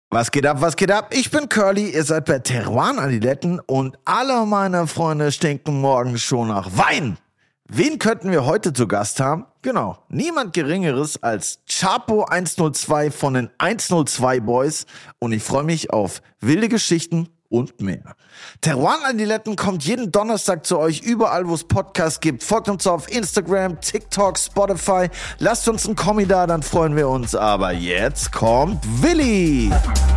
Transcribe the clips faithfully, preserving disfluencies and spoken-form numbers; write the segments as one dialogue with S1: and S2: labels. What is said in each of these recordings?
S1: Was geht ab, was geht ab? Ich bin Curly, ihr seid bei Teruan Adiletten und alle meine Freunde stinken morgens schon nach Wein. Wen könnten wir heute zu Gast haben? Genau, niemand Geringeres als Chapo hundertzwei von den hundertzwei Boys und ich freue mich auf wilde Geschichten und mehr. Teruan Adiletten kommt jeden Donnerstag zu euch überall, wo es Podcasts gibt. Folgt uns auf Instagram, TikTok, Spotify. Lasst uns einen Kommi da, dann freuen wir uns. Aber jetzt kommt Willi.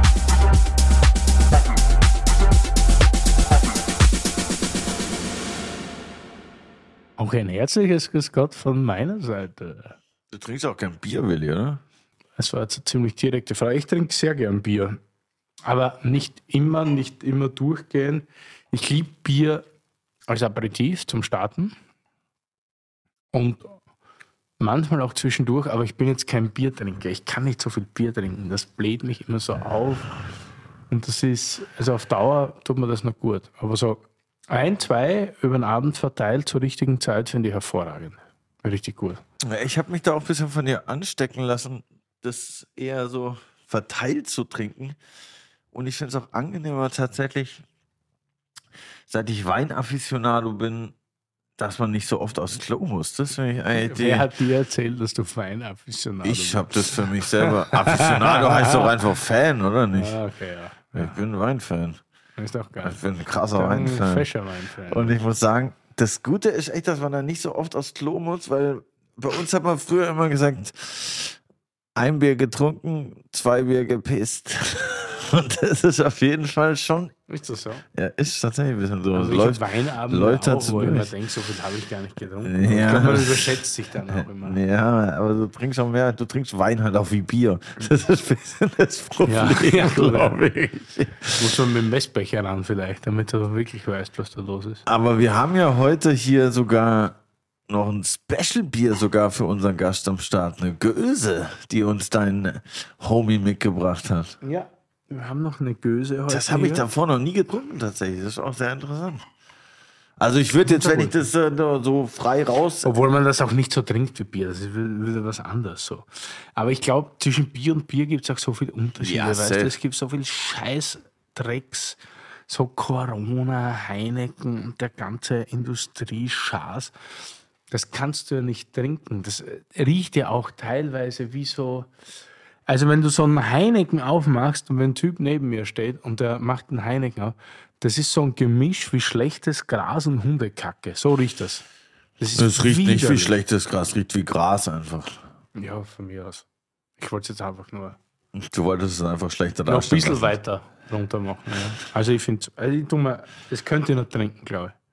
S2: Auch ein herzliches Grüß Gott von meiner Seite.
S1: Du trinkst auch kein Bier, Willi, oder?
S2: Das war jetzt eine ziemlich direkte Frage. Ich trinke sehr gern Bier. Aber nicht immer, nicht immer durchgehend. Ich liebe Bier als Aperitif zum Starten. Und manchmal auch zwischendurch. Aber ich bin jetzt kein Biertrinker. Ich kann nicht so viel Bier trinken. Das bläht mich immer so auf. Und das ist, also auf Dauer tut mir das noch gut. Aber so ein, zwei über den Abend verteilt zur richtigen Zeit finde ich hervorragend. Richtig gut.
S1: Ich habe mich da auch ein bisschen von dir anstecken lassen, das eher so verteilt zu trinken. Und ich finde es auch angenehmer tatsächlich, seit ich Weinafficionado bin, dass man nicht so oft aufs Klo muss. Das finde ich eine Idee.
S2: Wer hat dir erzählt, dass du Weinafficionado bist?
S1: Ich habe das für mich selber. Afficionado heißt doch einfach Fan, oder nicht?
S2: Ah, okay, ja.
S1: Ich bin Weinfan.
S2: Ist doch geil.
S1: Ich bin ein krasser Weinfan.
S2: Ein fescher Weinfan.
S1: Und ich muss sagen, das Gute ist echt, dass man da nicht so oft aufs Klo muss, weil bei uns hat man früher immer gesagt, ein Bier getrunken, zwei Bier gepisst. Und das ist auf jeden Fall schon.
S2: Ist das so?
S1: Ja, ist tatsächlich ein bisschen so.
S2: Also ich
S1: läuft,
S2: Weinabend
S1: läuft
S2: auch,
S1: halt so
S2: wo ich
S1: durch.
S2: immer denke, so viel habe ich gar nicht getrunken.
S1: Ja.
S2: Ich glaube, man überschätzt sich dann auch immer.
S1: Ja, aber du trinkst auch mehr, du trinkst Wein halt auch wie Bier. Das ist ein bisschen das Problem,
S2: Ja, ja,
S1: glaube ich.
S2: Muss man mit dem Messbecher ran vielleicht, damit du wirklich weißt, was da los ist.
S1: Aber wir haben ja heute hier sogar noch ein Special-Bier sogar für unseren Gast am Start. Eine Göse, die uns dein Homie mitgebracht hat.
S2: Ja, wir haben noch eine Göse heute.
S1: Das habe ich
S2: hier.
S1: davor noch nie getrunken tatsächlich. Das ist auch sehr interessant. Also ich würde jetzt, wenn ich das äh, so frei raus...
S2: Obwohl man das auch nicht so trinkt wie Bier. Das ist wieder was anderes so. Aber ich glaube, zwischen Bier und Bier gibt es auch so viele Unterschiede.
S1: Ja,
S2: weißt du,
S1: safe.
S2: es gibt so viel Scheißdrecks, so Corona, Heineken und der ganze Industrieschaß. Das kannst du ja nicht trinken. Das riecht ja auch teilweise wie so... Also wenn du so einen Heineken aufmachst und wenn ein Typ neben mir steht und der macht einen Heineken auf, das ist so ein Gemisch wie schlechtes Gras und Hundekacke. So riecht das. Das, ist
S1: Das riecht nicht wie
S2: widerlich.
S1: schlechtes Gras, riecht wie Gras einfach.
S2: Ja, von mir aus. Ich wollte es jetzt einfach nur
S1: Du wolltest es einfach schlechter
S2: noch ein
S1: darstellen.
S2: bisschen
S1: lassen.
S2: weiter runter machen. Ja. Also ich finde, also ich tu mal, das könnt ihr noch trinken, glaube ich.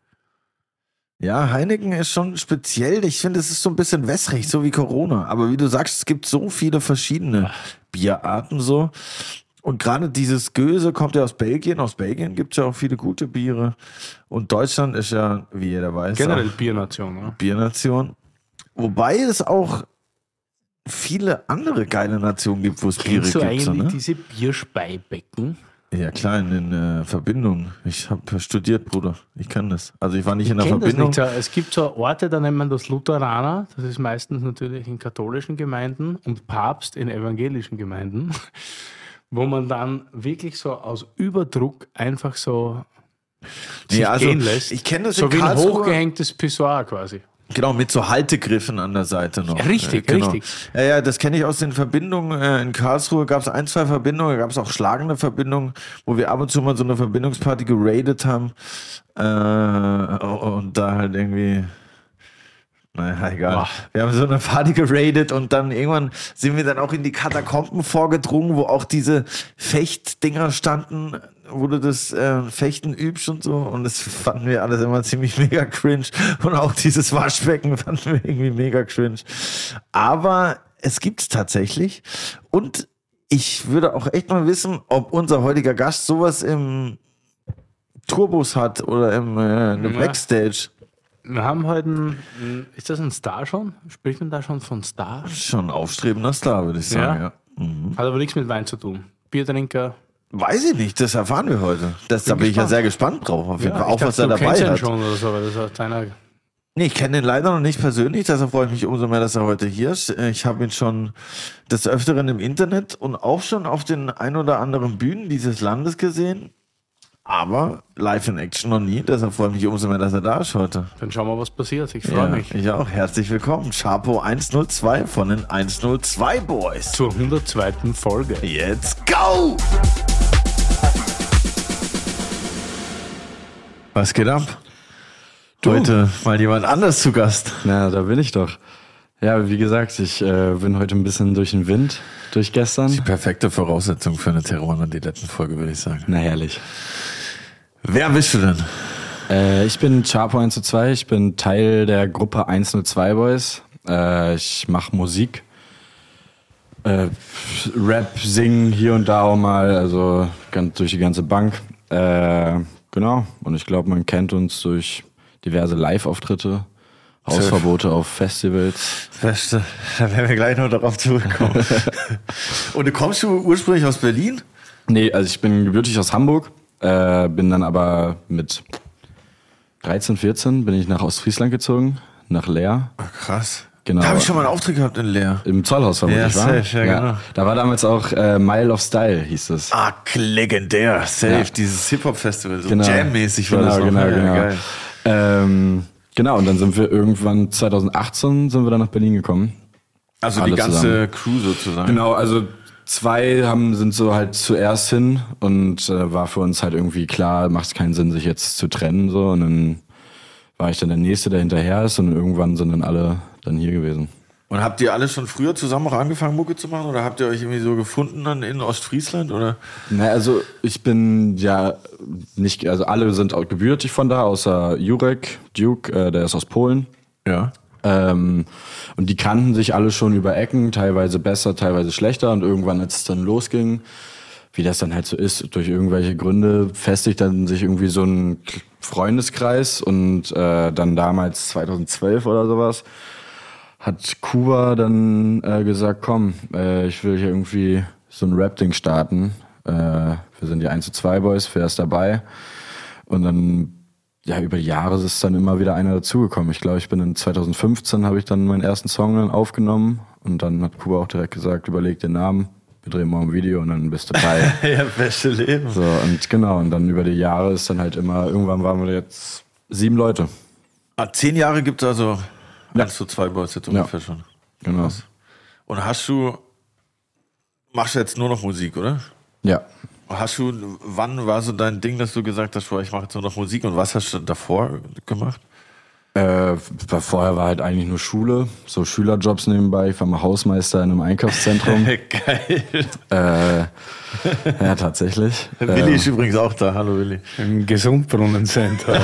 S1: Ja, Heineken ist schon speziell. Ich finde, es ist so ein bisschen wässrig, so wie Corona. Aber wie du sagst, es gibt so viele verschiedene Bierarten so. Und gerade dieses Göse kommt ja aus Belgien. Aus Belgien gibt es ja auch viele gute Biere. Und Deutschland ist ja, wie jeder weiß,
S2: Generell
S1: auch
S2: Biernation, oder?
S1: Biernation. Wobei es auch viele andere geile Nationen gibt, wo es Biere
S2: Kennst du
S1: gibt.
S2: eigentlich
S1: So, ne?
S2: diese Bierspeibecken?
S1: Ja, klar, in äh, Verbindung. Ich habe studiert, Bruder. Ich kann das. Also ich war nicht in der
S2: Ich kenn das
S1: Verbindung.
S2: nicht. So, es gibt so Orte, da nennt man das Lutheraner, das ist meistens natürlich in katholischen Gemeinden und Papst in evangelischen Gemeinden, wo man dann wirklich so aus Überdruck einfach so sich
S1: Nee, also,
S2: gehen lässt.
S1: ich kenn das
S2: so
S1: in
S2: wie ein
S1: Karlsruhe.
S2: hochgehängtes Pissoir quasi.
S1: Genau, mit so Haltegriffen an der Seite noch.
S2: Ja, richtig,
S1: Äh, genau.
S2: richtig.
S1: Ja, ja, das kenne ich aus den Verbindungen. Äh, in Karlsruhe gab es ein, zwei Verbindungen, da gab es auch schlagende Verbindungen, wo wir ab und zu mal so eine Verbindungsparty geradet haben. Äh, und da halt irgendwie... Naja, egal.
S2: Boah.
S1: Wir haben so eine Party geradet und dann irgendwann sind wir dann auch in die Katakomben vorgedrungen, wo auch diese Fechtdinger standen, wo du das äh, Fechten übst und so. Und das fanden wir alles immer ziemlich mega cringe. Und auch dieses Waschbecken fanden wir irgendwie mega cringe. Aber es gibt's tatsächlich. Und ich würde auch echt mal wissen, ob unser heutiger Gast sowas im Tourbus hat oder im äh, in der
S2: Ja.
S1: Backstage.
S2: Wir haben heute einen, ist das ein Star schon? Spricht man da schon von Star?
S1: Schon ein aufstrebender Star, würde ich sagen, ja.
S2: Ja. Hat aber nichts mit Wein zu tun. Biertrinker.
S1: Weiß ich nicht, das erfahren wir heute. Das, da bin ich ja
S2: gespannt.
S1: sehr gespannt drauf, auf jeden
S2: Ja,
S1: Fall.
S2: ich
S1: Auch was
S2: dachte,
S1: er
S2: du
S1: dabei
S2: kennst ihn
S1: hat.
S2: schon oder so, weil das hat deiner
S1: Nee, ich kenne ihn leider noch nicht persönlich, deshalb freue ich mich umso mehr, dass er heute hier ist. Ich habe ihn schon des Öfteren im Internet und auch schon auf den ein oder anderen Bühnen dieses Landes gesehen, aber live in Action noch nie, deshalb freue ich mich umso mehr, dass er da ist heute.
S2: Dann schauen wir, was passiert. Ich freue
S1: Ja,
S2: mich.
S1: ich auch. Herzlich willkommen. Chapo hundertzwei von den hundertzwei Boys.
S2: Zur hundertzweiten Folge.
S1: Let's go! Was geht ab? Du. Heute mal jemand anders zu Gast.
S3: Na, da bin ich doch. Ja, wie gesagt, ich äh, bin heute ein bisschen durch den Wind, durch gestern.
S1: Die perfekte Voraussetzung für eine Terror und die letzten Folge, würde ich sagen.
S3: Na, herrlich.
S1: Wer bist du denn?
S3: Äh, ich bin Chapo hundertzwei, ich bin Teil der Gruppe hundertzwei Boys. Äh, ich mache Musik. Äh, Rap, singen hier und da auch mal, also ganz, durch die ganze Bank. Äh, genau, und ich glaube, man kennt uns durch diverse Live-Auftritte, Hausverbote auf Festivals.
S1: Beste, da werden wir gleich noch darauf zurückkommen. Und du kommst du ursprünglich aus Berlin?
S3: Nee, also ich bin gebürtig aus Hamburg, äh, bin dann aber mit dreizehn, vierzehn bin ich nach Ostfriesland gezogen, nach Leer.
S1: Ach, krass.
S3: Genau.
S1: Da habe ich schon mal einen Auftritt gehabt in Leer.
S3: Im Zollhaus vermutlich,
S1: Ja,
S3: war?
S1: safe, ja, genau.
S3: Da war damals auch äh, Mile of Style, hieß es.
S1: Ah, legendär, safe.
S3: Ja.
S1: Dieses Hip-Hop-Festival, so
S3: Genau.
S1: Jam-mäßig war
S3: Genau,
S1: das noch.
S3: genau,
S1: Ja,
S3: genau.
S1: geil.
S3: Ähm, genau, und dann sind wir irgendwann zwanzig achtzehn sind wir dann nach Berlin gekommen.
S1: Also die
S3: Alle
S1: ganze
S3: zusammen.
S1: Crew sozusagen.
S3: Genau, also zwei haben, sind so halt zuerst hin und äh, war für uns halt irgendwie klar, macht keinen Sinn, sich jetzt zu trennen, so. Und dann war ich dann der Nächste, der hinterher ist, und irgendwann sind dann alle dann hier gewesen.
S1: Und habt ihr alle schon früher zusammen auch angefangen, Mucke zu machen? Oder habt ihr euch irgendwie so gefunden dann in Ostfriesland? Oder?
S3: Na, also ich bin ja nicht, also alle sind auch gebürtig von da, außer Jurek, Duke, äh, der ist aus Polen.
S1: Ja.
S3: Ähm, und die kannten sich alle schon über Ecken, teilweise besser, teilweise schlechter. Und irgendwann, als es dann losging, wie das dann halt so ist, durch irgendwelche Gründe festigt dann sich irgendwie so ein Freundeskreis. Und äh, dann damals zweitausendzwölf oder sowas hat Kuba dann äh, gesagt, komm, äh, ich will hier irgendwie so ein Rap-Ding starten. Äh, wir sind die hundertzwei Boys, wer ist dabei? Und dann, ja, über die Jahre ist dann immer wieder einer dazugekommen. Ich glaube, ich bin in zweitausendfünfzehn, habe ich dann meinen ersten Song dann aufgenommen. Und dann hat Kuba auch direkt gesagt, überleg den Namen, wir drehen morgen ein Video und dann bist du dabei.
S1: Ja, beste Leben.
S3: So, und genau, und dann über die Jahre ist dann halt immer, irgendwann waren wir jetzt sieben Leute.
S1: Ah, zehn Jahre gibt es also
S3: Ja.
S1: hundertzwei Boys jetzt ungefähr
S3: Ja.
S1: schon.
S3: Genau.
S1: Krass. Und hast du, machst du jetzt nur noch Musik, oder?
S3: Ja.
S1: Hast du, wann war so dein Ding, dass du gesagt hast, boah, ich mache jetzt nur noch Musik, und was hast du davor gemacht?
S3: Äh, vorher war halt eigentlich nur Schule, so Schülerjobs nebenbei. Ich war mal Hausmeister in einem Einkaufszentrum.
S1: Geil.
S3: äh, ja, tatsächlich.
S1: Willi
S3: Äh,
S1: ist übrigens auch da. Hallo Willi.
S2: Im Gesundbrunnencenter.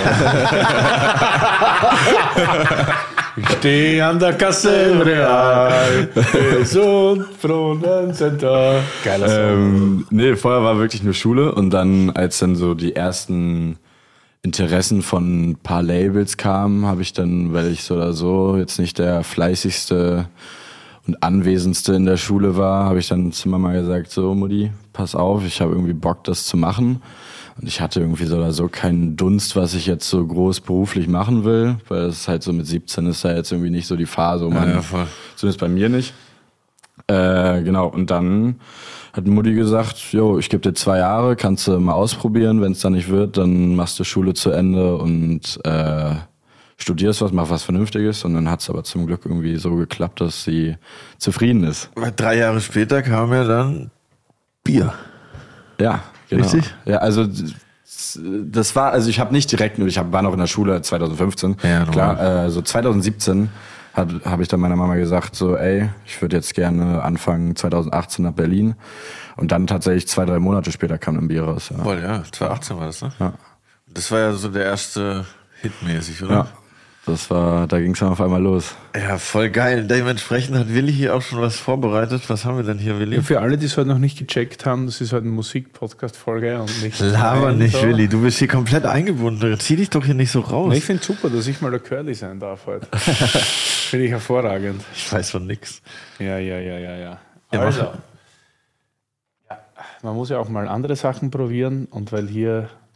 S2: Ich stehe an der Kasse im Real. Gesundbrunnencenter. Geiler Song.
S3: ähm, nee, vorher war wirklich nur Schule, und dann, als dann so die ersten Interessen von ein paar Labels kamen, habe ich dann, weil ich so oder so jetzt nicht der fleißigste und anwesendste in der Schule war, habe ich dann zu Mama gesagt, so Mutti, pass auf, ich habe irgendwie Bock, das zu machen. Und ich hatte irgendwie so oder so keinen Dunst, was ich jetzt so groß beruflich machen will, weil es ist halt so mit siebzehn ist da jetzt irgendwie nicht so die Phase, wo man,
S1: Ja, ja, voll.
S3: zumindest bei mir nicht. Äh, genau, und dann hat Mutti gesagt, jo, ich gebe dir zwei Jahre, kannst du mal ausprobieren, wenn es dann nicht wird, dann machst du Schule zu Ende und äh, studierst was, mach was Vernünftiges. Und dann hat es aber zum Glück irgendwie so geklappt, dass sie zufrieden ist.
S1: Weil drei Jahre später kam ja dann Bier.
S3: Ja, genau.
S1: Richtig?
S3: Ja, also das war, also ich habe nicht direkt, ich hab, war noch in der Schule zweitausendfünfzehn.
S1: Ja, normal.
S3: klar, äh, so zweitausendsiebzehn habe hab ich dann meiner Mama gesagt, so ey, ich würde jetzt gerne anfangen zweitausendachtzehn nach Berlin. Und dann tatsächlich zwei, drei Monate später kam ein Bier raus. Ja.
S1: Voll, ja. zweitausendachtzehn war das, ne?
S3: Ja.
S1: Das war ja so der erste Hit mäßig, oder?
S3: Ja, das war, da ging es dann auf einmal los.
S1: Ja, voll geil. Dementsprechend hat Willi hier auch schon was vorbereitet. Was haben wir denn hier, Willi?
S2: Ja, für alle, die es heute noch nicht gecheckt haben, das ist heute eine Musik-Podcast-Folge und nicht.
S1: Laber
S2: ein,
S1: nicht,
S2: so.
S1: Willi. Du bist hier komplett eingebunden. Zieh dich doch hier nicht so raus.
S2: Ich finde es super, dass ich mal der Curly sein darf heute. Finde ich hervorragend.
S1: Ich weiß von nix.
S2: Ja, ja, ja, ja, ja.
S1: Ja,
S2: Also,
S1: mach.
S2: ja, man muss ja auch mal andere Sachen probieren, und weil hier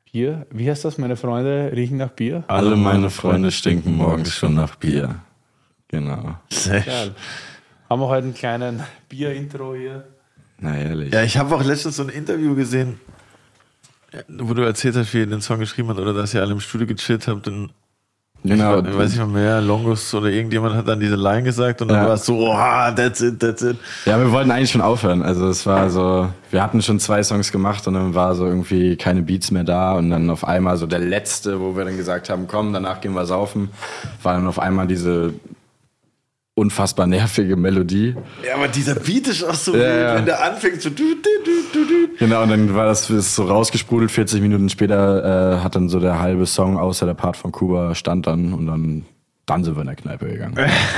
S2: Bier. Wie heißt das? Meine Freunde riechen nach Bier?
S3: Alle meine Freunde stinken morgens schon nach Bier. Genau.
S1: Sehr
S2: Geil. Haben wir heute einen kleinen Bier-Intro hier?
S3: Na ehrlich.
S1: Ja, ich habe auch letztens so ein Interview gesehen, wo du erzählt hast, wie ihr den Song geschrieben habt oder dass ihr alle im Studio gechillt habt. Und
S3: Genau.
S1: ich weiß nicht mal mehr, Longus oder irgendjemand hat dann diese Line gesagt und dann
S3: Ja.
S1: war es so, oh, that's it, that's it.
S3: Ja, wir wollten eigentlich schon aufhören. Also es war so, wir hatten schon zwei Songs gemacht und dann war so irgendwie keine Beats mehr da und dann auf einmal so der letzte, wo wir dann gesagt haben, komm, danach gehen wir saufen, war dann auf einmal diese unfassbar nervige Melodie.
S1: Ja, aber dieser Beat ist auch so,
S3: Ja,
S1: wild,
S3: ja.
S1: wenn der anfängt so, du, du, du, du, du.
S3: Genau, und dann war das ist so rausgesprudelt, vierzig Minuten später äh, hat dann so der halbe Song, außer der Part von Kuba, stand dann und dann, dann sind wir in der Kneipe gegangen.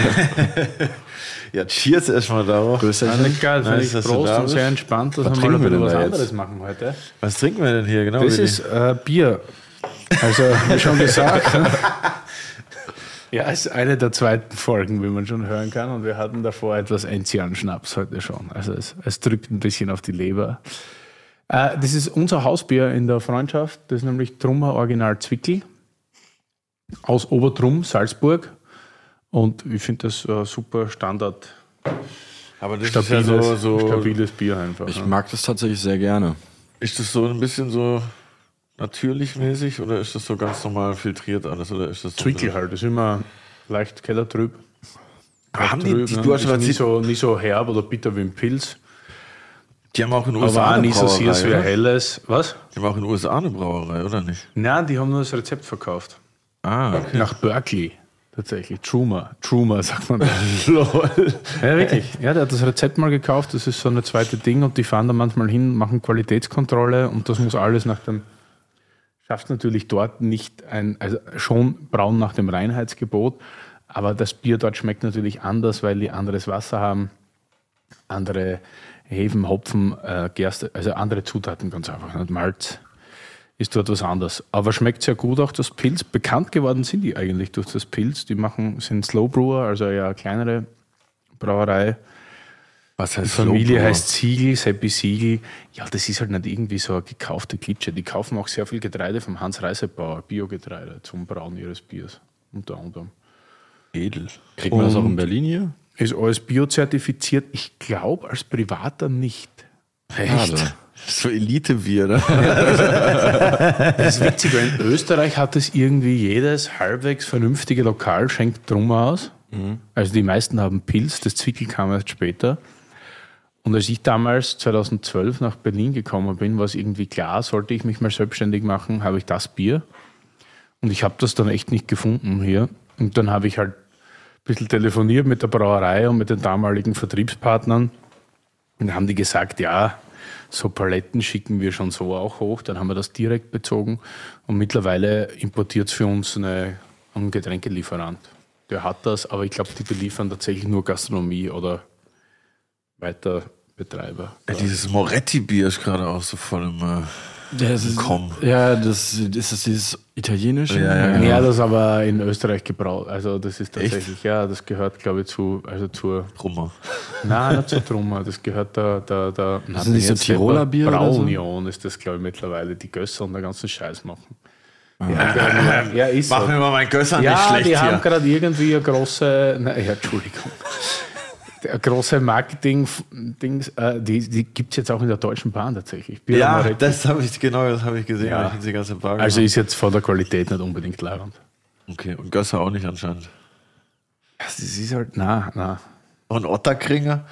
S1: Ja, cheers erstmal darauf.
S2: Ja, nicht geil, finde
S1: Nice,
S2: ich
S1: dass du
S2: Prost
S1: da
S2: und
S1: bist.
S2: sehr entspannt, dass
S3: Was
S2: wir mal ein
S3: trinken wir
S2: bisschen
S3: denn
S2: was
S3: da
S2: anderes
S3: jetzt?
S2: machen heute.
S1: Was trinken wir denn hier genau?
S2: Das
S1: Willi?
S2: ist äh, Bier. Also, wie schon gesagt. Ja, es ist eine der zweiten Folgen, wie man schon hören kann. Und wir hatten davor etwas Enzian-Schnaps heute schon. Also es, es drückt ein bisschen auf die Leber. Äh, das ist unser Hausbier in der Freundschaft. Das ist nämlich Trummer Original Zwickel aus Obertrum, Salzburg. Und ich finde das äh, super Standard,
S1: aber das
S2: stabiles,
S1: ist ja so, so
S2: stabiles Bier einfach.
S3: Ich
S2: ja.
S3: mag das tatsächlich sehr gerne.
S1: ist das so ein bisschen so natürlich mäßig oder ist das so ganz normal filtriert alles? Oder ist das so
S2: Zwickel halt, das ist immer leicht kellertrüb.
S1: Haben die,
S2: Trüb,
S1: die,
S2: ne?
S1: du hast
S2: Ist
S1: schon
S2: nicht
S1: erzählt,
S2: so, nicht so herb oder bitter wie ein Pilz.
S1: die haben auch in den U S
S2: Aber
S1: A
S2: auch
S1: eine
S2: nicht so
S1: Brauerei,
S2: sehr wie ein
S1: oder?
S2: helles. Was?
S1: Die haben auch in den U S A eine Brauerei, oder nicht?
S2: Nein, die haben nur das Rezept verkauft.
S1: Ah, okay.
S2: Nach Berkeley. Tatsächlich. Trumer. Trumer sagt man. Ja, wirklich. Ja, der hat das Rezept mal gekauft. Das ist so eine zweite Ding und die fahren da manchmal hin, machen Qualitätskontrolle und das muss alles nach dem. Schafft natürlich dort nicht ein, also schon braun nach dem Reinheitsgebot, aber das Bier dort schmeckt natürlich anders, weil die anderes Wasser haben, andere Hefen, Hopfen, äh, Gerste, also andere Zutaten ganz einfach. Nicht? Malz ist dort was anderes. Aber schmeckt sehr gut auch das Pilz. Bekannt geworden sind die eigentlich durch das Pilz. Die machen, sind Slow Brewer, also ja eine kleinere Brauerei.
S1: Was
S2: Die
S1: heißt
S2: Familie
S1: Slowbrewer?
S2: heißt Siegel, Seppi Siegel. Ja, das ist halt nicht irgendwie so eine gekaufte Klitsche. Die kaufen auch sehr viel Getreide vom Hans Reisebauer, Biogetreide, zum Brauen ihres Biers. Unter anderem.
S1: Edel.
S3: Kriegt man das auch
S2: Und-
S3: in Berlin hier?
S2: Ist alles biozertifiziert. Ich glaube, als Privater nicht.
S3: Schade.
S1: So Elite-Bier, ne?
S2: Das ist witzig, weil in Österreich hat es irgendwie jedes halbwegs vernünftige Lokal schenkt Trummer aus. Also die meisten haben Pilz, das Zwickel kam erst später. Und als ich damals zweitausendzwölf nach Berlin gekommen bin, war es irgendwie klar, sollte ich mich mal selbstständig machen, habe ich das Bier. Und ich habe das dann echt nicht gefunden hier. Und dann habe ich halt ein bisschen telefoniert mit der Brauerei und mit den damaligen Vertriebspartnern. Und dann haben die gesagt, ja, so Paletten schicken wir schon so auch hoch. Dann haben wir das direkt bezogen. Und mittlerweile importiert es für uns eine, ein Getränkelieferant. Der hat das, aber ich glaube, die beliefern tatsächlich nur Gastronomie oder weiter Betreiber.
S1: Ja, dieses Moretti-Bier ist gerade auch so voll im äh,
S3: Das ist,
S1: Komm.
S3: ja, das ist das dieses italienische.
S1: Ja, ja, genau.
S2: Ja, das aber in Österreich gebraut. Also das ist tatsächlich, ja, das gehört, glaube ich, zu, also zur,
S1: Rummer.
S2: nein, nicht zur Trummer, das gehört da, da, da.
S3: Das sind nicht so Tiroler Bier oder so?
S2: Braunion ist das, glaube ich, mittlerweile, die Gösser und den ganzen Scheiß machen. Ja, ja, ist
S1: Mach
S2: so.
S1: mir mal mein Gösser
S2: Ja,
S1: nicht schlecht
S2: die haben
S1: hier.
S2: gerade irgendwie eine große, nein, ja, Entschuldigung, eine große Marketing-Dings, äh, die, die gibt es jetzt auch in der Deutschen Bahn tatsächlich. Bier
S1: Ja,
S2: Moretti.
S1: das habe ich, genau, das habe ich gesehen,
S2: Ja.
S1: weil ich die ganze Bar
S2: Also
S1: gemacht
S2: ist jetzt von der Qualität nicht unbedingt leibend.
S1: habe. Okay, und Gösser auch nicht anscheinend.
S2: Ja, das ist halt, na, na,
S1: Und Otterkringer?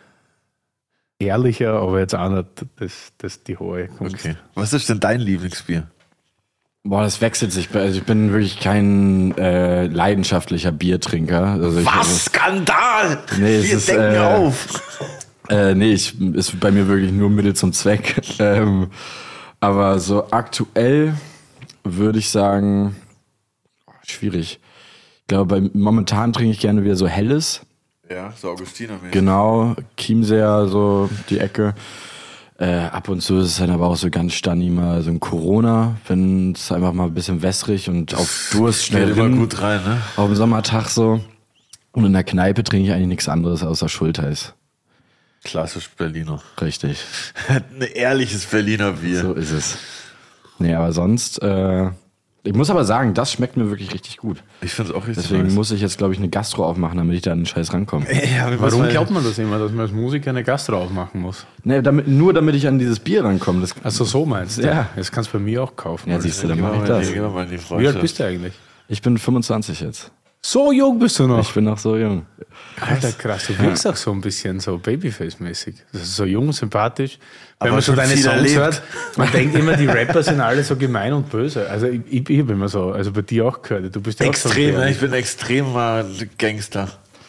S2: ehrlicher, aber jetzt auch nicht das, das die hohe Kunst.
S1: Okay. Was ist denn dein Lieblingsbier?
S3: Boah, das wechselt sich. Also ich bin wirklich kein äh, leidenschaftlicher Biertrinker. Also ich,
S1: Was? Skandal!
S3: Nee, es
S1: Wir
S3: ist,
S1: denken
S3: äh,
S1: auf!
S3: Äh, nee, ich, ist bei mir wirklich nur Mittel zum Zweck. ähm, aber so aktuell würde ich sagen, oh, schwierig. Ich glaube, bei, momentan trinke ich gerne wieder so Helles.
S1: Ja, so Augustiner mäßig.
S3: Genau, Chiemseer, so die Ecke. Äh, ab und zu ist es dann aber auch so ganz stanni mal so ein Corona, wenn es einfach mal ein bisschen wässrig und auf Durst schnell
S1: Geht immer
S3: drin,
S1: gut rein, ne?
S3: auf dem Sommertag so. Und in der Kneipe trinke ich eigentlich nichts anderes außer Schultheiß.
S1: Klassisch Berliner.
S3: Richtig,
S1: Ein ehrliches Berliner Bier.
S3: so ist es. Nee, aber sonst, äh, ich muss aber sagen, das schmeckt mir wirklich richtig gut.
S1: Ich finde es auch richtig
S3: Deswegen
S1: nice.
S3: muss ich jetzt, glaube ich, eine Gastro aufmachen, damit ich da an den Scheiß rankomme.
S1: Ja, wir
S2: Warum
S1: müssen-
S2: glaubt man das immer, dass man als Musiker eine Gastro aufmachen muss?
S3: Nee, damit, nur damit ich an dieses Bier rankomme. Das,
S2: Also so meinst du?
S3: Ja.
S2: Das kannst du bei mir auch kaufen.
S3: ja, siehst du, dann
S1: Gehen wir
S3: mache ich
S1: mal in
S3: das.
S1: die- gehen wir mal in die
S2: Wie alt
S1: Freundschaft.
S2: bist du eigentlich?
S3: Ich bin fünfundzwanzig jetzt.
S2: So jung bist du noch.
S3: Ich bin noch so jung.
S2: Alter, krass, du wirkst auch so ein bisschen so Babyface-mäßig. Das ist so jung, sympathisch. Wenn
S1: Aber
S2: man so
S1: schon
S2: deine
S1: viel
S2: Songs
S1: erlebt.
S2: hört, man denkt immer, die Rapper sind alle so gemein und böse. Also ich, ich, ich habe immer so, also bei dir auch gehört. Du bist ja auch
S1: Extrem,
S2: so
S1: ne? Ich bin extremer Gangster.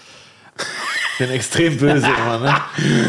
S1: Ich bin extrem böse immer, ne?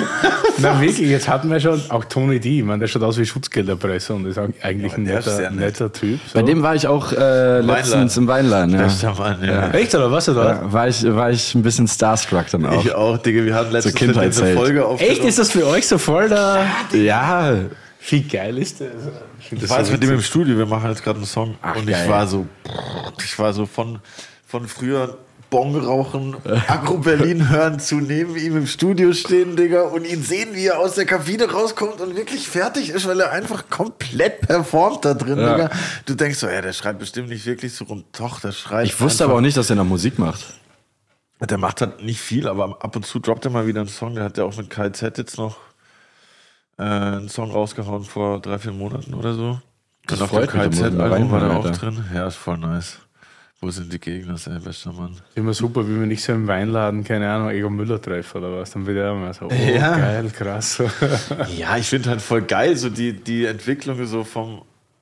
S2: Na wirklich, jetzt hatten wir schon auch Tony D. Ich meine, der schaut aus wie Schutzgelderpresser und ist auch eigentlich ein
S1: der ist
S2: netter,
S1: sehr nett.
S2: netter Typ. So.
S3: Bei dem war ich auch äh, letztens im Weinladen. Ja.
S1: Bester Mann, ja.
S2: Echt, oder was? Oder?
S3: Ja, war, ich, war ich ein bisschen starstruck dann auch.
S1: Ich auch, Digga. Wir haben letztens
S3: So Kindheitsheld.
S1: eine Folge aufgenommen.
S2: Echt, ist das für euch so voll da?
S3: Ja,
S2: Wie geil ist das? Ich, find
S1: Ich
S2: das
S1: war
S2: so
S1: jetzt mit dem im
S2: witzig.
S1: Studio, wir machen jetzt gerade einen Song.
S3: Ach,
S1: und
S3: geil.
S1: ich war so, ich war so von, von früher Bong rauchen, Agro Berlin hören zu neben ihm im Studio stehen, Digga, und ihn sehen, wie er aus der Kabine rauskommt und wirklich fertig ist, weil er einfach komplett performt da drin,
S3: Ja.
S1: Digga. Du denkst so, ja, der schreit bestimmt nicht wirklich so rum. Doch, der schreit.
S3: ich wusste
S1: einfach.
S3: aber auch nicht, dass er noch Musik macht.
S1: Der macht halt nicht viel, aber ab und zu droppt er mal wieder einen Song. Der hat ja auch mit K Z jetzt noch äh, einen Song rausgehauen vor drei, vier Monaten oder so.
S3: Das
S1: Und auf
S3: freut
S1: dem
S3: mich, da muss ich mal
S1: K Z-Album war der
S3: reinhören,
S1: auch
S3: Alter.
S1: drin. Ja, ist voll nice. Wo sind die Gegner, ey, bester Mann?
S2: Immer super, wie man nicht so im Weinladen, keine Ahnung, Egon Müller treffe oder was. Dann wird er immer so, oh,
S1: Ja.
S2: geil, krass.
S1: Ja, ich finde halt voll geil, so die, die Entwicklung so vom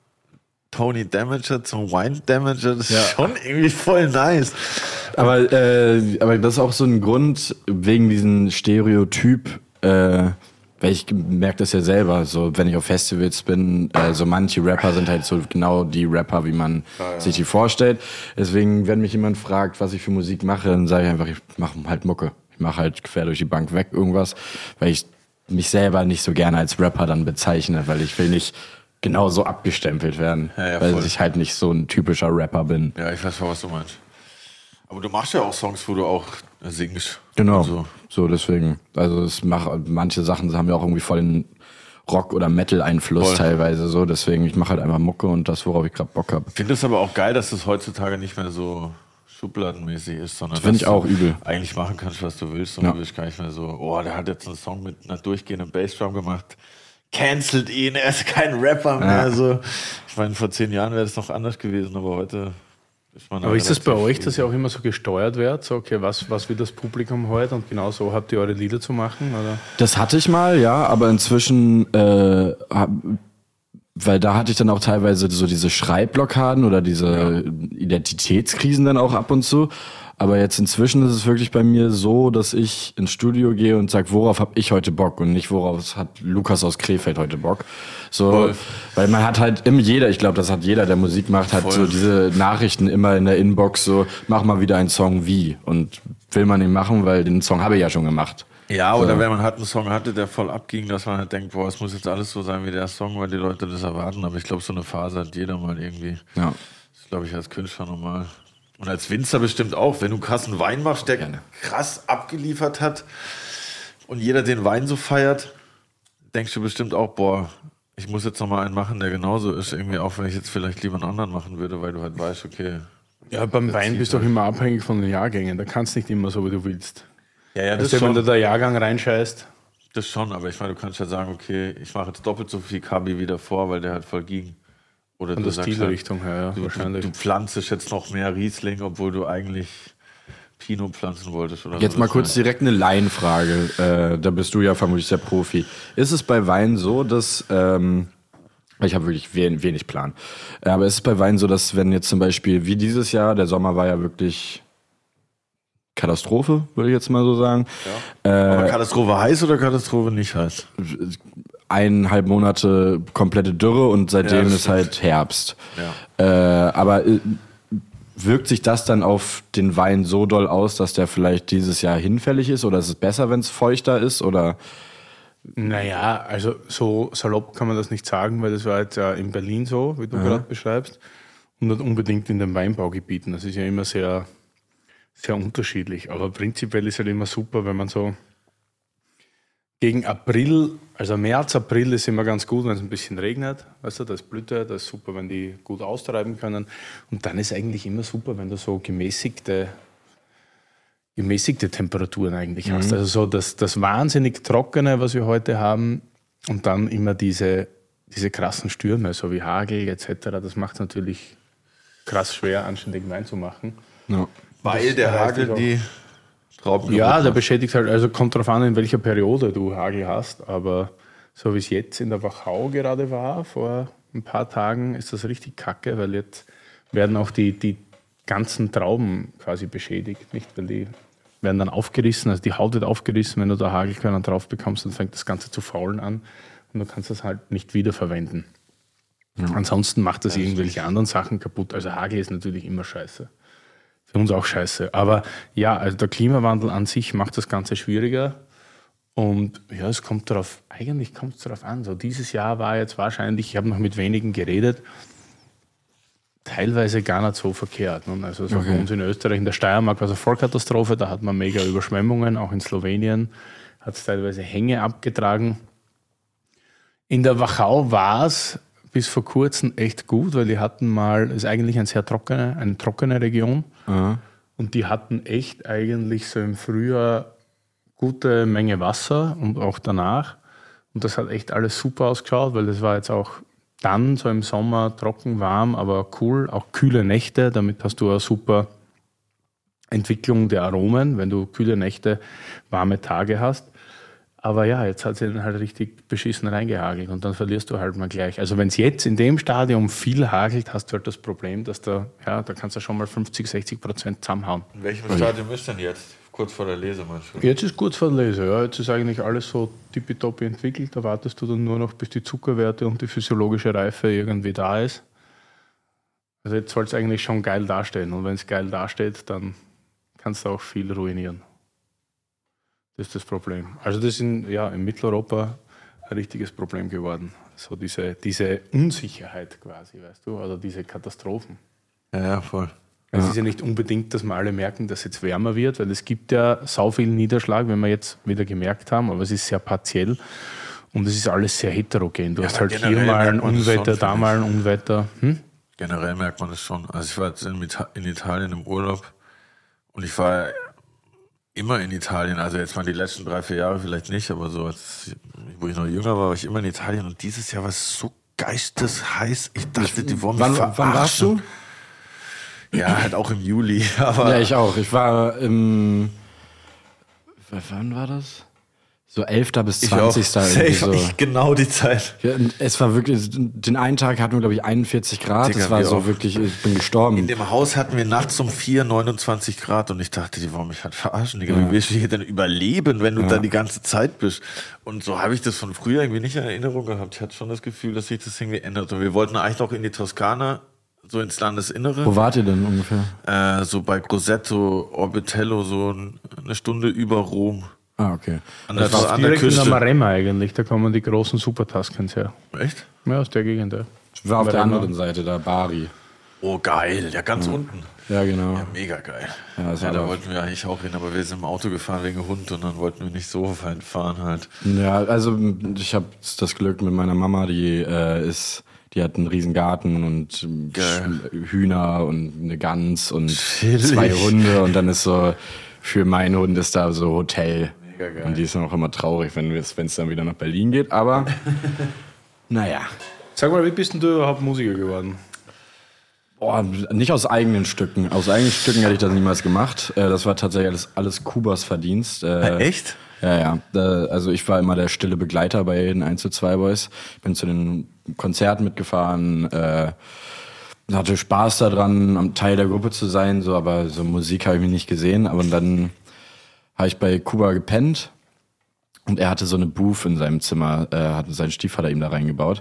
S1: Tony Damager zum Wine Damager, das ist schon irgendwie voll nice.
S3: Aber, äh, aber das ist auch so ein Grund wegen diesem Stereotyp, äh, weil ich merke das ja selber, so wenn ich auf Festivals bin, äh, so manche Rapper sind halt so genau die Rapper, wie man sich die vorstellt. Deswegen, wenn mich jemand fragt, was ich für Musik mache, dann sage ich einfach, ich mache halt Mucke. Ich mache halt quer durch die Bank weg irgendwas, weil ich mich selber nicht so gerne als Rapper dann bezeichne, weil ich will nicht genau so abgestempelt werden,
S1: Ja, ja,
S3: weil
S1: voll.
S3: ich halt nicht so ein typischer Rapper bin.
S1: Ja, ich weiß voll, was du meinst. Aber du machst ja auch Songs, wo du auch singst.
S3: Genau.
S1: So.
S3: So, deswegen. Also es macht manche Sachen haben ja auch irgendwie voll den Rock- oder Metal-Einfluss
S1: Voll.
S3: teilweise so. Deswegen, ich mache halt einfach Mucke und das, worauf ich gerade Bock habe.
S1: Ich finde es aber auch geil, dass das heutzutage nicht mehr so schubladenmäßig ist, sondern
S3: Find
S1: dass
S3: ich auch
S1: du
S3: übel.
S1: eigentlich machen kannst, was du willst und
S3: Ja.
S1: du bist gar nicht mehr so, oh, der hat jetzt einen Song mit einer durchgehenden Bassdrum gemacht, cancelt ihn, er ist kein Rapper mehr.
S3: Ja.
S1: So. Ich meine, vor zehn Jahren wäre das noch anders gewesen, aber heute ist man
S2: Aber ist das bei
S1: relativ
S2: euch, dass ja auch immer so gesteuert wird? So, okay, was, was will das Publikum heute? Und genau so habt ihr eure Lieder zu machen? Oder?
S3: Das hatte ich mal, ja, aber inzwischen, äh, hab, weil da hatte ich dann auch teilweise so diese Schreibblockaden oder diese Identitätskrisen dann auch ab und zu. Aber jetzt inzwischen ist es wirklich bei mir so, dass ich ins Studio gehe und sage, worauf habe ich heute Bock und nicht worauf hat Lukas aus Krefeld heute Bock. So,
S1: Voll.
S3: weil man hat halt immer jeder, ich glaube, das hat jeder, der Musik macht, hat
S1: Voll.
S3: so diese Nachrichten immer in der Inbox so, mach mal wieder einen Song wie und will man den machen, weil den Song habe ich ja schon gemacht.
S1: Ja, oder
S3: So.
S1: wenn man halt einen Song hatte, der voll abging, dass man halt denkt, boah, es muss jetzt alles so sein wie der Song, weil die Leute das erwarten. Aber ich glaube, so eine Phase hat jeder mal irgendwie.
S3: Ja.
S1: Das ist, glaube ich, als Künstler normal. Und als Winzer bestimmt auch. Wenn du krassen Wein machst, der
S3: Gerne.
S1: krass abgeliefert hat und jeder den Wein so feiert, denkst du bestimmt auch, boah, ich muss jetzt noch mal einen machen, der genauso ist. Irgendwie auch, wenn ich jetzt vielleicht lieber einen anderen machen würde, weil du halt weißt, okay.
S2: Ja, beim Wein bist du auch immer abhängig von den Jahrgängen. Da kannst du nicht immer so, wie du willst.
S1: Ja, ja,
S2: Weißt du, wenn du der Jahrgang reinscheißt.
S1: Das schon, aber ich meine, du kannst ja sagen, okay, ich mache jetzt doppelt so viel Kabi wie davor, weil der halt voll ging. Oder
S2: Von
S1: du
S2: der
S1: sagst halt,
S2: Stilrichtung her, ja,
S1: du,
S2: wahrscheinlich.
S1: du pflanzt jetzt noch mehr Riesling, obwohl du eigentlich Pinot pflanzen wolltest. Oder
S3: Jetzt
S1: so.
S3: mal
S1: Das
S3: kurz
S1: wär-
S3: direkt eine Laienfrage. Äh, da bist du ja vermutlich der Profi. Ist es bei Wein so, dass ähm, ich habe wirklich wenig, wenig Plan. Äh, Aber ist es bei Wein so, dass wenn jetzt zum Beispiel wie dieses Jahr, der Sommer war ja wirklich Katastrophe, würde ich jetzt mal so sagen.
S1: Aber Katastrophe heiß oder Katastrophe nicht heiß?
S3: Eineinhalb Monate komplette Dürre und seitdem
S1: Ja, das
S3: ist
S1: stimmt.
S3: halt Herbst.
S1: Ja.
S3: Äh, aber äh, wirkt sich das dann auf den Wein so doll aus, dass der vielleicht dieses Jahr hinfällig ist? Oder ist es besser, wenn es feuchter ist? Oder
S2: Naja, also so salopp kann man das nicht sagen, weil das war jetzt ja in Berlin so, wie du gerade beschreibst. Und nicht unbedingt in den Weinbaugebieten. Das ist ja immer sehr, sehr unterschiedlich. Aber prinzipiell ist halt immer super, wenn man so, gegen April, also März, April ist immer ganz gut, wenn es ein bisschen regnet. Weißt du, da ist Blüte, das ist super, wenn die gut austreiben können. Und dann ist eigentlich immer super, wenn du so gemäßigte, gemäßigte Temperaturen eigentlich mhm. hast. Also so das, das wahnsinnig Trockene, was wir heute haben, und dann immer diese, diese krassen Stürme, so wie Hagel et cetera. Das macht es natürlich krass schwer, anständig Wein zu machen.
S1: Ja. Weil der Hagel die Trauben
S2: Ja, der beschädigt halt, also kommt darauf an, in welcher Periode du Hagel hast, aber so wie es jetzt in der Wachau gerade war, vor ein paar Tagen, ist das richtig kacke, weil jetzt werden auch die, die ganzen Trauben quasi beschädigt, nicht? Weil die werden dann aufgerissen, also die Haut wird aufgerissen, wenn du da Hagelkörner drauf bekommst, dann fängt das Ganze zu faulen an und du kannst das halt nicht wiederverwenden. Ja. Ansonsten macht das, das irgendwelche anderen Sachen kaputt. Also Hagel ist natürlich immer scheiße. Für uns auch scheiße. Aber ja, also der Klimawandel an sich macht das Ganze schwieriger. Und ja, es kommt darauf, eigentlich kommt es darauf an. So dieses Jahr war jetzt wahrscheinlich, ich habe noch mit wenigen geredet, teilweise gar nicht so verkehrt. Ne? Also so okay. Bei uns in Österreich, in der Steiermark war es eine Vollkatastrophe, da hat man mega Überschwemmungen, auch in Slowenien hat es teilweise Hänge abgetragen. In der Wachau war es bis vor kurzem echt gut, weil die hatten mal, ist eigentlich eine sehr trockene, eine trockene Region. Mhm. Und die hatten echt eigentlich so im Frühjahr gute Menge Wasser und auch danach. Und das hat echt alles super ausgeschaut, weil das war jetzt auch dann so im Sommer trocken, warm, aber cool. Auch kühle Nächte, damit hast du eine super Entwicklung der Aromen, wenn du kühle Nächte, warme Tage hast. Aber ja, jetzt hat sie dann halt richtig beschissen reingehagelt und dann verlierst du halt mal gleich. Also wenn es jetzt in dem Stadium viel hagelt, hast du halt das Problem, dass da, ja, da kannst du schon mal fünfzig, sechzig Prozent zusammenhauen.
S1: In welchem Stadium ist denn jetzt? Kurz vor der Lese, meinst du?
S2: Jetzt ist kurz vor der Lese, ja. Jetzt ist eigentlich alles so tippitoppi entwickelt. Da wartest du dann nur noch, bis die Zuckerwerte und die physiologische Reife irgendwie da ist. Also jetzt soll es eigentlich schon geil dastehen. Und wenn es geil dasteht, dann kannst du auch viel ruinieren. Das ist das Problem. Also das ist in, ja, in Mitteleuropa ein richtiges Problem geworden. So diese, diese Unsicherheit quasi, weißt du, oder diese Katastrophen.
S1: Ja, ja, voll.
S2: Es ja. ist ja nicht unbedingt, dass wir alle merken, dass es jetzt wärmer wird, weil es gibt ja sau viel Niederschlag, wenn wir jetzt wieder gemerkt haben, aber es ist sehr partiell und es ist alles sehr heterogen. Du ja, hast halt hier mal ein Unwetter, schon, da mal ein Unwetter. Hm?
S1: Generell merkt man das schon. Also ich war jetzt in, in Italien im Urlaub und ich war immer in Italien, also jetzt mal die letzten drei, vier Jahre vielleicht nicht, aber so, als, wo ich noch jünger war, war ich immer in Italien und dieses Jahr war es so geistesheiß. Ich dachte, die wollen mich
S3: wann,
S1: verarschen.
S3: Wann warst du?
S1: Ja, halt auch im Juli. Aber
S3: ja, ich auch. Ich war im, wann war das? So elfter bis zwanzigster
S1: Ich auch. So. Ich genau die Zeit.
S3: Ja, es war wirklich, den einen Tag hatten wir, glaube ich, einundvierzig Grad.
S1: Digga,
S3: das war so
S1: auch.
S3: wirklich, ich bin gestorben.
S1: In dem Haus hatten wir nachts um vier neunundzwanzig Grad und ich dachte, die wollen mich halt verarschen. Digga. Ja. Wie willst du hier denn überleben, wenn du ja. da die ganze Zeit bist? Und so habe ich das von früher irgendwie nicht in Erinnerung gehabt. Ich hatte schon das Gefühl, dass sich das irgendwie ändert. Und wir wollten eigentlich auch in die Toskana, so ins Landesinnere.
S3: Wo wart ihr denn ungefähr?
S1: Äh, so bei Grosseto, Orbetello, so eine Stunde über Rom.
S3: Ah, okay.
S2: An der, das war an der Küste. In der Maremma eigentlich, da kommen die großen Super-Tuscans her.
S1: Echt?
S2: Ja, aus der Gegend, ja.
S3: Ich war auf der anderen Seite, da Bari.
S1: Oh, geil, ja, ganz
S3: ja.
S1: unten.
S3: Ja, genau.
S1: Ja, mega geil.
S3: Ja,
S1: ja da wollten wir eigentlich auch hin, aber wir sind im Auto gefahren wegen Hund und dann wollten wir nicht so weit fahren halt.
S3: Ja, also ich habe das Glück mit meiner Mama, die äh, ist... Die hat einen riesen Garten und Geil. Hühner und eine Gans und Chillig. zwei Hunde und dann ist so, für meinen Hund ist da so Hotel. Mega geil. Und die ist dann auch immer traurig, wenn es dann wieder nach Berlin geht, aber naja.
S2: Sag mal, wie bist denn du überhaupt Musiker geworden?
S3: Boah, nicht aus eigenen Stücken. Aus eigenen Stücken hätte ich das niemals gemacht. Das war tatsächlich alles, alles Kubas Verdienst.
S1: Äh, echt?
S3: Ja, ja. Da, also ich war immer der stille Begleiter bei den eins zu zwei Boys. Bin zu den Konzerten mitgefahren, äh, hatte Spaß daran, am Teil der Gruppe zu sein, so, aber so Musik habe ich mich nicht gesehen. Aber dann habe ich bei Kuba gepennt und er hatte so eine Booth in seinem Zimmer, äh, hat sein Stiefvater ihm da reingebaut.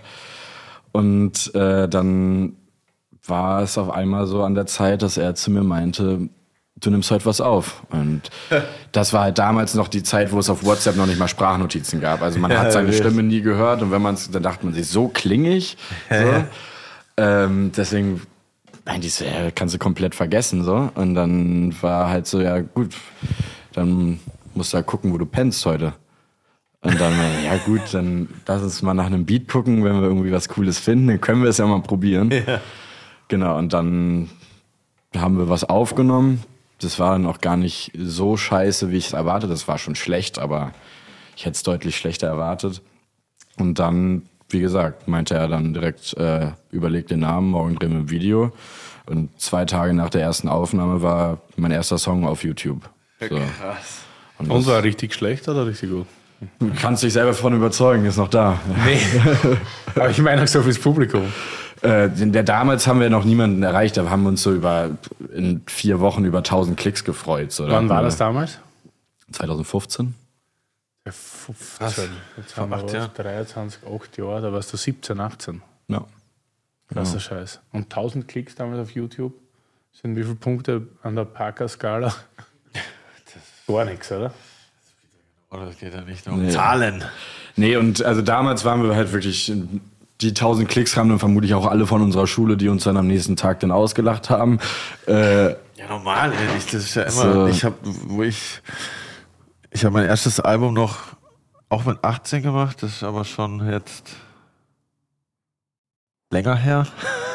S3: Und äh, dann war es auf einmal so an der Zeit, dass er zu mir meinte, du nimmst heute was auf. Und das war halt damals noch die Zeit, wo es auf WhatsApp noch nicht mal Sprachnotizen gab. Also man hat seine Stimme nie gehört und wenn man es, dann dachte man sich, so klingig. So. ähm, deswegen, nein, die äh, kannst du komplett vergessen. So. Und dann war halt so, ja gut, dann musst du halt gucken, wo du pennst heute. Und dann, ja gut, dann lass uns mal nach einem Beat gucken, wenn wir irgendwie was Cooles finden, dann können wir es ja mal probieren. Ja. Genau, und dann haben wir was aufgenommen. Das war dann auch gar nicht so scheiße, wie ich es erwartet. Das war schon schlecht, aber ich hätte es deutlich schlechter erwartet. Und dann, wie gesagt, meinte er dann direkt, äh, überleg den Namen, morgen drehen wir ein Video. Und zwei Tage nach der ersten Aufnahme war mein erster Song auf YouTube. So.
S1: Krass.
S2: Und, Und war richtig schlecht oder richtig gut?
S3: Du kannst dich selber davon überzeugen, ist noch da.
S2: Nee, aber ich meine auch so fürs Publikum.
S3: Äh, der, damals haben wir noch niemanden erreicht, da haben wir uns so über in vier Wochen über tausend Klicks gefreut. So.
S2: Wann war das damals?
S3: zwanzig fünfzehn.
S2: Ja, fünfzehn. Jetzt haben wir acht Jahre. dreiundzwanzig, acht Jahre, da warst du siebzehn, achtzehn.
S3: Ja.
S2: Das ist der Scheiß. Und tausend Klicks damals auf YouTube sind wie viele Punkte an der Parker-Skala? Gar nichts, oder?
S1: Oder es geht ja nicht nur um nee. Zahlen.
S3: Nee, und also damals waren wir halt wirklich, die tausend Klicks kamen dann vermutlich auch alle von unserer Schule, die uns dann am nächsten Tag dann ausgelacht haben. Äh,
S1: ja, normal, ehrlich. Das ist ja immer, so. ich habe, wo ich, ich habe mein erstes Album noch auch mit achtzehn gemacht, das ist aber schon jetzt länger her.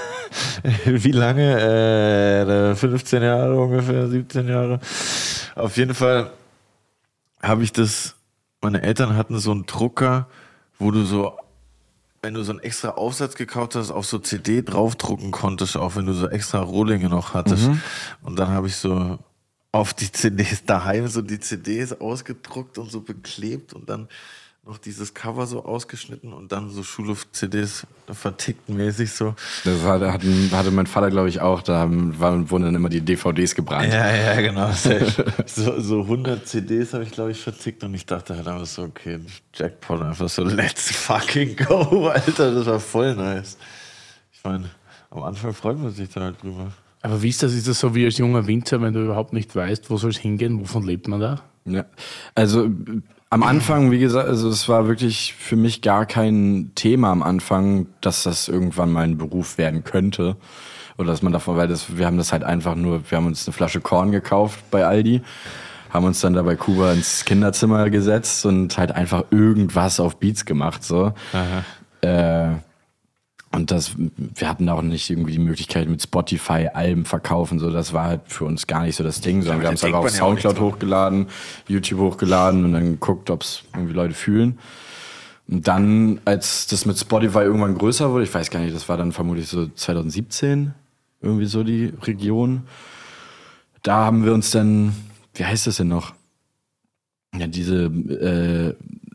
S1: Wie lange? Äh, fünfzehn Jahre ungefähr, siebzehn Jahre. Auf jeden Fall habe ich das, meine Eltern hatten so einen Drucker, wo du so, wenn du so einen extra Aufsatz gekauft hast, auf so C D draufdrucken konntest, auch wenn du so extra Rohlinge noch hattest. Mhm. Und dann habe ich so auf die C Ds daheim so die C Ds ausgedruckt und so beklebt und dann noch dieses Cover so ausgeschnitten und dann so Schulhof-C Ds vertickt mäßig so.
S3: Das hatte, hatte mein Vater, glaube ich, auch. Da waren, wurden dann immer die D V Ds gebrannt.
S1: Ja, ja, genau. so, so hundert C Ds habe ich, glaube ich, vertickt und ich dachte halt einfach so, okay, Jackpot, einfach so let's fucking go, Alter, das war voll nice. Ich meine, am Anfang freut man sich da halt drüber.
S2: Aber wie ist das? Ist das so wie als junger Winzer, wenn du überhaupt nicht weißt, wo soll es hingehen, wovon lebt man da?
S3: Ja, also am Anfang, wie gesagt, also es war wirklich für mich gar kein Thema am Anfang, dass das irgendwann mal ein Beruf werden könnte. Oder dass man davon, weil das, wir haben das halt einfach nur, wir haben uns eine Flasche Korn gekauft bei Aldi, haben uns dann da bei Kuba ins Kinderzimmer gesetzt und halt einfach irgendwas auf Beats gemacht, so. Äh, und das, wir hatten auch nicht irgendwie die Möglichkeit mit Spotify Alben verkaufen, so, das war halt für uns gar nicht so das Ding, sondern wir haben es einfach auf Soundcloud ja hochgeladen, YouTube hochgeladen und dann geguckt, ob es irgendwie Leute fühlen. Und dann, als das mit Spotify irgendwann größer wurde, ich weiß gar nicht, das war dann vermutlich so zwanzig siebzehn, irgendwie so die Region, da haben wir uns dann, wie heißt das denn noch? Ja, diese, äh,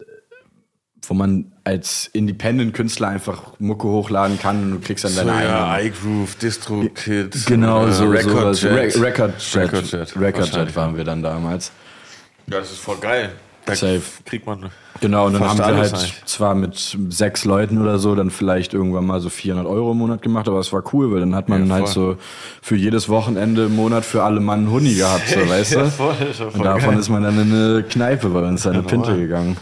S3: wo man als Independent-Künstler einfach Mucke hochladen kann und du kriegst dann deine
S1: so,
S3: eigene.
S1: Ja, iGroove, DistroKid.
S3: Genau, so.
S1: Recordjet.
S3: Recordjet. Recordjet. Recordjet waren wir dann damals.
S1: Ja, das ist voll geil. Da
S3: Safe.
S1: Kriegt man.
S3: Genau, und dann haben wir halt
S1: eigentlich.
S3: zwar mit sechs Leuten oder so dann vielleicht irgendwann mal so vierhundert Euro im Monat gemacht, aber es war cool, weil dann hat man ja, halt so für jedes Wochenende im Monat für alle Mann einen Huni gehabt, so, weißt du? Ja, voll, voll und davon geil. Ist man dann in eine Kneipe bei uns, eine ja, Pinte gegangen.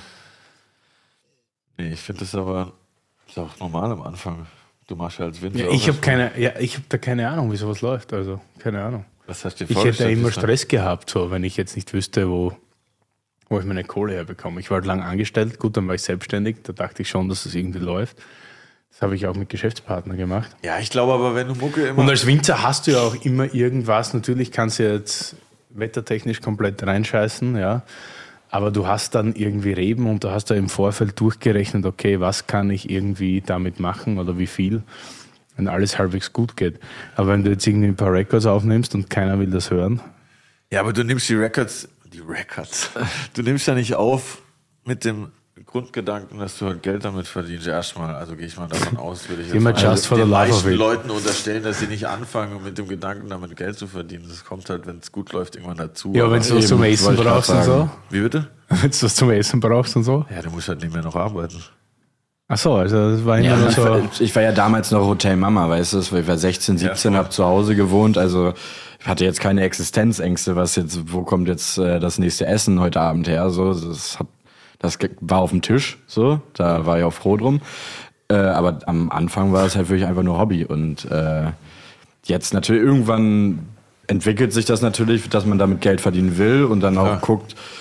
S1: Nee, ich finde das aber ist auch normal am Anfang. Du machst ja als Winzer.
S2: Ja, ich habe keine, ja, ich habe da keine Ahnung, wie sowas läuft. Also keine Ahnung.
S1: Was hast du dir
S2: ich hätte immer Stress gehabt, so wenn ich jetzt nicht wüsste, wo, wo ich meine Kohle herbekomme. Ich war halt lang angestellt, gut, dann war ich selbstständig. Da dachte ich schon, dass das irgendwie läuft. Das habe ich auch mit Geschäftspartnern gemacht.
S1: Ja, ich glaube aber, wenn du Mucke immer...
S2: Und als Winzer hast du ja auch immer irgendwas. Natürlich kannst du jetzt wettertechnisch komplett reinscheißen, ja. Aber du hast dann irgendwie Reben und du hast da im Vorfeld durchgerechnet, okay, was kann ich irgendwie damit machen oder wie viel, wenn alles halbwegs gut geht. Aber wenn du jetzt irgendwie ein paar Records aufnimmst und keiner will das hören.
S1: Ja, aber du nimmst die Records, die Records, du nimmst ja nicht auf mit dem Grundgedanken, dass du halt Geld damit verdienst erstmal. Also gehe ich mal davon aus, würde ich jetzt
S2: Immer just
S1: also
S2: for the
S1: den
S2: love
S1: meisten
S2: of it.
S1: Leuten unterstellen, dass sie nicht anfangen mit dem Gedanken, damit Geld zu verdienen. Das kommt halt, wenn es gut läuft, irgendwann dazu.
S2: Ja, wenn du was zum Essen brauchst und so.
S1: Wie bitte?
S2: Wenn du was zum Essen brauchst und so.
S1: Ja, du musst halt nicht mehr noch arbeiten.
S2: Ach so, also das war immer
S3: ja,
S2: nur
S3: ich,
S2: so.
S3: war, ich war ja damals noch Hotel Mama, weißt du, ich war sechzehn, siebzehn, ja, habe zu Hause gewohnt, also ich hatte jetzt keine Existenzängste, was jetzt, wo kommt jetzt äh, das nächste Essen heute Abend her, so, das hab Das war auf dem Tisch, so, da war ich auch froh drum. Äh, aber am Anfang war es halt wirklich einfach nur Hobby. Und äh, jetzt natürlich, irgendwann entwickelt sich das natürlich, dass man damit Geld verdienen will und dann auch ja. guckt,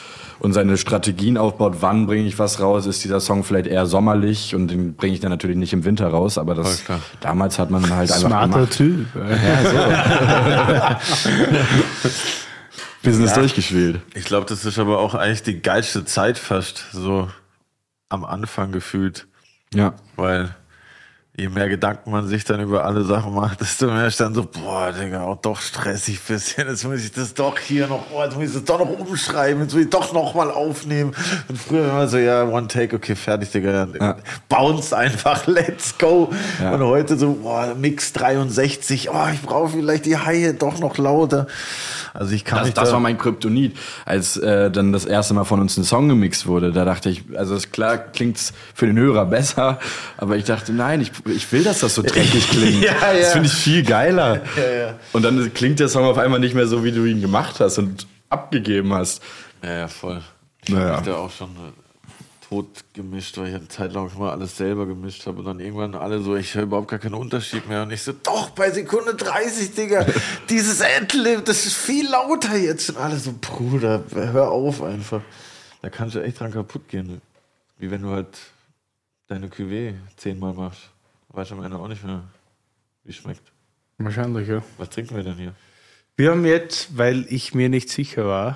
S3: und seine Strategien aufbaut, wann bringe ich was raus, ist dieser Song vielleicht eher sommerlich und den bringe ich dann natürlich nicht im Winter raus, aber das damals hat man halt einfach
S2: Smarter
S3: gemacht.
S2: Typ.
S3: Ja, so. Business
S1: Ja.
S3: durchgespielt.
S1: Ich glaube, das ist aber auch eigentlich die geilste Zeit fast, so am Anfang gefühlt.
S3: Ja.
S1: Weil je mehr Gedanken man sich dann über alle Sachen macht, desto mehr ist dann so, boah, Digga, auch doch stressig ein bisschen. Jetzt muss ich das doch hier noch, oh, jetzt muss ich das doch noch umschreiben, jetzt muss ich doch noch mal aufnehmen. Und früher immer so, ja, one take, okay, fertig, Digga.
S3: Ja.
S1: Bounce einfach, let's go.
S3: Ja.
S1: Und heute so, boah, Mix dreiundsechzig, oh, ich brauche vielleicht die Haie doch noch lauter. Also ich kann
S3: Das,
S1: mich
S3: das
S1: da
S3: war mein Kryptonit, als äh, dann das erste Mal von uns ein Song gemixt wurde. Da dachte ich, also ist klar, klingt's für den Hörer besser, aber ich dachte, nein, ich, ich will, dass das so dreckig klingt.
S1: Ja, ja.
S3: Das finde ich viel geiler.
S1: Ja, ja.
S3: Und dann klingt der Song auf einmal nicht mehr so, wie du ihn gemacht hast und abgegeben hast.
S1: Ja, ja, voll. Ich
S3: Naja.
S1: habe mich da auch schon äh, tot gemischt, weil ich eine Zeit lang mal alles selber gemischt habe und dann irgendwann alle so, ich höre überhaupt gar keinen Unterschied mehr und ich so, doch, bei Sekunde dreißig, Digga, dieses Adlib, das ist viel lauter jetzt und alle so, Bruder, hör auf einfach. Da kannst du echt dran kaputt gehen. Wie wenn du halt deine Cuvée zehnmal machst. Weißt du am Ende auch nicht mehr, wie es schmeckt.
S2: Wahrscheinlich, ja.
S1: Was trinken wir denn hier?
S2: Wir haben jetzt, weil ich mir nicht sicher war,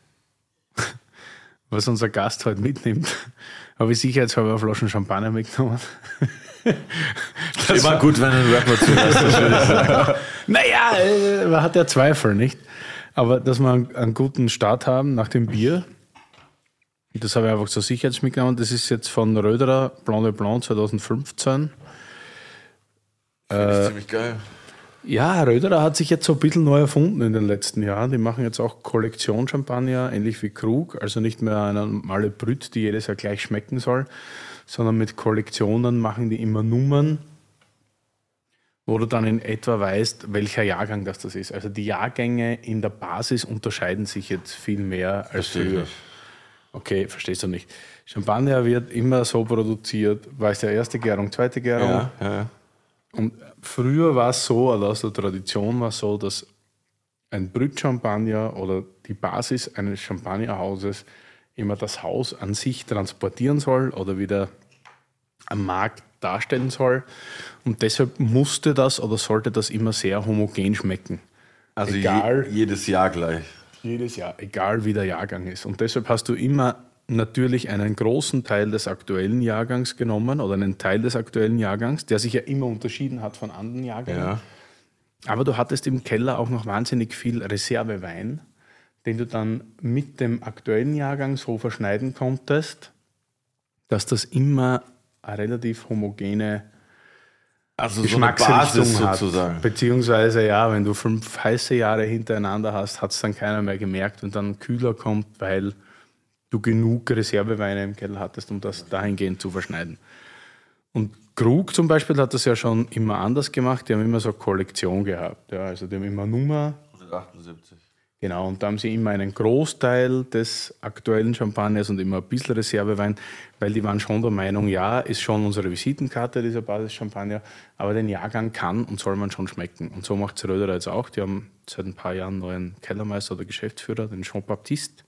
S2: was unser Gast heute mitnimmt, habe ich sicherheitshalber Flaschen Champagner mitgenommen.
S1: Das war gut, wenn ein Rapper zulässt, das würde ich sagen.
S2: Naja, äh, man hat ja Zweifel, nicht? Aber dass wir einen, einen guten Start haben nach dem Bier, das habe ich einfach so sicherheits mitgenommen. Das ist jetzt von Röderer, Blanc de Blanc zwanzig fünfzehn.
S1: Das ist ziemlich geil.
S2: Ja, Röderer hat sich jetzt so ein bisschen neu erfunden in den letzten Jahren. Die machen jetzt auch Kollektion Champagner, ähnlich wie Krug. Also nicht mehr eine normale Brüt, die jedes Jahr gleich schmecken soll, sondern mit Kollektionen machen die immer Nummern, wo du dann in etwa weißt, welcher Jahrgang das, das ist. Also die Jahrgänge in der Basis unterscheiden sich jetzt viel mehr als
S1: Verstehe ich
S2: früher.
S1: nicht.
S2: Okay, verstehst du nicht. Champagner wird immer so produziert, weißt du, erste Gärung, zweite Gärung.
S1: Ja, ja, ja.
S2: Und früher war es so, oder aus der Tradition war es so, dass ein Brüt-Champagner oder die Basis eines Champagnerhauses immer das Haus an sich transportieren soll oder wieder am Markt darstellen soll. Und deshalb musste das oder sollte das immer sehr homogen schmecken.
S1: Also
S2: Egal.
S1: Je, jedes Jahr gleich.
S2: Jedes Jahr, egal wie der Jahrgang ist. Und deshalb hast du immer natürlich einen großen Teil des aktuellen Jahrgangs genommen oder einen Teil des aktuellen Jahrgangs, der sich ja immer unterschieden hat von anderen Jahrgängen.
S1: Ja.
S2: Aber du hattest im Keller auch noch wahnsinnig viel Reservewein, den du dann mit dem aktuellen Jahrgang so verschneiden konntest, dass das immer eine relativ homogene
S1: Also so eine
S2: Geschmacksrichtung
S1: Basis
S2: hat.
S1: sozusagen.
S2: Beziehungsweise, ja, wenn du fünf heiße Jahre hintereinander hast, hat es dann keiner mehr gemerkt und dann kühler kommt, weil du genug Reserveweine im Keller hattest, um das dahingehend zu verschneiden. Und Krug zum Beispiel hat das ja schon immer anders gemacht. Die haben immer so eine Kollektion gehabt. Ja, also die haben immer Nummer.
S1: hundertachtundsiebzig.
S2: Genau, und da haben sie immer einen Großteil des aktuellen Champagners und immer ein bisschen Reservewein, weil die waren schon der Meinung, ja, ist schon unsere Visitenkarte, dieser Basis-Champagner, aber den Jahrgang kann und soll man schon schmecken. Und so macht es Röderer jetzt auch. Die haben seit ein paar Jahren einen neuen Kellermeister oder Geschäftsführer, den Jean-Baptiste.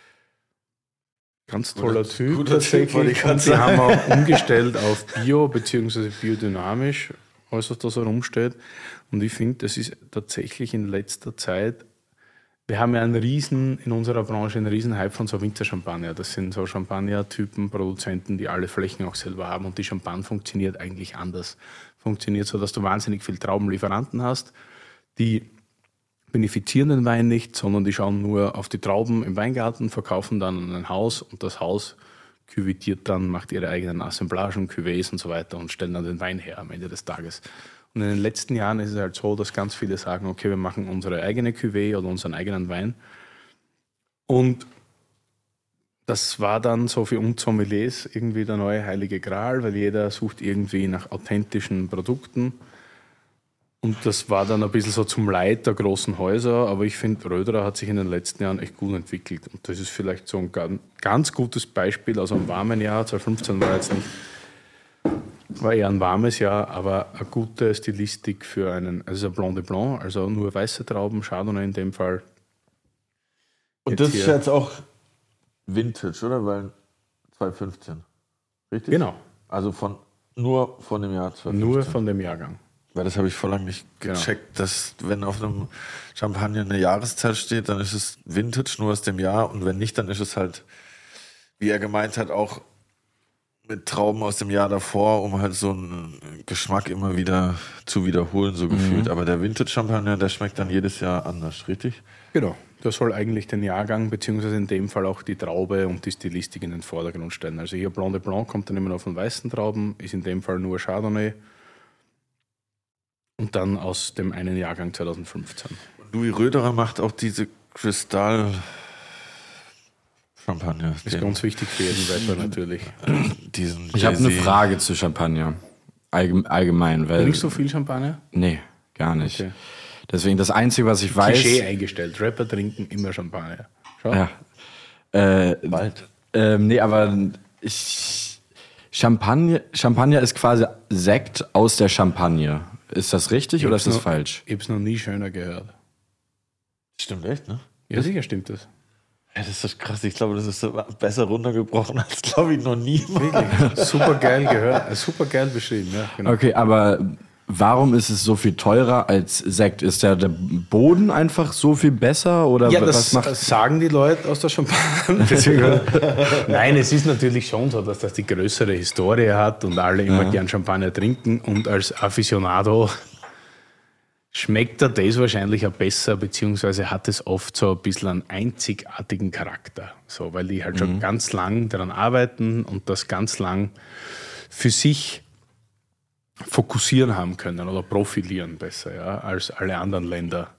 S2: Ganz toller
S1: Guter-
S2: Typ
S1: guter Typ, wollte ich
S2: tatsächlich.
S1: grad
S2: Und sie haben auch umgestellt auf Bio bzw. biodynamisch, alles was da so rumsteht. Und ich finde, das ist tatsächlich in letzter Zeit, wir haben ja einen riesen, in unserer Branche einen riesen Hype von so Winterchampagner. Das sind so Champagner-Typen, Produzenten, die alle Flächen auch selber haben. Und die Champagne funktioniert eigentlich anders. Funktioniert so, dass du wahnsinnig viel Traubenlieferanten hast, die benefizieren den Wein nicht, sondern die schauen nur auf die Trauben im Weingarten, verkaufen dann an ein Haus und das Haus küvitiert dann, macht ihre eigenen Assemblagen, Cuvées und so weiter und stellen dann den Wein her am Ende des Tages. Und in den letzten Jahren ist es halt so, dass ganz viele sagen, okay, wir machen unsere eigene Cuvée oder unseren eigenen Wein. Und das war dann so für uns Sommeliers irgendwie der neue heilige Gral, weil jeder sucht irgendwie nach authentischen Produkten. Und das war dann ein bisschen so zum Leid der großen Häuser, aber ich finde, Röderer hat sich in den letzten Jahren echt gut entwickelt. Und das ist vielleicht so ein ganz, ganz gutes Beispiel aus einem warmen Jahr. zwanzig fünfzehn war jetzt nicht, war eher ein warmes Jahr, aber eine gute Stilistik für einen, also ein Blanc de Blanc, also nur weiße Trauben, Chardonnay in dem Fall.
S1: Und
S2: Jetzt
S1: das ist
S2: hier.
S1: jetzt auch Vintage, oder? Weil zwanzig fünfzehn. Richtig?
S2: Genau.
S1: Also von nur von dem Jahr zwanzig fünfzehn.
S2: Nur von dem Jahrgang.
S1: Weil das habe ich vor lang nicht gecheckt, genau. Dass wenn auf einem Champagner eine Jahreszeit steht, dann ist es Vintage, nur aus dem Jahr. Und wenn nicht, dann ist es halt, wie er gemeint hat, auch mit Trauben aus dem Jahr davor, um halt so einen Geschmack immer wieder zu wiederholen, so gefühlt. Mhm. Aber der Vintage-Champagner, der schmeckt dann jedes Jahr anders, richtig?
S2: Genau. Das soll eigentlich den Jahrgang, beziehungsweise in dem Fall auch die Traube und die Stilistik in den Vordergrund stellen. Also hier Blanc de Blanc kommt dann immer noch von weißen Trauben, ist in dem Fall nur Chardonnay. Und dann aus dem einen Jahrgang zwanzig fünfzehn.
S1: Louis Röderer macht auch diese Kristall Champagner.
S2: Ist ganz wichtig für jeden Wetter natürlich.
S1: Diesen
S3: ich habe eine Frage zu Champagner. Allgemein. Weil
S2: nicht so viel Champagner?
S3: Nee, gar nicht. Okay. Deswegen das Einzige, was ich weiß...
S2: Klischee eingestellt. Rapper trinken immer Champagner. Schau.
S3: Ja. Äh,
S1: Bald.
S3: Äh, nee, aber ich... Champagner, Champagner ist quasi Sekt aus der Champagne. Ist das richtig oder ist das
S2: noch,
S3: falsch?
S2: Ich habe es noch nie schöner gehört.
S1: Stimmt echt, ne?
S2: Ja, sicher stimmt das.
S1: Ja, das ist krass. Ich glaube, das ist so besser runtergebrochen als, glaube ich, noch nie.
S2: Wirklich. Super geil gehört. Super geil beschrieben, ja. Genau.
S3: Okay, aber warum ist es so viel teurer als Sekt? Ist der, der Boden einfach so viel besser? Oder
S2: ja,
S3: was
S2: das
S3: macht
S2: sagen die Leute aus der Champagne. Nein, es ist natürlich schon so, dass das die größere Historie hat und alle immer ja. gern Champagner trinken. Und als Aficionado schmeckt er das wahrscheinlich auch besser, beziehungsweise hat es oft so ein bisschen einen einzigartigen Charakter. So, weil die halt mhm. schon ganz lang daran arbeiten und das ganz lang für sich fokussieren haben können oder profilieren besser, ja, als alle anderen Länder.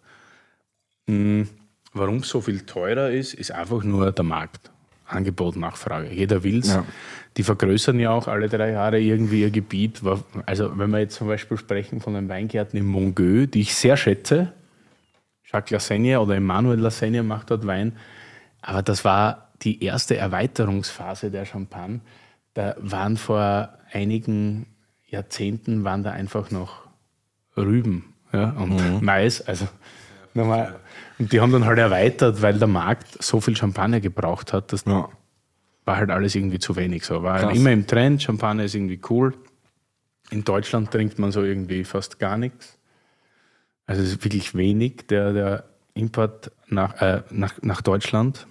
S2: Mhm. Warum es so viel teurer ist, ist einfach nur der Markt. Angebot, Nachfrage. Jeder will es. Ja. Die vergrößern ja auch alle drei Jahre irgendwie ihr Gebiet. Also wenn wir jetzt zum Beispiel sprechen von den Weingärten in Mongueux, die ich sehr schätze, Jacques Lassagne oder Emmanuel Lassagne macht dort Wein, aber das war die erste Erweiterungsphase der Champagne. Da waren vor einigen Jahrzehnten waren da einfach noch Rüben, ja, und mhm. Mais. Also nochmal. Und die haben dann halt erweitert, weil der Markt so viel Champagner gebraucht hat, das ja. war halt alles irgendwie zu wenig. So. War halt immer im Trend, Champagner ist irgendwie cool. In Deutschland trinkt man so irgendwie fast gar nichts. Also es ist wirklich wenig, der, der Import nach, äh, nach, nach Deutschland.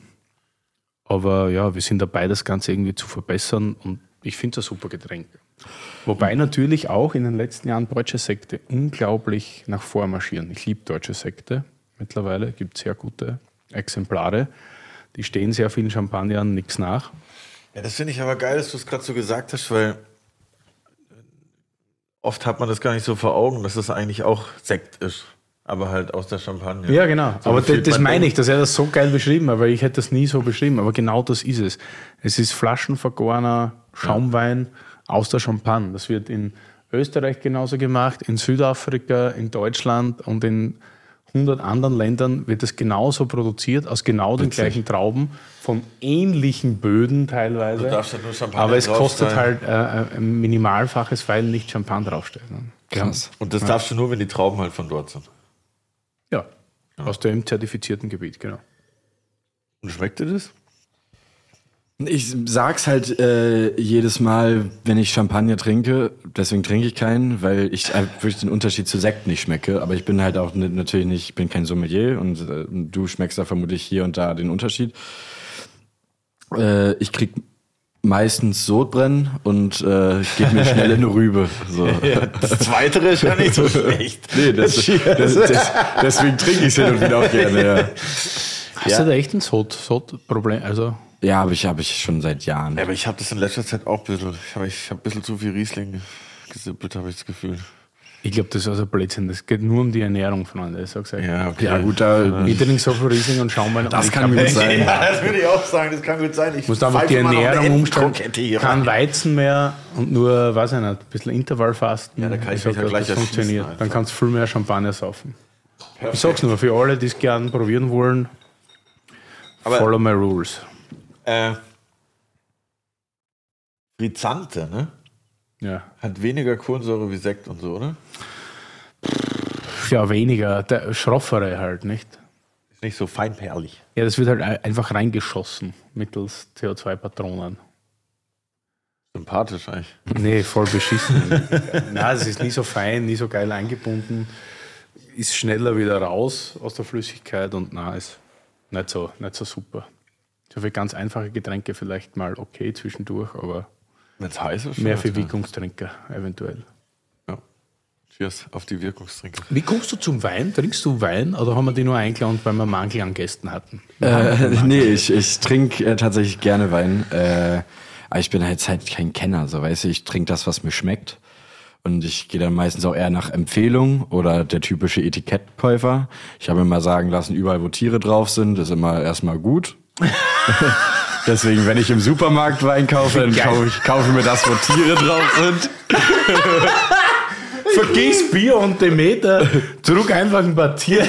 S2: Aber ja, wir sind dabei, das Ganze irgendwie zu verbessern und ich finde es ein super Getränk. Wobei natürlich auch in den letzten Jahren deutsche Sekte unglaublich nach vorn marschieren. Ich liebe deutsche Sekte. Mittlerweile gibt es sehr gute Exemplare. Die stehen sehr vielen Champagnern nichts nach.
S1: Ja, das finde ich aber geil, dass du es gerade so gesagt hast, weil oft hat man das gar nicht so vor Augen, dass das eigentlich auch Sekt ist, aber halt aus der Champagne.
S2: Ja, genau. So aber das, das meine ich, dass er das so geil beschrieben hat, weil ich hätte das nie so beschrieben. Aber genau das ist es. Es ist flaschenvergorener Schaumwein ja. aus der Champagne. Das wird in Österreich genauso gemacht, in Südafrika, in Deutschland und in hundert anderen Ländern wird das genauso produziert, aus genau den Witzig. gleichen Trauben, von ähnlichen Böden teilweise. Du darfst halt nur Champagner aber es kostet halt äh, ein minimalfaches, weil nicht Champagner draufstehen.
S1: Krass. Und das darfst du nur, wenn die Trauben halt von dort sind?
S2: Ja, ja. Aus dem zertifizierten Gebiet, genau.
S1: Und schmeckt dir das?
S3: Ich sag's halt äh, jedes Mal, wenn ich Champagner trinke, deswegen trinke ich keinen, weil ich äh, wirklich den Unterschied zu Sekt nicht schmecke. Aber ich bin halt auch ne, natürlich nicht, ich bin kein Sommelier und äh, du schmeckst da vermutlich hier und da den Unterschied. Äh, ich krieg meistens Sodbrennen und äh, gebe mir schnell eine Rübe. So.
S1: Ja, das Zweite ist ja nicht so schlecht.
S3: Nee, das, das, das, deswegen trinke ich es hin und wieder auch gerne. Ja.
S2: Hast ja. du da echt ein Sod, Sodproblem? Also
S3: Ja, habe ich, hab ich schon seit Jahren.
S1: Ja, aber ich habe das in letzter Zeit auch ein bisschen. Ich habe ich hab ein bisschen zu viel Riesling gesippelt, habe ich das Gefühl.
S2: Ich glaube, das ist also Blödsinn. Das geht nur um die Ernährung, Freunde. Ich sag's euch.
S1: Ja, okay.
S3: Ja, gut, da.
S2: Ich trinke so viel Riesling und Schaumwein.
S3: Das kann gut sein.
S1: Ja, das würde ich auch sagen. Das kann gut sein. Ich
S2: muss einfach die Ernährung umstellen. Kein Weizen mehr und nur, weiß ich nicht, ein bisschen Intervallfasten.
S1: Ja, da kann ich, ich
S2: sag,
S1: mich ja gleich
S2: das funktioniert.
S1: Einfach.
S2: Dann kannst du viel mehr Champagner saufen. Perfekt. Ich sag's nur, für alle, die es gerne probieren wollen, aber follow my rules.
S1: Äh, Frizzante, ne?
S2: Ja.
S1: Hat weniger Kohlensäure wie Sekt und so, oder?
S2: Ja, weniger. Der schroffere halt, nicht?
S1: Ist nicht so feinperlig.
S2: Ja, das wird halt ein- einfach reingeschossen mittels C O zwei Patronen.
S1: Sympathisch eigentlich.
S2: Nee, voll beschissen. Nein, es ist nie so fein, nie so geil eingebunden. Ist schneller wieder raus aus der Flüssigkeit und na, ist nicht so, nicht so super. So für ganz einfache Getränke vielleicht mal okay zwischendurch, aber
S1: Wenn es heiß ist.
S2: mehr
S1: schon,
S2: für Wirkungstrinker eventuell.
S1: Ja. Cheers auf die Wirkungstrinker.
S2: Wie kommst du zum Wein? Trinkst du Wein oder haben wir die nur eingeladen, weil wir Mangel an Gästen hatten?
S3: Äh, nee, ich, ich trinke äh, tatsächlich gerne Wein. Äh, aber ich bin jetzt halt kein Kenner, so weißt du, ich trinke das, was mir schmeckt. Und ich gehe dann meistens auch eher nach Empfehlung oder der typische Etikettkäufer. Ich habe mir mal sagen lassen, überall wo Tiere drauf sind, ist immer erstmal gut. Deswegen, wenn ich im Supermarkt Wein kaufe, dann kaufe ich, kaufe ich mir das, wo Tiere drauf sind.
S2: Vergiss Bier und Demeter, drück einfach ein paar Tiere.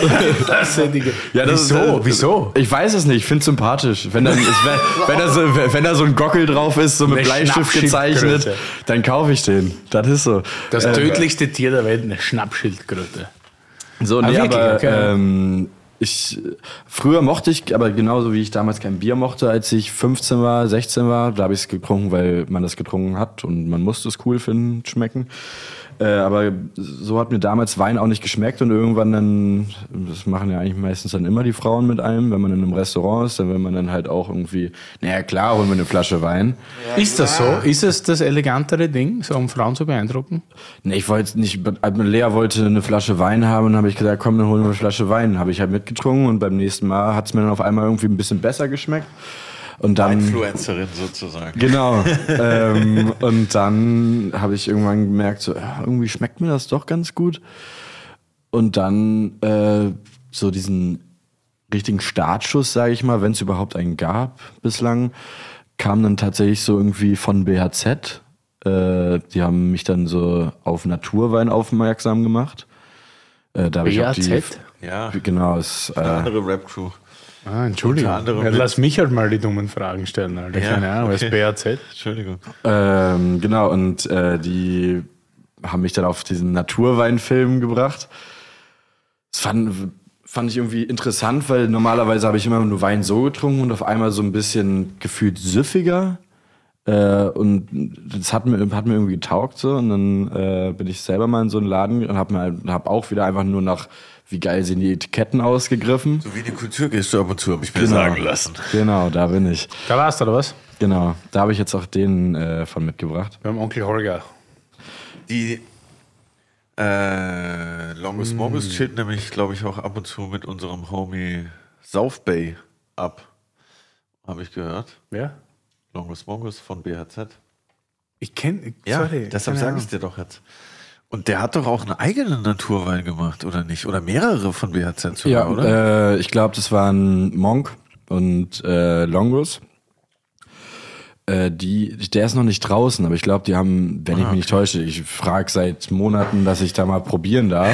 S3: Ja, das
S2: Wieso?
S3: Ist, äh,
S2: Wieso?
S3: Ich weiß es nicht, ich finde es sympathisch. Wenn da, wenn, wenn, da so, wenn da so ein Gockel drauf ist, so mit
S2: Eine
S3: Bleistift gezeichnet,
S2: Schnappschildkröte.
S3: dann kaufe ich den. Das ist so.
S2: Das
S3: Äh,
S2: tödlichste Tier der Welt, eine Schnappschildkröte.
S3: So,
S2: Ah,
S3: nee,
S2: wirklich?
S3: aber
S2: Okay.
S3: ähm, ich, früher mochte ich, aber genauso wie ich damals kein Bier mochte, als ich fünfzehn war, sechzehn war, da habe ich es getrunken, weil man das getrunken hat und man musste es cool finden, schmecken. Äh, aber so hat mir damals Wein auch nicht geschmeckt und irgendwann dann, das machen ja eigentlich meistens dann immer die Frauen mit einem, wenn man in einem Restaurant ist, dann will man dann halt auch irgendwie, naja klar, holen wir eine Flasche Wein.
S2: Ist das so? Ist es das elegantere Ding, so um Frauen zu beeindrucken?
S3: Nee, ich wollte nicht, Lea wollte eine Flasche Wein haben und habe ich gesagt, komm, dann holen wir eine Flasche Wein. Habe ich halt mitgetrunken und beim nächsten Mal hat es mir dann auf einmal irgendwie ein bisschen besser geschmeckt. Und dann,
S1: Influencerin sozusagen.
S3: genau. ähm, und dann habe ich irgendwann gemerkt, so, ja, irgendwie schmeckt mir das doch ganz gut. Und dann äh, so diesen richtigen Startschuss, sage ich mal, wenn es überhaupt einen gab bislang, kam dann tatsächlich so irgendwie von B H Z. Äh, die haben mich dann so auf Naturwein aufmerksam gemacht. Äh, da hab ich auch die,
S2: B H Z?
S1: Ja,
S3: genau, ist, äh,
S1: eine andere Rap-Crew.
S2: Ah, Entschuldigung.
S1: Unter anderem
S2: Ja,
S1: mit-
S2: lass mich halt mal die dummen Fragen stellen, Alter.
S1: Ja,
S2: Keine Ahnung, was
S1: okay.
S2: ist B H Z?
S1: Entschuldigung.
S3: Ähm, genau, und äh, die haben mich dann auf diesen Naturweinfilm gebracht. Das fand, fand ich irgendwie interessant, weil normalerweise habe ich immer nur Wein so getrunken und auf einmal so ein bisschen gefühlt süffiger. Äh, und das hat mir, hat mir irgendwie getaugt so. Und dann äh, bin ich selber mal in so einen Laden und habe halt, hab auch wieder einfach nur nach, wie geil sehen die Etiketten ausgegriffen.
S1: So wie die Kultur gehst du ab und zu, habe ich mir
S3: Genau.
S1: sagen lassen.
S3: Genau, da bin ich.
S2: Da warst du, oder was?
S3: Genau, da habe ich jetzt auch den äh, von mitgebracht.
S2: Beim Onkel Holger.
S1: Die äh, Longus Mongus chillt nämlich, glaube ich, auch ab und zu mit unserem Homie South Bay ab. Habe ich gehört.
S2: Wer?
S1: Longus Mongus von B H Z.
S2: Ich kenne,
S1: Ja,
S2: sorry.
S1: deshalb
S2: keine
S1: sage ich
S2: Ahnung.
S1: dir doch jetzt. Und der hat doch auch einen eigenen Naturwein gemacht, oder nicht? Oder mehrere von B H Z sogar,
S3: Ja,
S1: oder?
S3: äh, ich glaube, das waren Monk und äh, Longus. Äh, die, der ist noch nicht draußen, aber ich glaube, die haben, wenn ich mich nicht täusche, ich frage seit Monaten, dass ich da mal probieren darf.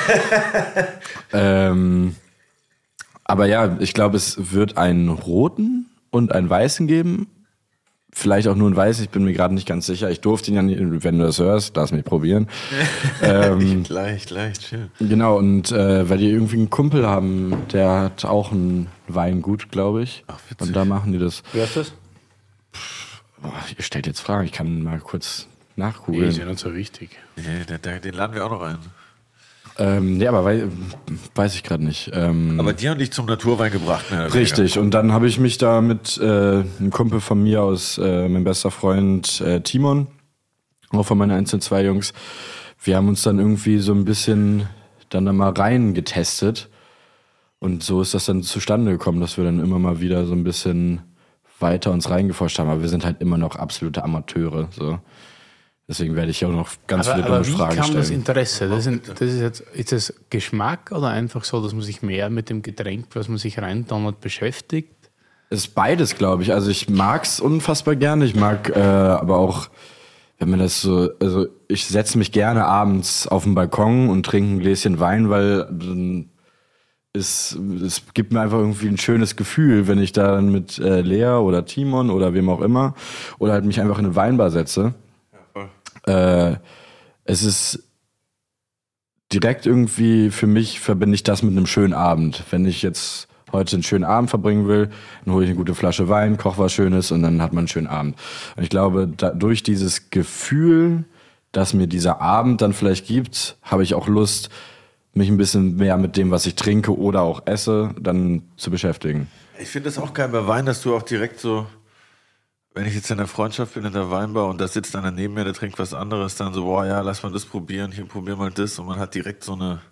S3: ähm, aber ja, ich glaube, es wird einen roten und einen weißen geben. Vielleicht auch nur einen weißen, ich bin mir gerade nicht ganz sicher. Ich durfte ihn ja nicht, wenn du das hörst, lass mich probieren. ähm,
S1: Gleich, gleich, chill.
S3: Genau, und äh, weil die irgendwie einen Kumpel haben, der hat auch ein Weingut, glaube ich.
S1: Ach, witzig.
S3: Und da machen die das.
S2: Wer ist das?
S3: Boah, ihr stellt jetzt Fragen, ich kann mal kurz
S2: Nee,
S3: nachgugeln.
S2: ist ja nicht so wichtig.
S1: Nee, der, der, den laden wir auch noch ein.
S3: ähm, ja, aber wei weiß ich gerade nicht. Ähm,
S1: Aber die haben dich zum Naturwein gebracht, mehr oder
S3: richtig, und dann habe ich mich da mit äh, einem Kumpel von mir aus, äh, mein bester Freund äh, Timon, auch von meinen eins und zwei Jungs, wir haben uns dann irgendwie so ein bisschen dann da mal rein getestet. Und so ist das dann zustande gekommen, dass wir dann immer mal wieder so ein bisschen weiter uns reingeforscht haben. Aber wir sind halt immer noch absolute Amateure. So. Deswegen werde ich auch noch ganz
S2: Aber,
S3: viele
S2: aber
S3: dumme
S2: wie
S3: Fragen
S2: kam das
S3: stellen.
S2: Interesse? Das ist, das ist, jetzt, ist das Geschmack oder einfach so, dass man sich mehr mit dem Getränk, was man sich reindonnert, beschäftigt?
S3: Es ist beides, glaube ich. Also ich mag's unfassbar gerne. Ich mag äh, aber auch, wenn man das so, also ich setze mich gerne abends auf den Balkon und trinke ein Gläschen Wein, weil dann ist, es gibt mir einfach irgendwie ein schönes Gefühl, wenn ich da dann mit äh, Lea oder Timon oder wem auch immer oder halt mich einfach in eine Weinbar setze. Äh, es ist direkt irgendwie, für mich verbinde ich das mit einem schönen Abend. Wenn ich jetzt heute einen schönen Abend verbringen will, dann hole ich eine gute Flasche Wein, koche was Schönes und dann hat man einen schönen Abend. Und ich glaube, da, durch dieses Gefühl, das mir dieser Abend dann vielleicht gibt, habe ich auch Lust, mich ein bisschen mehr mit dem, was ich trinke oder auch esse, dann zu beschäftigen.
S1: Ich finde das auch geil bei Wein, dass du auch direkt so, wenn ich jetzt in der Freundschaft bin in der Weinbar und da sitzt einer neben mir, der trinkt was anderes, dann so, boah, ja, lass mal das probieren, hier probier mal das und man hat direkt so eine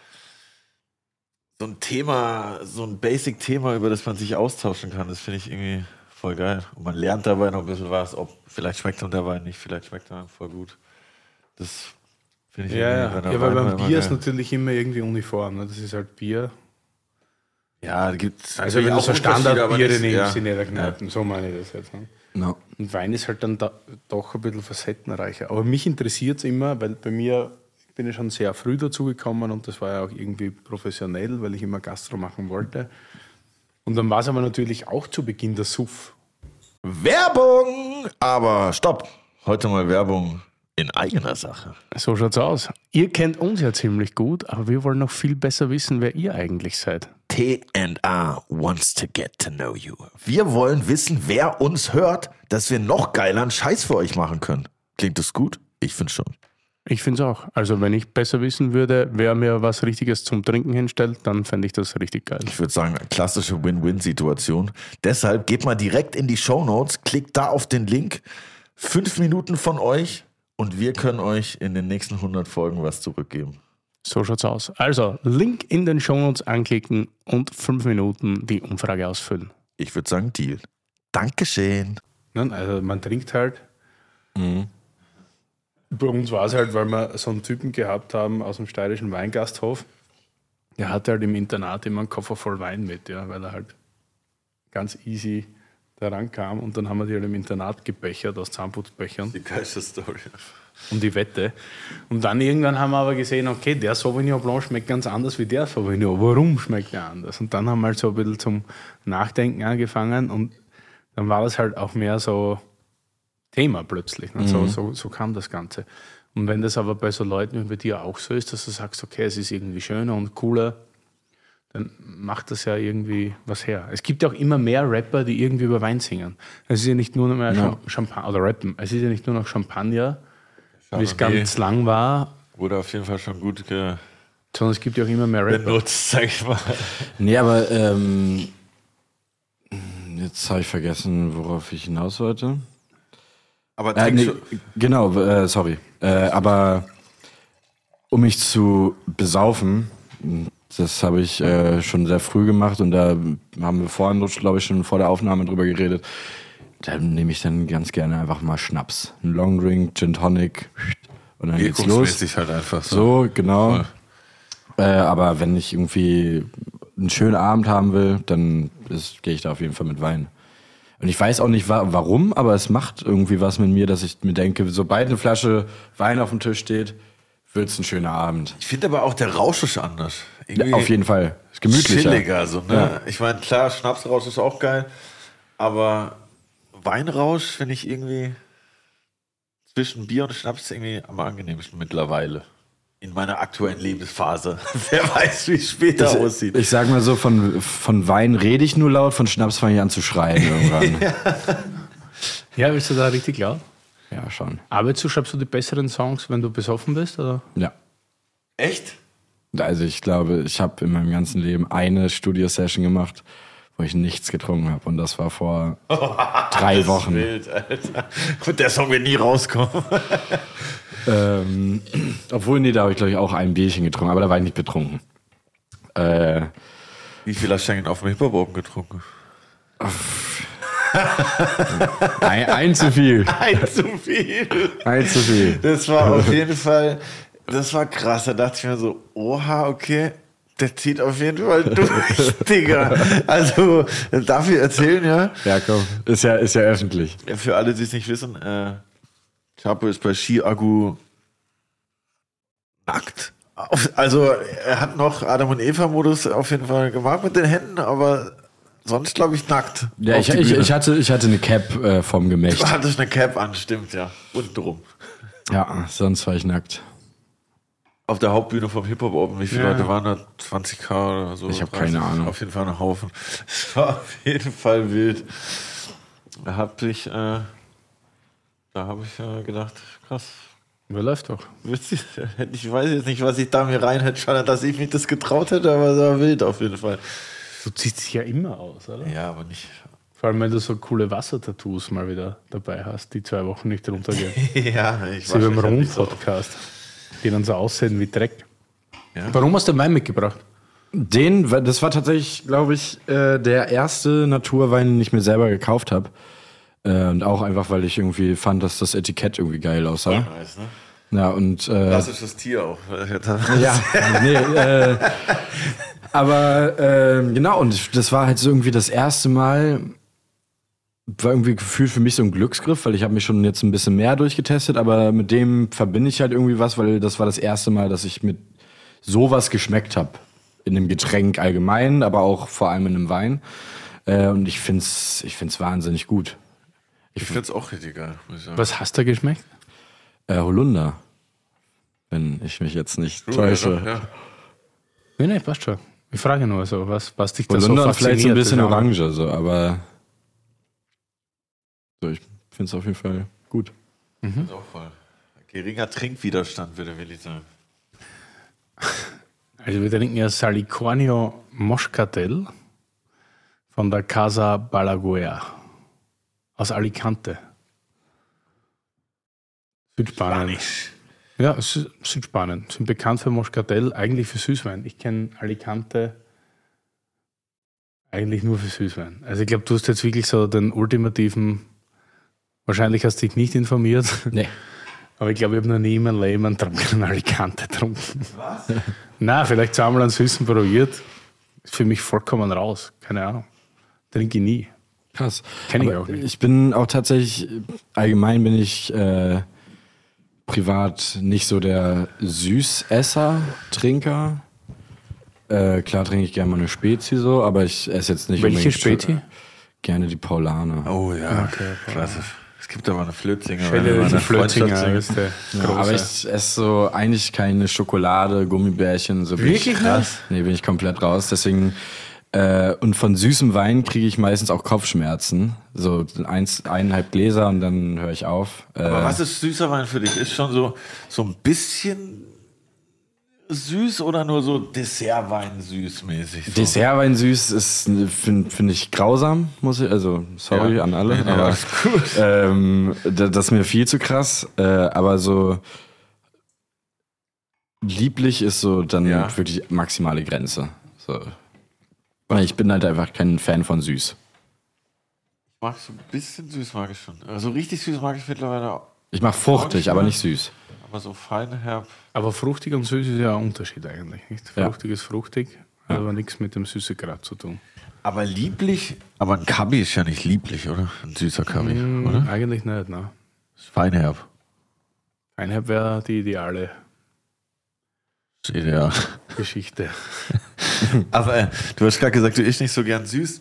S1: so ein Thema, so ein Basic-Thema, über das man sich austauschen kann. Das finde ich irgendwie voll geil. Und man lernt dabei noch ein bisschen was, ob vielleicht schmeckt ihm der Wein nicht, vielleicht schmeckt er voll gut. Das finde ich
S2: ja,
S1: irgendwie
S2: ja.
S1: bei der
S2: Ja, weil
S1: Weinbar
S2: beim Bier
S1: immer
S2: ist
S1: geil.
S2: natürlich immer irgendwie uniform. Ne? Das ist halt Bier.
S1: Ja, da gibt's
S2: Also wenn du so
S1: Unterschiede, aber
S2: Standardbiere
S1: nicht-
S2: nimmst
S1: ja.
S2: in jeder Kneipe, so meine ich das jetzt. Ne?
S3: No.
S2: Und Wein ist halt dann da, doch ein bisschen facettenreicher. Aber mich interessiert es immer, weil bei mir, ich bin ja schon sehr früh dazu gekommen und das war ja auch irgendwie professionell, weil ich immer Gastro machen wollte. Und dann war es aber natürlich auch zu Beginn der Suff.
S1: Werbung! Aber stopp! Heute mal Werbung in eigener Sache.
S2: So schaut's aus. Ihr kennt uns ja ziemlich gut, aber wir wollen noch viel besser wissen, wer ihr eigentlich seid.
S1: T and R wants to get to know you. Wir wollen wissen, wer uns hört, dass wir noch geileren Scheiß für euch machen können. Klingt das gut? Ich finde schon.
S2: Ich finde es auch. Also wenn ich besser wissen würde, wer mir was Richtiges zum Trinken hinstellt, dann fände ich das richtig geil.
S1: Ich würde sagen, eine klassische Win-Win-Situation. Deshalb geht mal direkt in die Shownotes, klickt da auf den Link. Fünf Minuten von euch und wir können euch in den nächsten hundert Folgen was zurückgeben.
S2: So schaut's aus. Also, Link in den Shownotes anklicken und fünf Minuten die Umfrage ausfüllen.
S1: Ich würde sagen, Deal. Dankeschön.
S2: Nein, also man trinkt halt.
S3: Mhm.
S2: Bei uns war es halt, weil wir so einen Typen gehabt haben aus dem steirischen Weingasthof. Der hatte halt im Internat immer einen Koffer voll Wein mit, ja, weil er halt ganz easy da rankam. Und dann haben wir die halt im Internat gebechert aus Zahnputzbechern.
S1: Die geilste Story.
S2: Um die Wette. Und dann irgendwann haben wir aber gesehen, okay, der Sauvignon Blanc schmeckt ganz anders wie der Sauvignon. Warum schmeckt der anders? Und dann haben wir halt so ein bisschen zum Nachdenken angefangen und dann war das halt auch mehr so Thema plötzlich. Ne? So,
S3: Mhm.
S2: so, so kam das Ganze. Und wenn das aber bei so Leuten wie bei dir auch so ist, dass du sagst, okay, es ist irgendwie schöner und cooler, dann macht das ja irgendwie was her. Es gibt ja auch immer mehr Rapper, die irgendwie über Wein singen. Es ist ja nicht nur noch mehr
S3: Ja.
S2: Champagner, oder Rappen, es ist ja nicht nur noch Champagner, wie es
S1: Chardonnay
S2: ganz lang war,
S1: wurde auf jeden Fall schon gut ge-
S2: sondern es gibt ja auch immer mehr Rapper.
S1: benutzt, sag ich mal.
S3: Nee, aber ähm, jetzt habe ich vergessen, worauf ich hinaus wollte.
S1: Aber
S3: Äh,
S1: trinkst
S3: nee,
S1: du-
S3: genau, äh, sorry. Äh, aber um mich zu besaufen, das habe ich äh, schon sehr früh gemacht und da haben wir vorhin, glaube ich, schon vor der Aufnahme drüber geredet. Da nehme ich dann ganz gerne einfach mal Schnaps. Ein Long Drink, Gin Tonic und dann geht's los.
S1: wirkungsmäßig halt einfach so.
S3: So, genau.
S1: Voll.
S3: Äh, aber wenn ich irgendwie einen schönen Abend haben will, dann ist- gehe ich da auf jeden Fall mit Wein. Und ich weiß auch nicht wa- warum, aber es macht irgendwie was mit mir, dass ich mir denke, sobald eine Flasche Wein auf dem Tisch steht, wird es ein schöner Abend.
S1: Ich finde aber auch, der Rausch ist anders.
S3: Ja,
S1: Irgendwie
S3: auf jeden Fall. Ist gemütlicher.
S1: chilliger. So, ne?
S3: Ja.
S1: Ich meine, klar, Schnapsrausch ist auch geil, aber Weinrausch finde ich irgendwie zwischen Bier und Schnaps irgendwie am angenehmsten mittlerweile. In meiner aktuellen Lebensphase. Wer weiß, wie es später
S3: Ich,
S1: aussieht.
S3: ich sag mal so, von, von Wein rede ich nur laut, von Schnaps fange ich an zu schreien irgendwann.
S2: Ja, bist du da richtig laut?
S3: Ja, schon.
S2: Arbeitest du, schreibst du die besseren Songs, wenn du besoffen bist? Oder?
S3: Ja.
S1: Echt?
S3: Also ich glaube, ich habe in meinem ganzen Leben eine Studio-Session gemacht, wo ich nichts getrunken habe. Und das war vor drei
S1: Das ist
S3: Wochen.
S1: wild, Alter. Und der Song wird nie rauskommen.
S3: Ähm, obwohl, nee, da habe ich, glaube ich, auch ein Bierchen getrunken, aber da war ich nicht betrunken. Äh,
S1: Wie viel hast du denn auf dem Hip-Hop getrunken?
S3: ein, ein zu viel.
S1: Ein zu viel.
S3: Ein zu viel.
S1: Das war auf jeden Fall, das war krass. Da dachte ich mir so, oha, okay, der zieht auf jeden Fall durch, Digga. Also, darf ich erzählen, ja?
S3: Ja, komm. Ist ja, ist ja öffentlich.
S1: Ja, für alle, die es nicht wissen, äh, Chapo ist bei Ski-Agu nackt. Auf- Also, er hat noch Adam und Eva-Modus auf jeden Fall gemacht mit den Händen, aber sonst, glaube ich, nackt.
S3: Ja,
S1: auf
S3: ich,
S1: die
S3: ich,
S1: Bühne.
S3: ich, hatte, ich hatte eine Cap äh, vom Gemächt.
S1: Du hattest eine Cap an, stimmt, ja. Und drum.
S3: Ja, sonst war ich nackt.
S1: auf der Hauptbühne vom Hip-Hop Open. Wie viele
S2: Ja.
S1: Leute waren da? zwanzig Tausend oder so?
S3: Ich hab
S1: dreißig?
S3: keine Ahnung.
S1: Auf jeden Fall ein Haufen. Es war auf jeden Fall wild. Da hab ich, äh, da habe ich äh, gedacht, krass.
S2: Wer läuft doch.
S1: Witzig. Ich weiß jetzt nicht, was ich da mir rein hätte, schon, dass ich mich das getraut hätte, aber es war wild auf jeden Fall.
S2: Du ziehst dich ja immer aus, oder?
S1: Ja, aber nicht.
S2: Vor allem, wenn du so coole Wassertattoos mal wieder dabei hast, die zwei Wochen nicht runtergehen.
S1: Ja, ich
S2: So wie beim
S1: mich halt nicht so.
S2: Rund-Podcast, die dann so aussehen wie Dreck.
S1: Ja.
S2: Warum hast du Wein mitgebracht?
S3: Den, das war tatsächlich, glaube ich, äh, der erste Naturwein, den ich mir selber gekauft habe. Äh, und auch einfach, weil ich irgendwie fand, dass das Etikett irgendwie geil aussah.
S1: Nice, ne?
S3: Ja, und äh,
S1: Klassisches Tier auch.
S3: ja, nee, äh, aber äh, genau, und das war halt so irgendwie das erste Mal, war irgendwie gefühlt für mich so ein Glücksgriff, weil ich habe mich schon jetzt ein bisschen mehr durchgetestet, aber mit dem verbinde ich halt irgendwie was, weil das war das erste Mal, dass ich mit sowas geschmeckt habe. In einem Getränk allgemein, aber auch vor allem in einem Wein. Äh, und ich find's, ich find's wahnsinnig gut.
S1: Ich finde es auch richtig geil, muss ich sagen.
S2: Was hast du geschmeckt?
S3: Äh, Holunder. Wenn ich mich jetzt nicht
S1: Cool,
S3: täusche.
S1: ja, ja.
S2: Nee, nee, passt schon. Ich frage nur so, was, was dich da so
S3: Holunder und
S2: fasziniert.
S3: vielleicht so ein bisschen
S2: Ja.
S3: Orange, so, aber so, ich finde es auf jeden Fall gut.
S1: Das ist auch voll. Geringer Trinkwiderstand, würde Willi sagen.
S2: Also wir trinken ja Salicornio Moscatel von der Casa Balaguer aus Alicante. Südspanien. Ja, Sü- Südspanien. Sind bekannt für Moscatel, eigentlich für Süßwein. Ich kenne Alicante eigentlich nur für Süßwein. Also ich glaube, du hast jetzt wirklich so den ultimativen, wahrscheinlich hast du dich nicht informiert,
S3: Nee.
S2: aber ich glaube, ich habe noch nie in meinem Leben einen trunkenen Alicante getrunken. Was? Nein, vielleicht zweimal einen Süßen probiert. Ist für mich vollkommen raus. Keine Ahnung. Trinke ich nie.
S3: Krass.
S2: Kenn ich
S3: Aber
S2: auch nicht.
S3: Ich bin auch tatsächlich, allgemein bin ich äh, privat nicht so der Süßesser, Trinker. Äh, klar trinke ich gerne mal eine Spezi so, aber ich esse jetzt nicht
S2: Welche
S3: unbedingt
S2: Spezi?
S3: gerne die Paulaner.
S1: Oh ja,
S2: Okay,
S1: klassisch. Es gibt aber eine Flötzinger.
S2: Schelle,
S1: wenn
S2: die
S1: man
S2: Flötzinger
S1: Freundschaft singt.
S2: ist der
S3: Ja,
S2: große.
S3: aber ich esse so eigentlich keine Schokolade, Gummibärchen. So bin
S2: Wirklich
S3: ich,
S2: nicht?
S3: Nee, bin ich komplett raus. Deswegen äh, und von süßem Wein kriege ich meistens auch Kopfschmerzen. So eins, eineinhalb Gläser und dann höre ich auf. Äh,
S1: Aber was ist süßer Wein für dich? Ist schon so, so ein bisschen süß oder nur so Dessertwein süß-mäßig? So?
S3: Dessertwein süß ist, finde find ich, grausam, muss ich, also sorry
S1: Ja.
S3: an alle,
S1: Ja,
S3: aber
S1: alles gut.
S3: ähm, da- das ist mir viel zu krass, äh, aber so lieblich ist so dann
S1: Ja.
S3: wirklich maximale Grenze. So. Weil ich bin halt einfach kein Fan von süß.
S1: Ich mag so ein bisschen süß, mag ich schon. Also richtig süß mag ich mittlerweile auch.
S3: Ich mach fruchtig, aber nicht süß.
S1: Aber so fein herb.
S2: Aber fruchtig und süß ist ja ein Unterschied eigentlich. Nicht?
S3: Ja.
S2: Fruchtig ist fruchtig, hat aber nichts mit dem Süßegrad zu tun.
S1: Aber lieblich, aber ein Kabi ist ja nicht lieblich, oder? Ein süßer Kabi,
S2: Hm,
S1: oder?
S2: Eigentlich nicht, ne?
S1: Ist fein herb.
S2: Einhalb wäre die ideale
S1: Ist ideal.
S2: Geschichte.
S1: Aber äh, du hast gerade gesagt, du isst nicht so gern süß.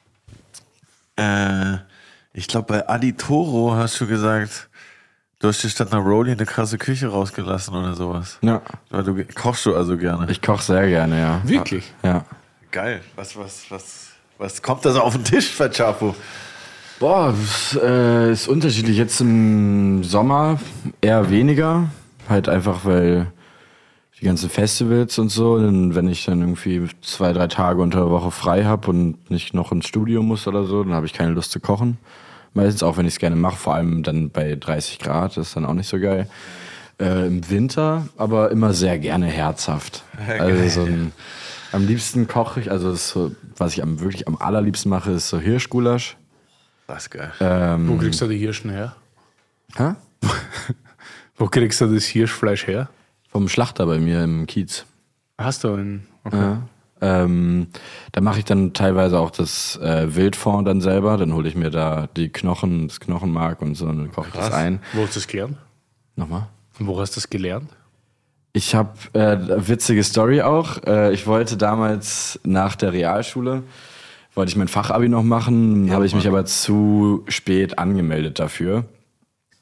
S1: Äh, ich glaube, bei Adi Toro hast du gesagt, du hast dir statt einer Rolli eine krasse Küche rausgelassen oder sowas.
S3: Ja.
S1: Weil du ge- kochst du also gerne.
S3: Ich koche sehr gerne, ja.
S2: Wirklich?
S3: Ja.
S1: Geil. Was, was, was, was kommt da so auf den Tisch, Verchapo?
S3: Boah, es, äh, ist unterschiedlich. Jetzt im Sommer eher weniger. Halt einfach, weil die ganzen Festivals und so, denn wenn ich dann irgendwie zwei, drei Tage unter der Woche frei habe und nicht noch ins Studio muss oder so, dann habe ich keine Lust zu kochen. Meistens auch, wenn ich es gerne mache, vor allem dann bei dreißig Grad, das ist dann auch nicht so geil. Äh, Im Winter aber immer sehr gerne herzhaft. Also so ein, am liebsten koche ich, also das ist so, was ich am, wirklich am allerliebsten mache, ist so Hirschgulasch.
S1: Das ist geil.
S3: Ähm,
S2: Wo kriegst du die Hirschen her?
S3: hä?
S2: Wo kriegst du das Hirschfleisch her?
S3: Vom Schlachter bei mir im Kiez.
S2: Hast du einen? Okay.
S3: Ja. Ähm, da mache ich dann teilweise auch das äh, Wildfond dann selber. Dann hole ich mir da die Knochen, das Knochenmark und so, und dann koche ich das ein.
S2: Wo hast du das gelernt?
S3: Nochmal.
S2: Und wo hast du das gelernt?
S3: Ich habe äh, witzige Story auch. Äh, ich wollte damals nach der Realschule, wollte ich mein Fachabi noch machen, habe ich mich aber zu spät angemeldet dafür.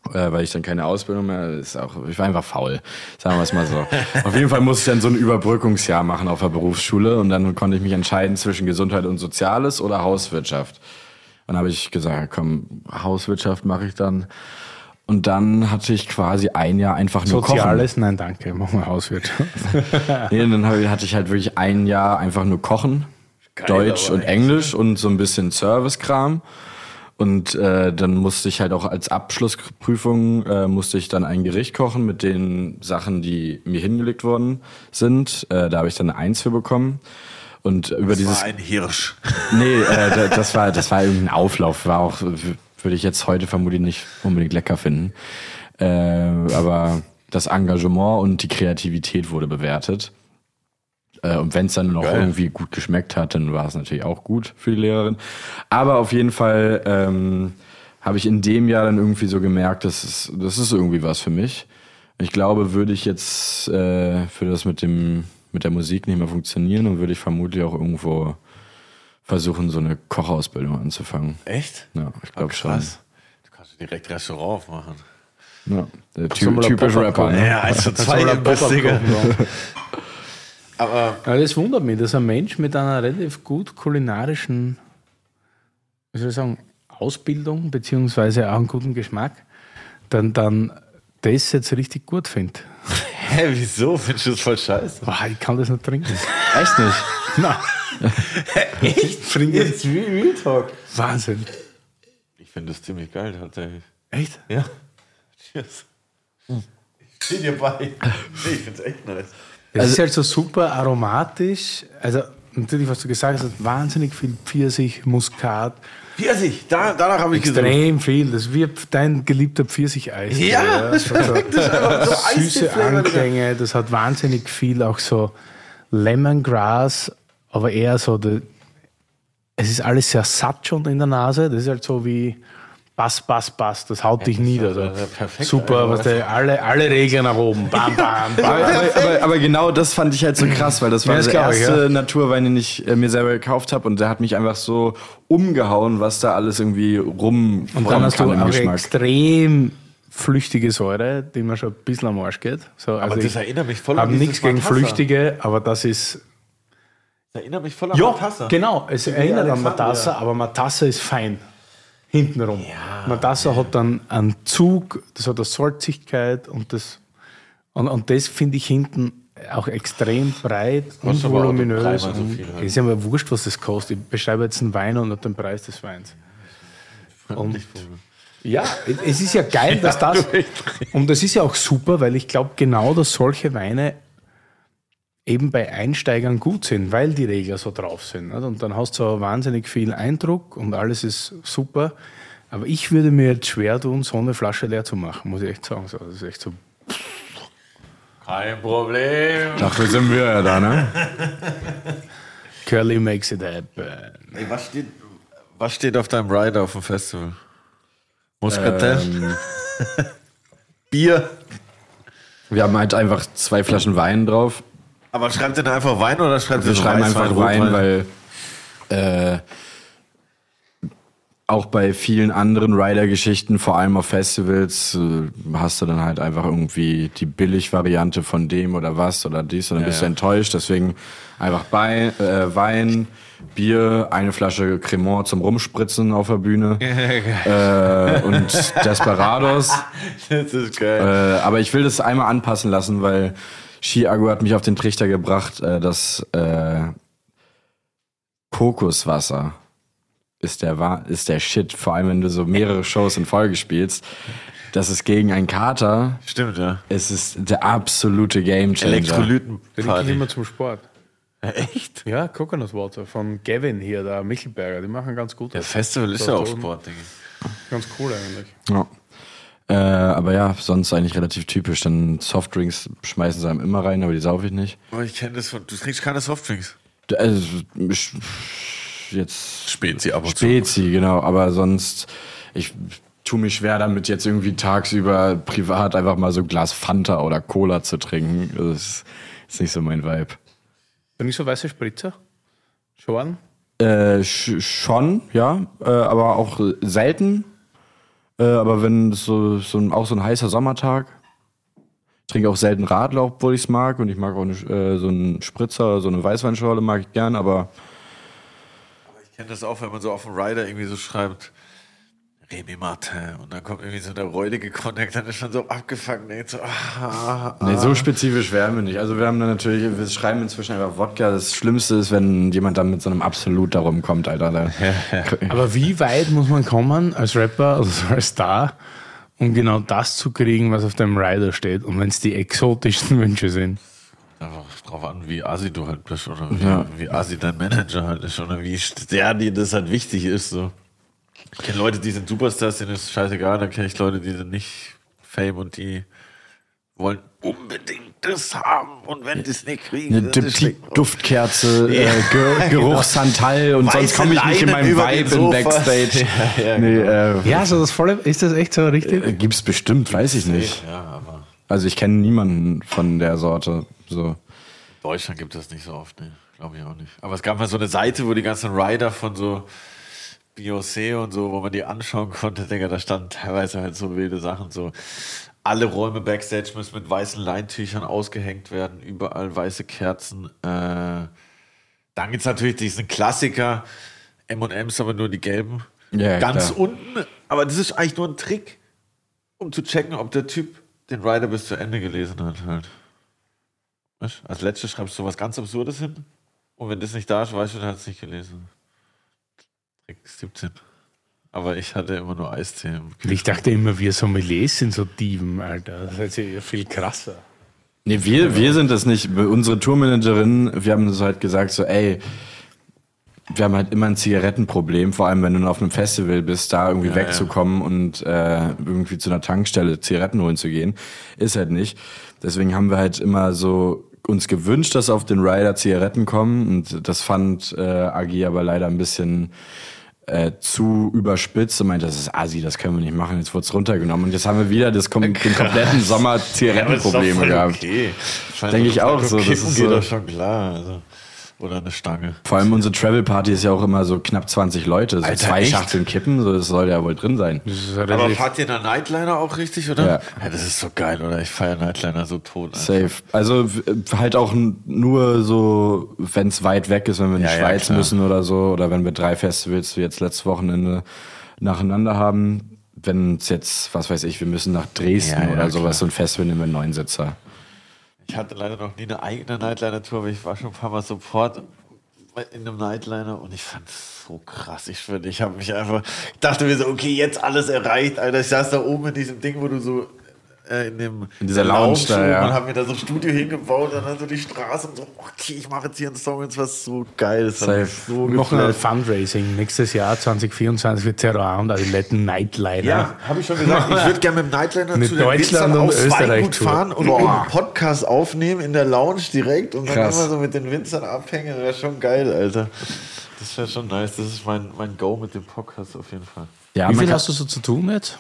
S3: äh, weil ich dann keine Ausbildung mehr, ist auch, ich war einfach faul, sagen wir es mal so. Auf jeden Fall musste ich dann so ein Überbrückungsjahr machen auf der Berufsschule und dann konnte ich mich entscheiden zwischen Gesundheit und Soziales oder Hauswirtschaft. Und dann habe ich gesagt, komm, Hauswirtschaft mache ich dann. Und dann hatte ich quasi ein Jahr einfach nur
S2: Soziales?
S3: Kochen.
S2: Nein, danke, machen wir Hauswirtschaft.
S3: Nee, und dann hatte ich halt wirklich ein Jahr einfach nur Kochen, Geil, Deutsch und Englisch und so ein bisschen Servicekram. Und äh, dann musste ich halt auch als Abschlussprüfung, äh, musste ich dann ein Gericht kochen mit den Sachen, die mir hingelegt worden sind. Äh, da habe ich dann eine Eins für bekommen. Und über
S1: das
S3: dieses
S1: war ein Hirsch.
S3: Nee, äh, das war das war irgendein Auflauf, war auch, würde ich jetzt heute vermutlich nicht unbedingt lecker finden. Äh, aber das Engagement und die Kreativität wurde bewertet. Äh, und wenn es dann noch Geil. irgendwie gut geschmeckt hat, dann war es natürlich auch gut für die Lehrerin. Aber auf jeden Fall ähm, habe ich in dem Jahr dann irgendwie so gemerkt, das ist, das ist irgendwie was für mich. Ich glaube, würde ich jetzt äh, für das mit dem mit der Musik nicht mehr funktionieren, dann würde ich vermutlich auch irgendwo versuchen, so eine Kochausbildung anzufangen.
S1: Echt?
S3: Ja, ich glaube schon.
S1: Du kannst direkt Restaurant aufmachen.
S3: Ja, der ty- typische Rapper. Ne?
S1: Ja, eins zu zwei Digga. Aber
S2: ja, das wundert mich, dass ein Mensch mit einer relativ gut kulinarischen, wie soll ich sagen, Ausbildung beziehungsweise auch einen guten Geschmack, dann, dann das jetzt richtig gut findet.
S1: Hä, wieso? Findest du das voll scheiße?
S2: Boah, ich kann das nicht trinken.
S3: Echt nicht?
S2: Nein.
S1: Echt?
S2: Trinken
S1: Jetzt Real Talk.
S2: Wahnsinn.
S1: Ich finde das ziemlich geil tatsächlich.
S2: Echt?
S1: Ja. Cheers. Hm. Ich stehe dir bei. Nee, ich finde es echt nice.
S2: Es also, ist halt so super aromatisch. Also natürlich, was du gesagt hast, hat wahnsinnig viel Pfirsich, Muskat.
S1: Pfirsich, da, danach habe ich
S2: gesagt. Extrem viel. Das ist wie dein geliebter Pfirsicheis.
S1: Ja, ja, das ist verrückt. Das ist einfach so
S2: süße Anklänge. Das hat wahnsinnig viel auch so Lemongrass, aber eher so, die, es ist alles sehr satt schon in der Nase. Das ist halt so wie Bass, Bass, Bass, das haut ja, dich das nieder. So. Perfekt, super, was der, alle, alle Regeln nach oben. Bam, bam, bam.
S3: aber, aber, aber genau das fand ich halt so krass, weil das war ja, das der erste ich, ja. Naturwein, den ich äh, mir selber gekauft habe und der hat mich einfach so umgehauen, was da alles irgendwie rum
S2: und dann hast du auch extrem flüchtige Säure, die mir schon ein bisschen am Arsch geht. So,
S1: aber
S2: also
S1: das erinnert mich voll an
S2: dieses nichts gegen Flüchtige, aber das ist...
S1: Das erinnert mich voll an
S2: ja,
S1: Matassa.
S2: Genau, es erinnert an Matassa, aber Matassa ist fein. Hintenrum. Ja, Matassa ja. hat dann einen Zug, das hat eine Salzigkeit und das, und, und das finde ich hinten auch extrem breit und voluminös. So es ist ja mal wurscht, was das kostet. Ich beschreibe jetzt einen Wein und nicht den Preis des Weins. Und ja, es ist ja geil, dass das, und das ist ja auch super, weil ich glaube genau, dass solche Weine eben bei Einsteigern gut sind, weil die Regler so drauf sind. Und dann hast du so wahnsinnig viel Eindruck und alles ist super. Aber ich würde mir jetzt schwer tun, so eine Flasche leer zu machen, muss ich echt sagen. Das ist echt so.
S1: Kein Problem.
S3: Dafür sind wir ja da, ne?
S2: Curly makes it happen.
S1: Ey, was steht, was steht auf deinem Rider auf dem Festival? Muscatel? Ähm, Bier?
S3: Wir haben halt einfach zwei Flaschen Wein drauf.
S1: Aber schreibt ihr dann einfach Wein oder schreibt ihr
S3: Wir schreiben einfach Wein, Wein, weil äh, auch bei vielen anderen Rider-Geschichten, vor allem auf Festivals, äh, hast du dann halt einfach irgendwie die Billig-Variante von dem oder was oder dies und dann ja, bist du ja. enttäuscht. Deswegen einfach bei, äh, Wein, Bier, eine Flasche Cremant zum Rumspritzen auf der Bühne äh, und Desperados.
S1: Das ist geil.
S3: Äh, aber ich will das einmal anpassen lassen, weil Chiago hat mich auf den Trichter gebracht, äh, dass äh, Kokoswasser ist der, ist der Shit. Vor allem, wenn du so mehrere Shows in Folge spielst. Das ist gegen einen Kater.
S1: Stimmt, ja.
S3: Es ist der absolute Gamechanger.
S1: Elektrolyten.
S2: Den gehe ich immer zum Sport.
S1: Echt?
S2: Ja, Coconut Water von Gavin hier, der Michelberger. Die machen ganz gut.
S1: Der Festival ist ja auch Sport, denke ich.
S2: Ganz cool eigentlich.
S3: Ja. Äh, aber ja, sonst eigentlich relativ typisch. Dann Softdrinks schmeißen sie einem immer rein, aber die saufe ich nicht.
S1: Aber ich kenne das von, du trinkst keine Softdrinks.
S3: Also, jetzt
S1: Spezi, aber
S3: Spezi, genau. Aber sonst, ich tue mich schwer damit, jetzt irgendwie tagsüber privat einfach mal so ein Glas Fanta oder Cola zu trinken. Das ist nicht so mein Vibe.
S2: Bin ich so weiße Spritzer? Schon?
S3: Äh, sch- schon, ja. Äh, aber auch selten. Äh, aber wenn es so, so ein, auch so ein heißer Sommertag, ich trinke auch selten Radler, obwohl ich es mag. Und ich mag auch eine, äh, so einen Spritzer, so eine Weißweinschorle mag ich gern, aber...
S1: Aber ich kenne das auch, wenn man so auf dem Rider irgendwie so schreibt, Remy Martin, und dann kommt irgendwie so der räudige Connect, dann ist schon so abgefangen, denkt so, ah, ah.
S3: Nee, so spezifisch wären wir nicht. Also wir haben dann natürlich, wir schreiben inzwischen einfach Wodka. Das Schlimmste ist, wenn jemand dann mit so einem Absolut darum kommt, Alter. Da.
S2: Aber wie weit muss man kommen als Rapper, also als Star, um genau das zu kriegen, was auf deinem Rider steht? Und wenn es die exotischsten Wünsche sind?
S1: Einfach drauf an, wie assi du halt bist oder wie,
S3: Ja.
S1: wie assi dein Manager halt ist oder wie sehr dir das halt wichtig ist. So. Ich kenne Leute, die sind Superstars, denen ist scheißegal. Dann kenne ich Leute, die sind nicht Fame und die wollen unbedingt das haben. Und wenn die es nicht kriegen,
S3: Eine
S1: dann ist schlecht.
S3: Duftkerze,
S1: Ja.
S3: äh, Ge Geruchssantal und
S1: Weiße
S3: sonst komme ich nicht in
S1: Leinen
S3: meinem
S1: über den
S3: Vibe im
S1: Sofas.
S3: Backstage.
S1: Ja, ja,
S3: nee,
S1: genau.
S3: äh,
S2: Ja, so das volle, ist das echt so richtig?
S3: äh, gibt's bestimmt, weiß ich nicht.
S1: Ja, aber
S3: Also ich kenne niemanden von der Sorte. So.
S1: in Deutschland gibt es das nicht so oft, ne? Glaube ich auch nicht. Aber es gab mal so eine Seite, wo die ganzen Rider von so Beyoncé und so, wo man die anschauen konnte, Digga, da standen teilweise halt so wilde Sachen, so alle Räume Backstage müssen mit weißen Leintüchern ausgehängt werden, überall weiße Kerzen. Äh, dann gibt es natürlich diesen Klassiker, M und M's, aber nur die gelben.
S3: Ja,
S1: Ganz
S3: klar.
S1: unten, aber das ist eigentlich nur ein Trick, um zu checken, ob der Typ den Rider bis zu Ende gelesen hat halt. Weißt? Als letztes schreibst du was ganz Absurdes hin und wenn das nicht da ist, weißt du, der hat es nicht gelesen. Trick siebzehn. Aber ich hatte immer nur Eistee im Kühlschrank.
S2: Ich dachte immer, wir Sommeliers sind so Dieven, Alter. Das ist ja viel krasser.
S3: Nee, wir, wir sind das nicht. Unsere Tourmanagerin, wir haben so halt gesagt, so, ey, wir haben halt immer ein Zigarettenproblem, vor allem wenn du auf einem Festival bist, da irgendwie
S1: Ja,
S3: wegzukommen und äh, irgendwie zu einer Tankstelle Zigaretten holen zu gehen. Ist halt nicht. Deswegen haben wir halt immer so uns gewünscht, dass auf den Rider Zigaretten kommen und das fand äh, Agi aber leider ein bisschen äh, zu überspitzt und meinte, das ist Asi, das können wir nicht machen, jetzt wurde es runtergenommen und jetzt haben wir wieder das kom den kompletten Sommer Zigarettenprobleme gehabt.
S1: Okay.
S3: Denke ich auch so, das
S1: Kiffen
S3: ist
S1: geht
S3: so-
S1: doch schon klar. Also. Oder eine Stange.
S3: Vor allem unsere Travel Party ist ja auch immer so knapp zwanzig Leute, so
S1: Alter,
S3: zwei
S1: echt?
S3: Schachteln Kippen, so das soll ja wohl drin sein.
S2: Das ist
S1: Aber
S2: relativ-
S1: fahrt ihr in der Nightliner auch richtig, oder?
S3: Ja.
S1: Ja, das ist so geil, oder? Ich feiere Nightliner so tot. Alter.
S3: Safe. Also w- halt auch n- nur so, wenn es weit weg ist, wenn wir in die
S1: Ja, ja,
S3: Schweiz
S1: klar.
S3: müssen oder so, oder wenn wir drei Festivals wie jetzt letztes Wochenende nacheinander haben. Wenn es jetzt, was weiß ich, wir müssen nach Dresden
S1: Ja, ja,
S3: oder sowas,
S1: klar.
S3: so ein Festival nehmen wir einen Neunsitzer.
S1: Ich hatte leider noch nie eine eigene Nightliner-Tour, aber ich war schon ein paar Mal Support in einem Nightliner und ich fand es so krass. Ich finde, ich habe mich einfach, ich dachte mir so, okay, jetzt alles erreicht, Alter. Ich saß da oben in diesem Ding, wo du so äh, in dem
S3: In dieser Lounge da, ja.
S1: und habe mir da so ein Studio hingebaut und dann so die Straße und so, okay, ich mache jetzt hier einen Song, jetzt was so geil. Das hat
S3: Safe.
S1: mich so
S2: Wir machen ein
S1: geflasht.
S2: Fundraising. Nächstes Jahr, zwanzig vierundzwanzig, wird Terror und Adiletten Nightliner.
S1: Ja, habe ich schon gesagt. Ich würde gerne mit dem Nightliner
S2: Mit
S1: zu den
S2: Deutschland
S1: Winzern
S2: und
S1: aufs
S2: Österreich
S1: Weingut
S2: Tour.
S1: fahren und einen Podcast aufnehmen in der Lounge direkt und dann
S3: Krass.
S1: immer so mit den Winzern abhängen. Das wäre schon geil, Alter. Das wäre schon nice. Das ist mein, mein Go mit dem Podcast auf jeden Fall.
S3: Ja,
S2: Wie
S3: man
S2: viel
S3: kann,
S2: hast du so zu tun jetzt?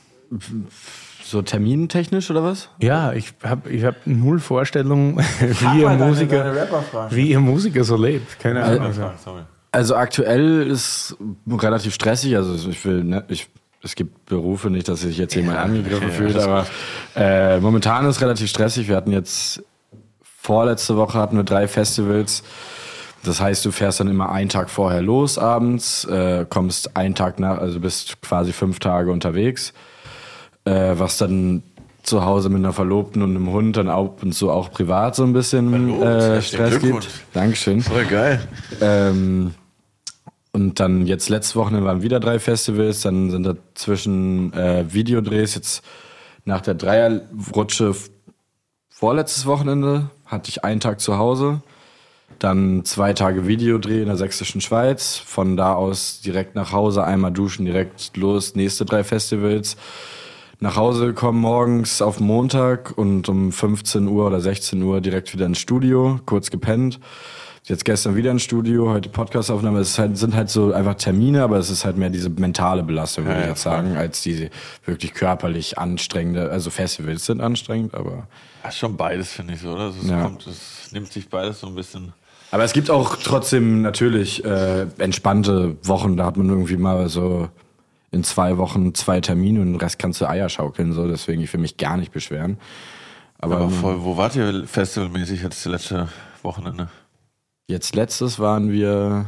S3: so termintechnisch oder was?
S2: Ja, ich habe ich hab null Vorstellung, wie ihr Musiker, wie ihr Musiker so lebt. Keine Ahnung. Also.
S1: Sorry.
S3: Also aktuell ist relativ stressig. Also ich will, ne, ich, es gibt Berufe, nicht, dass sich jetzt jemand angegriffen
S1: ja,
S3: fühlt,
S1: das
S3: aber äh, momentan ist relativ stressig. Wir hatten jetzt vorletzte Woche hatten wir drei Festivals. Das heißt, du fährst dann immer einen Tag vorher los abends, äh, kommst einen Tag nach, also bist quasi fünf Tage unterwegs, äh, was dann zu Hause mit einer Verlobten und einem Hund dann ab und zu auch privat so ein bisschen
S1: Verlobt,
S3: äh,
S1: herzlichen
S3: Stress
S1: Glückwunsch.
S3: gibt. Dankeschön.
S1: Voll geil.
S3: Ähm, und dann jetzt letztes Wochenende waren wieder drei Festivals, dann sind dazwischen äh, Videodrehs. Jetzt nach der Dreierrutsche f- vorletztes Wochenende hatte ich einen Tag zu Hause, dann zwei Tage Videodreh in der sächsischen Schweiz, von da aus direkt nach Hause, einmal duschen, direkt los, nächste drei Festivals. Nach Hause gekommen morgens auf Montag und um fünfzehn Uhr oder sechzehn Uhr direkt wieder ins Studio, kurz gepennt. Jetzt gestern wieder ins Studio, heute Podcastaufnahme. Es ist halt, sind halt so einfach Termine, aber es ist halt mehr diese mentale Belastung, würde
S1: Ja,
S3: ich
S1: ja,
S3: jetzt sagen, als diese wirklich körperlich anstrengende. Also Festivals sind anstrengend, aber...
S1: Ja, schon beides, finde ich so, oder? Also es,
S3: Ja.
S1: kommt, es nimmt sich beides so ein bisschen.
S3: Aber es gibt auch trotzdem natürlich äh, entspannte Wochen, da hat man irgendwie mal so in zwei Wochen zwei Termine und den Rest kannst du Eier schaukeln. So. Deswegen, ich will mich gar nicht beschweren. Aber,
S1: Aber voll, wo wart ihr festivalmäßig jetzt das letzte Wochenende?
S3: Jetzt letztes waren wir,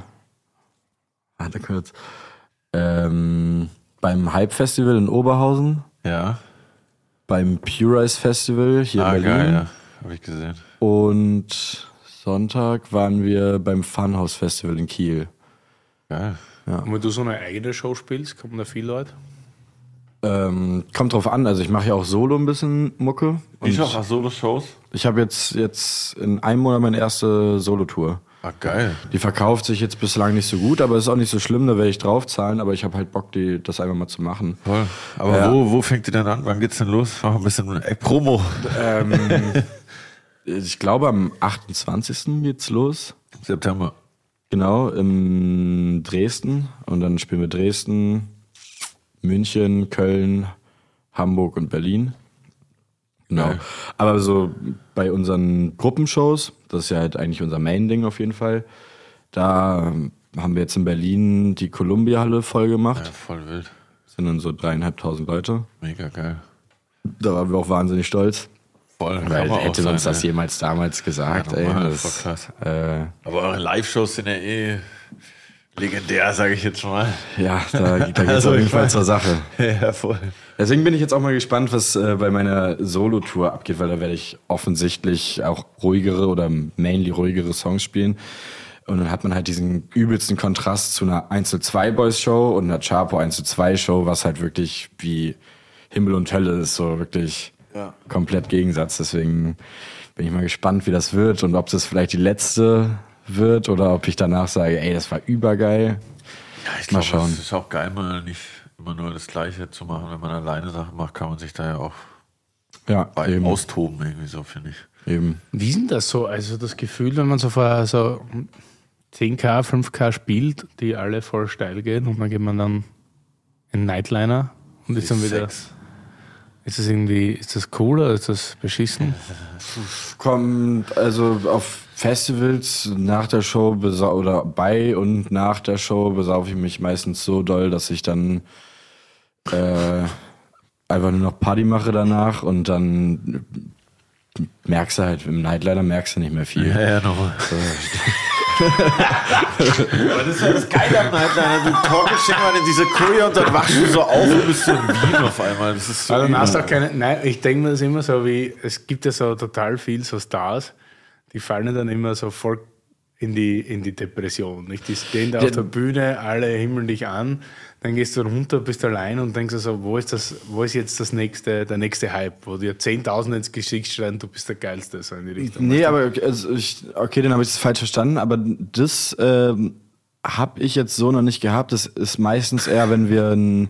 S3: warte kurz, ähm, beim Hype-Festival in Oberhausen,
S1: Ja.
S3: beim Purize Festival hier
S1: Ah,
S3: in Berlin.
S1: geil, ja. Hab ich gesehen.
S3: Und Sonntag waren wir beim Funhouse Festival in Kiel.
S1: Geil.
S2: Und wenn du so eine eigene Show spielst, kommen da viele Leute?
S3: Ähm, kommt drauf an, also ich mache ja auch solo ein bisschen Mucke.
S1: Ich
S3: Und
S1: auch ach, Solo-Shows?
S3: ich habe jetzt, jetzt in einem Monat meine erste Solo-Tour.
S1: Ah, geil.
S3: Die verkauft sich jetzt bislang nicht so gut, aber es ist auch nicht so schlimm, da werde ich draufzahlen, aber ich habe halt Bock, die, das einfach mal zu machen.
S1: Voll. Aber
S3: Ja.
S1: wo, wo fängt ihr denn an? Wann geht's denn los? Mach ein bisschen äh, Promo.
S3: Ähm, ich glaube, am achtundzwanzigsten geht's los.
S1: September.
S3: Genau, in Dresden. Und dann spielen wir Dresden, München, Köln, Hamburg und Berlin. Genau.
S1: Geil.
S3: Aber so bei unseren Gruppenshows, das ist ja halt eigentlich unser Main-Ding auf jeden Fall, da haben wir jetzt in Berlin die Columbia-Halle voll gemacht.
S1: Ja, voll wild.
S3: Sind dann so dreieinhalbtausend Leute.
S1: Mega geil.
S3: Da waren wir auch wahnsinnig stolz.
S1: Voll.
S3: Weil
S1: Kann man
S3: hätte
S1: auch
S3: uns
S1: sein,
S3: das
S1: ey.
S3: jemals damals gesagt,
S1: Ja,
S3: ey.
S1: normal,
S3: Das,
S1: voll krass.
S3: Äh,
S1: Aber eure Live-Shows sind ja eh legendär, sage ich jetzt mal.
S3: ja, da, da geht es
S1: Also,
S3: auf jeden
S1: ich
S3: Fall
S1: mein-
S3: zur Sache.
S1: Ja, voll.
S3: Deswegen bin ich jetzt auch mal gespannt, was äh, bei meiner Solo-Tour abgeht, weil da werde ich offensichtlich auch ruhigere oder mainly ruhigere Songs spielen. Und dann hat man halt diesen übelsten Kontrast zu einer eins zu zwei Boys Show und einer Chapo eins zu zwei Show, was halt wirklich wie Himmel und Hölle ist, so wirklich
S1: Ja.
S3: komplett Gegensatz. Deswegen bin ich mal gespannt, wie das wird und ob das vielleicht die letzte wird oder ob ich danach sage, ey, das war übergeil.
S1: Ja, ich
S3: Mal
S1: glaube,
S3: schauen.
S1: es ist auch geil, mal nicht immer nur das Gleiche zu machen. Wenn man alleine Sachen macht, kann man sich da ja auch
S3: Ja,
S1: bei
S3: eben,
S1: austoben, irgendwie so, finde ich.
S3: eben.
S2: Wie ist denn das so? Also das Gefühl, wenn man so vor so zehn K, fünf K spielt, die alle voll steil gehen und dann geht man dann in Nightliner und ist dann wieder...
S1: Sex.
S2: Ist das irgendwie, ist das cool oder ist das beschissen?
S3: Kommt also auf Festivals nach der Show besau- oder bei und nach der Show besaufe ich mich meistens so doll, dass ich dann äh, einfach nur noch Party mache danach und dann merkst du halt, im Nightliner merkst du nicht mehr viel.
S1: Ja, ja, nochmal. Aber das ist ja das Geile am Nightliner. Du torkelst irgendwann in diese Koje und dann wachst du so auf und bist so in Wien auf einmal. Das ist so
S2: Aber dann hast du
S1: übel.
S2: auch keine, nein, ich denke mir das immer so wie, es gibt ja so total viel so Stars, die fallen dann immer so voll in die, in die Depression. Nicht? Die stehen da auf der Bühne, alle himmeln dich an, dann gehst du runter, bist allein und denkst dir so, wo ist das, wo ist jetzt das nächste, der nächste Hype, wo dir zehntausend ins Gesicht schreien, du bist der Geilste, so in die Richtung.
S3: Nee, aber also ich, okay, dann habe ich das falsch verstanden, aber das ähm, habe ich jetzt so noch nicht gehabt. Das ist meistens eher, wenn wir ein,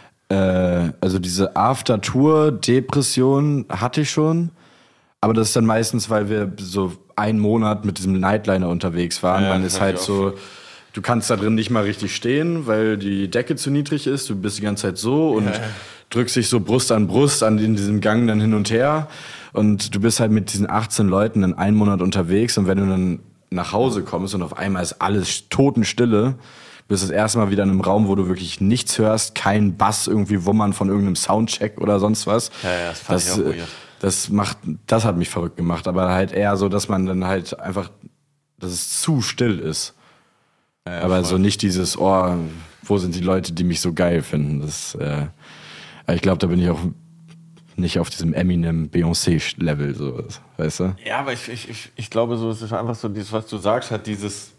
S3: äh, also diese After-Tour-Depression hatte ich schon, aber das ist dann meistens, weil wir so einen Monat mit diesem Nightliner unterwegs waren.
S1: Ja,
S3: Man
S1: das
S3: ist
S1: hab
S3: halt
S1: ich auch
S3: so, du kannst da drin nicht mal richtig stehen, weil die Decke zu niedrig ist. Du bist die ganze Zeit so und drückst dich so Brust an Brust an in diesem Gang dann hin und her. Und du bist halt mit diesen achtzehn Leuten in einem Monat unterwegs. Und wenn du dann nach Hause kommst und auf einmal ist alles totenstille, bist das erste Mal wieder in einem Raum, wo du wirklich nichts hörst, kein Bass irgendwie wummern von irgendeinem Soundcheck oder sonst was.
S1: Ja, ja, das fand ich auch
S3: äh,
S1: weird.
S3: das macht, das hat mich verrückt gemacht, aber halt eher so, dass man dann halt einfach, dass es zu still ist.
S1: Ja,
S3: aber
S1: voll.
S3: so nicht dieses, oh, wo sind die Leute, die mich so geil finden? Das, äh, ich glaube, da bin ich auch nicht auf diesem Eminem-Beyoncé-Level, so, weißt du?
S1: Ja, aber ich, ich, ich, ich glaube, so, es ist einfach so, dieses, was du sagst, hat dieses,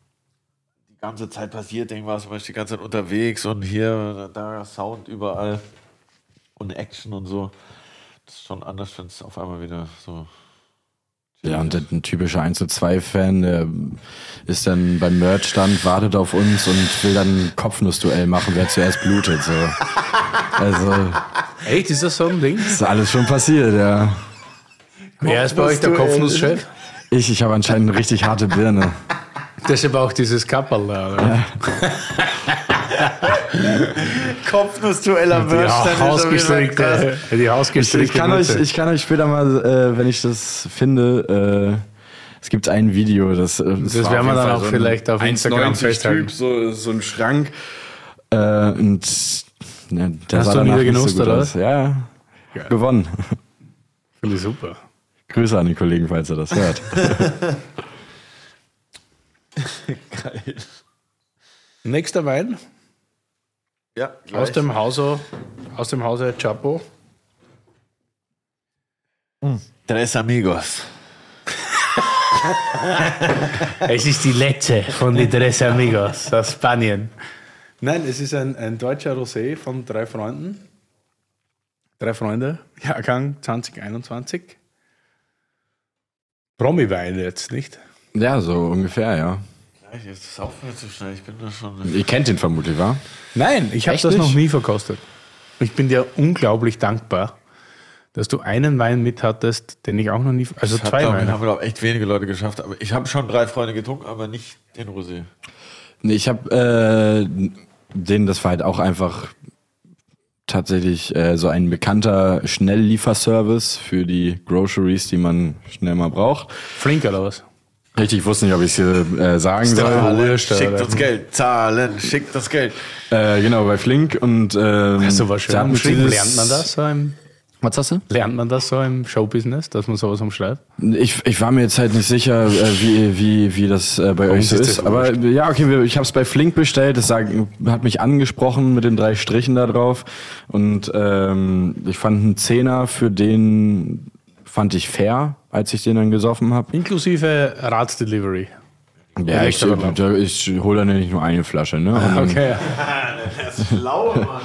S1: die ganze Zeit passiert irgendwas, man ist die ganze Zeit unterwegs und hier, da Sound überall und Action und so. Das ist schon anders, wenn es auf einmal wieder so.
S3: Ja, und ein typischer eins zu zwei Fan, der ist dann beim Merch-Stand, wartet auf uns und will dann ein Kopfnussduell machen, wer zuerst blutet, so. Also,
S2: Echt, ist das so ein Ding?
S3: ist alles schon passiert, ja.
S2: Wer ist bei euch der Kopfnusschef?
S3: Ich, ich habe anscheinend eine richtig harte Birne.
S2: Deshalb auch dieses Kapperl da. Oder?
S1: Kopfnussduell am
S2: Die hausgestrickte, die
S3: Ich,
S2: hausgestrickte
S3: ich, kann euch,
S2: Mütze.
S3: ich kann euch später mal, äh, wenn ich das finde, äh, es gibt ein Video, das, äh,
S2: Das
S3: war
S2: werden wir
S3: auf jeden
S2: dann
S3: Fall
S2: auch
S3: ein
S2: vielleicht auf Instagram
S3: eins neunzig
S2: festhalten.
S3: Typ, so, so ein Schrank. Äh, und Ja, der
S2: Hast
S3: sah
S2: du
S3: danach
S2: wieder
S3: nicht
S2: genutzt,
S3: gut
S2: oder
S3: aus.
S2: was?
S3: Ja,
S2: Geil.
S3: gewonnen.
S2: Finde ich super.
S3: Grüße an die Kollegen, falls er das hört.
S1: Geil.
S2: Nächster Wein
S1: Ja,
S2: aus dem Hause, aus dem Hause Chapo.
S1: Tres Amigos.
S2: Es ist die letzte von den Tres Amigos aus Spanien. Nein, es ist ein, ein deutscher Rosé von drei Freunden. Drei Freunde, Jahrgang zwanzig einundzwanzig. Promi-Wein jetzt, nicht?
S3: Ja, so ungefähr, ja.
S1: Jetzt saufen wir zu schnell. Ich bin da schon.
S3: Ihr kennt ihn vermutlich, wa?
S2: Nein, ich habe
S3: Echt
S2: das
S3: nicht?
S2: noch nie verkostet. Ich bin dir unglaublich dankbar, dass du einen Wein mit hattest, den ich auch noch nie... Also
S1: Das hat,
S2: zwei
S1: glaub ich,
S2: Weine.
S1: haben wir, glaub, echt wenige Leute geschafft. Aber ich habe schon drei Freunde getrunken, aber nicht den Rosé.
S3: Nee, ich habe äh, den, das war halt auch einfach tatsächlich äh, so ein bekannter Schnelllieferservice für die Groceries, die man schnell mal braucht.
S2: Flink oder was?
S3: Richtig, ich wusste nicht, ob ich es hier äh, sagen soll.
S1: Zahlen, schickt uns Geld. Zahlen, schickt uns Geld.
S3: Äh, genau, bei Flink und ähm,
S2: Hast du was schön
S3: sie hatten
S2: umschrieben?
S3: dieses-
S2: Lernt man das so im,
S3: Was hast du?
S2: lernt man das so im Showbusiness, dass man sowas umschreibt?
S3: Ich, ich war mir jetzt halt nicht sicher, äh, wie, wie, wie das äh, bei euch so
S2: ist
S3: ist.
S2: das
S3: Aber ja, okay, wir- ich habe es bei Flink bestellt. Das sag, hat mich angesprochen mit den drei Strichen da drauf. Und ähm, ich fand einen Zehner für den, fand ich fair, als ich den dann gesoffen habe.
S2: Inklusive Radsdelivery.
S3: Ja, ich, ich, ich hole dann ja nicht nur eine Flasche. Ne? Und dann,
S2: Okay.
S1: Das ist schlau, Mann.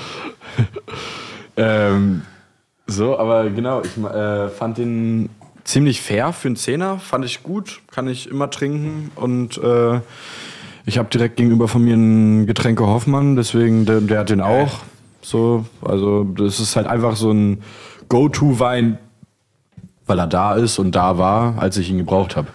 S3: Ähm, so, aber genau, ich äh, fand den ziemlich fair für einen Zehner, fand ich gut, kann ich immer trinken und äh, ich habe direkt gegenüber von mir einen Getränke Hoffmann, deswegen der, der hat den auch. So, also das ist halt einfach so ein Go-To-Wein, weil er da ist und da war, als ich ihn gebraucht habe.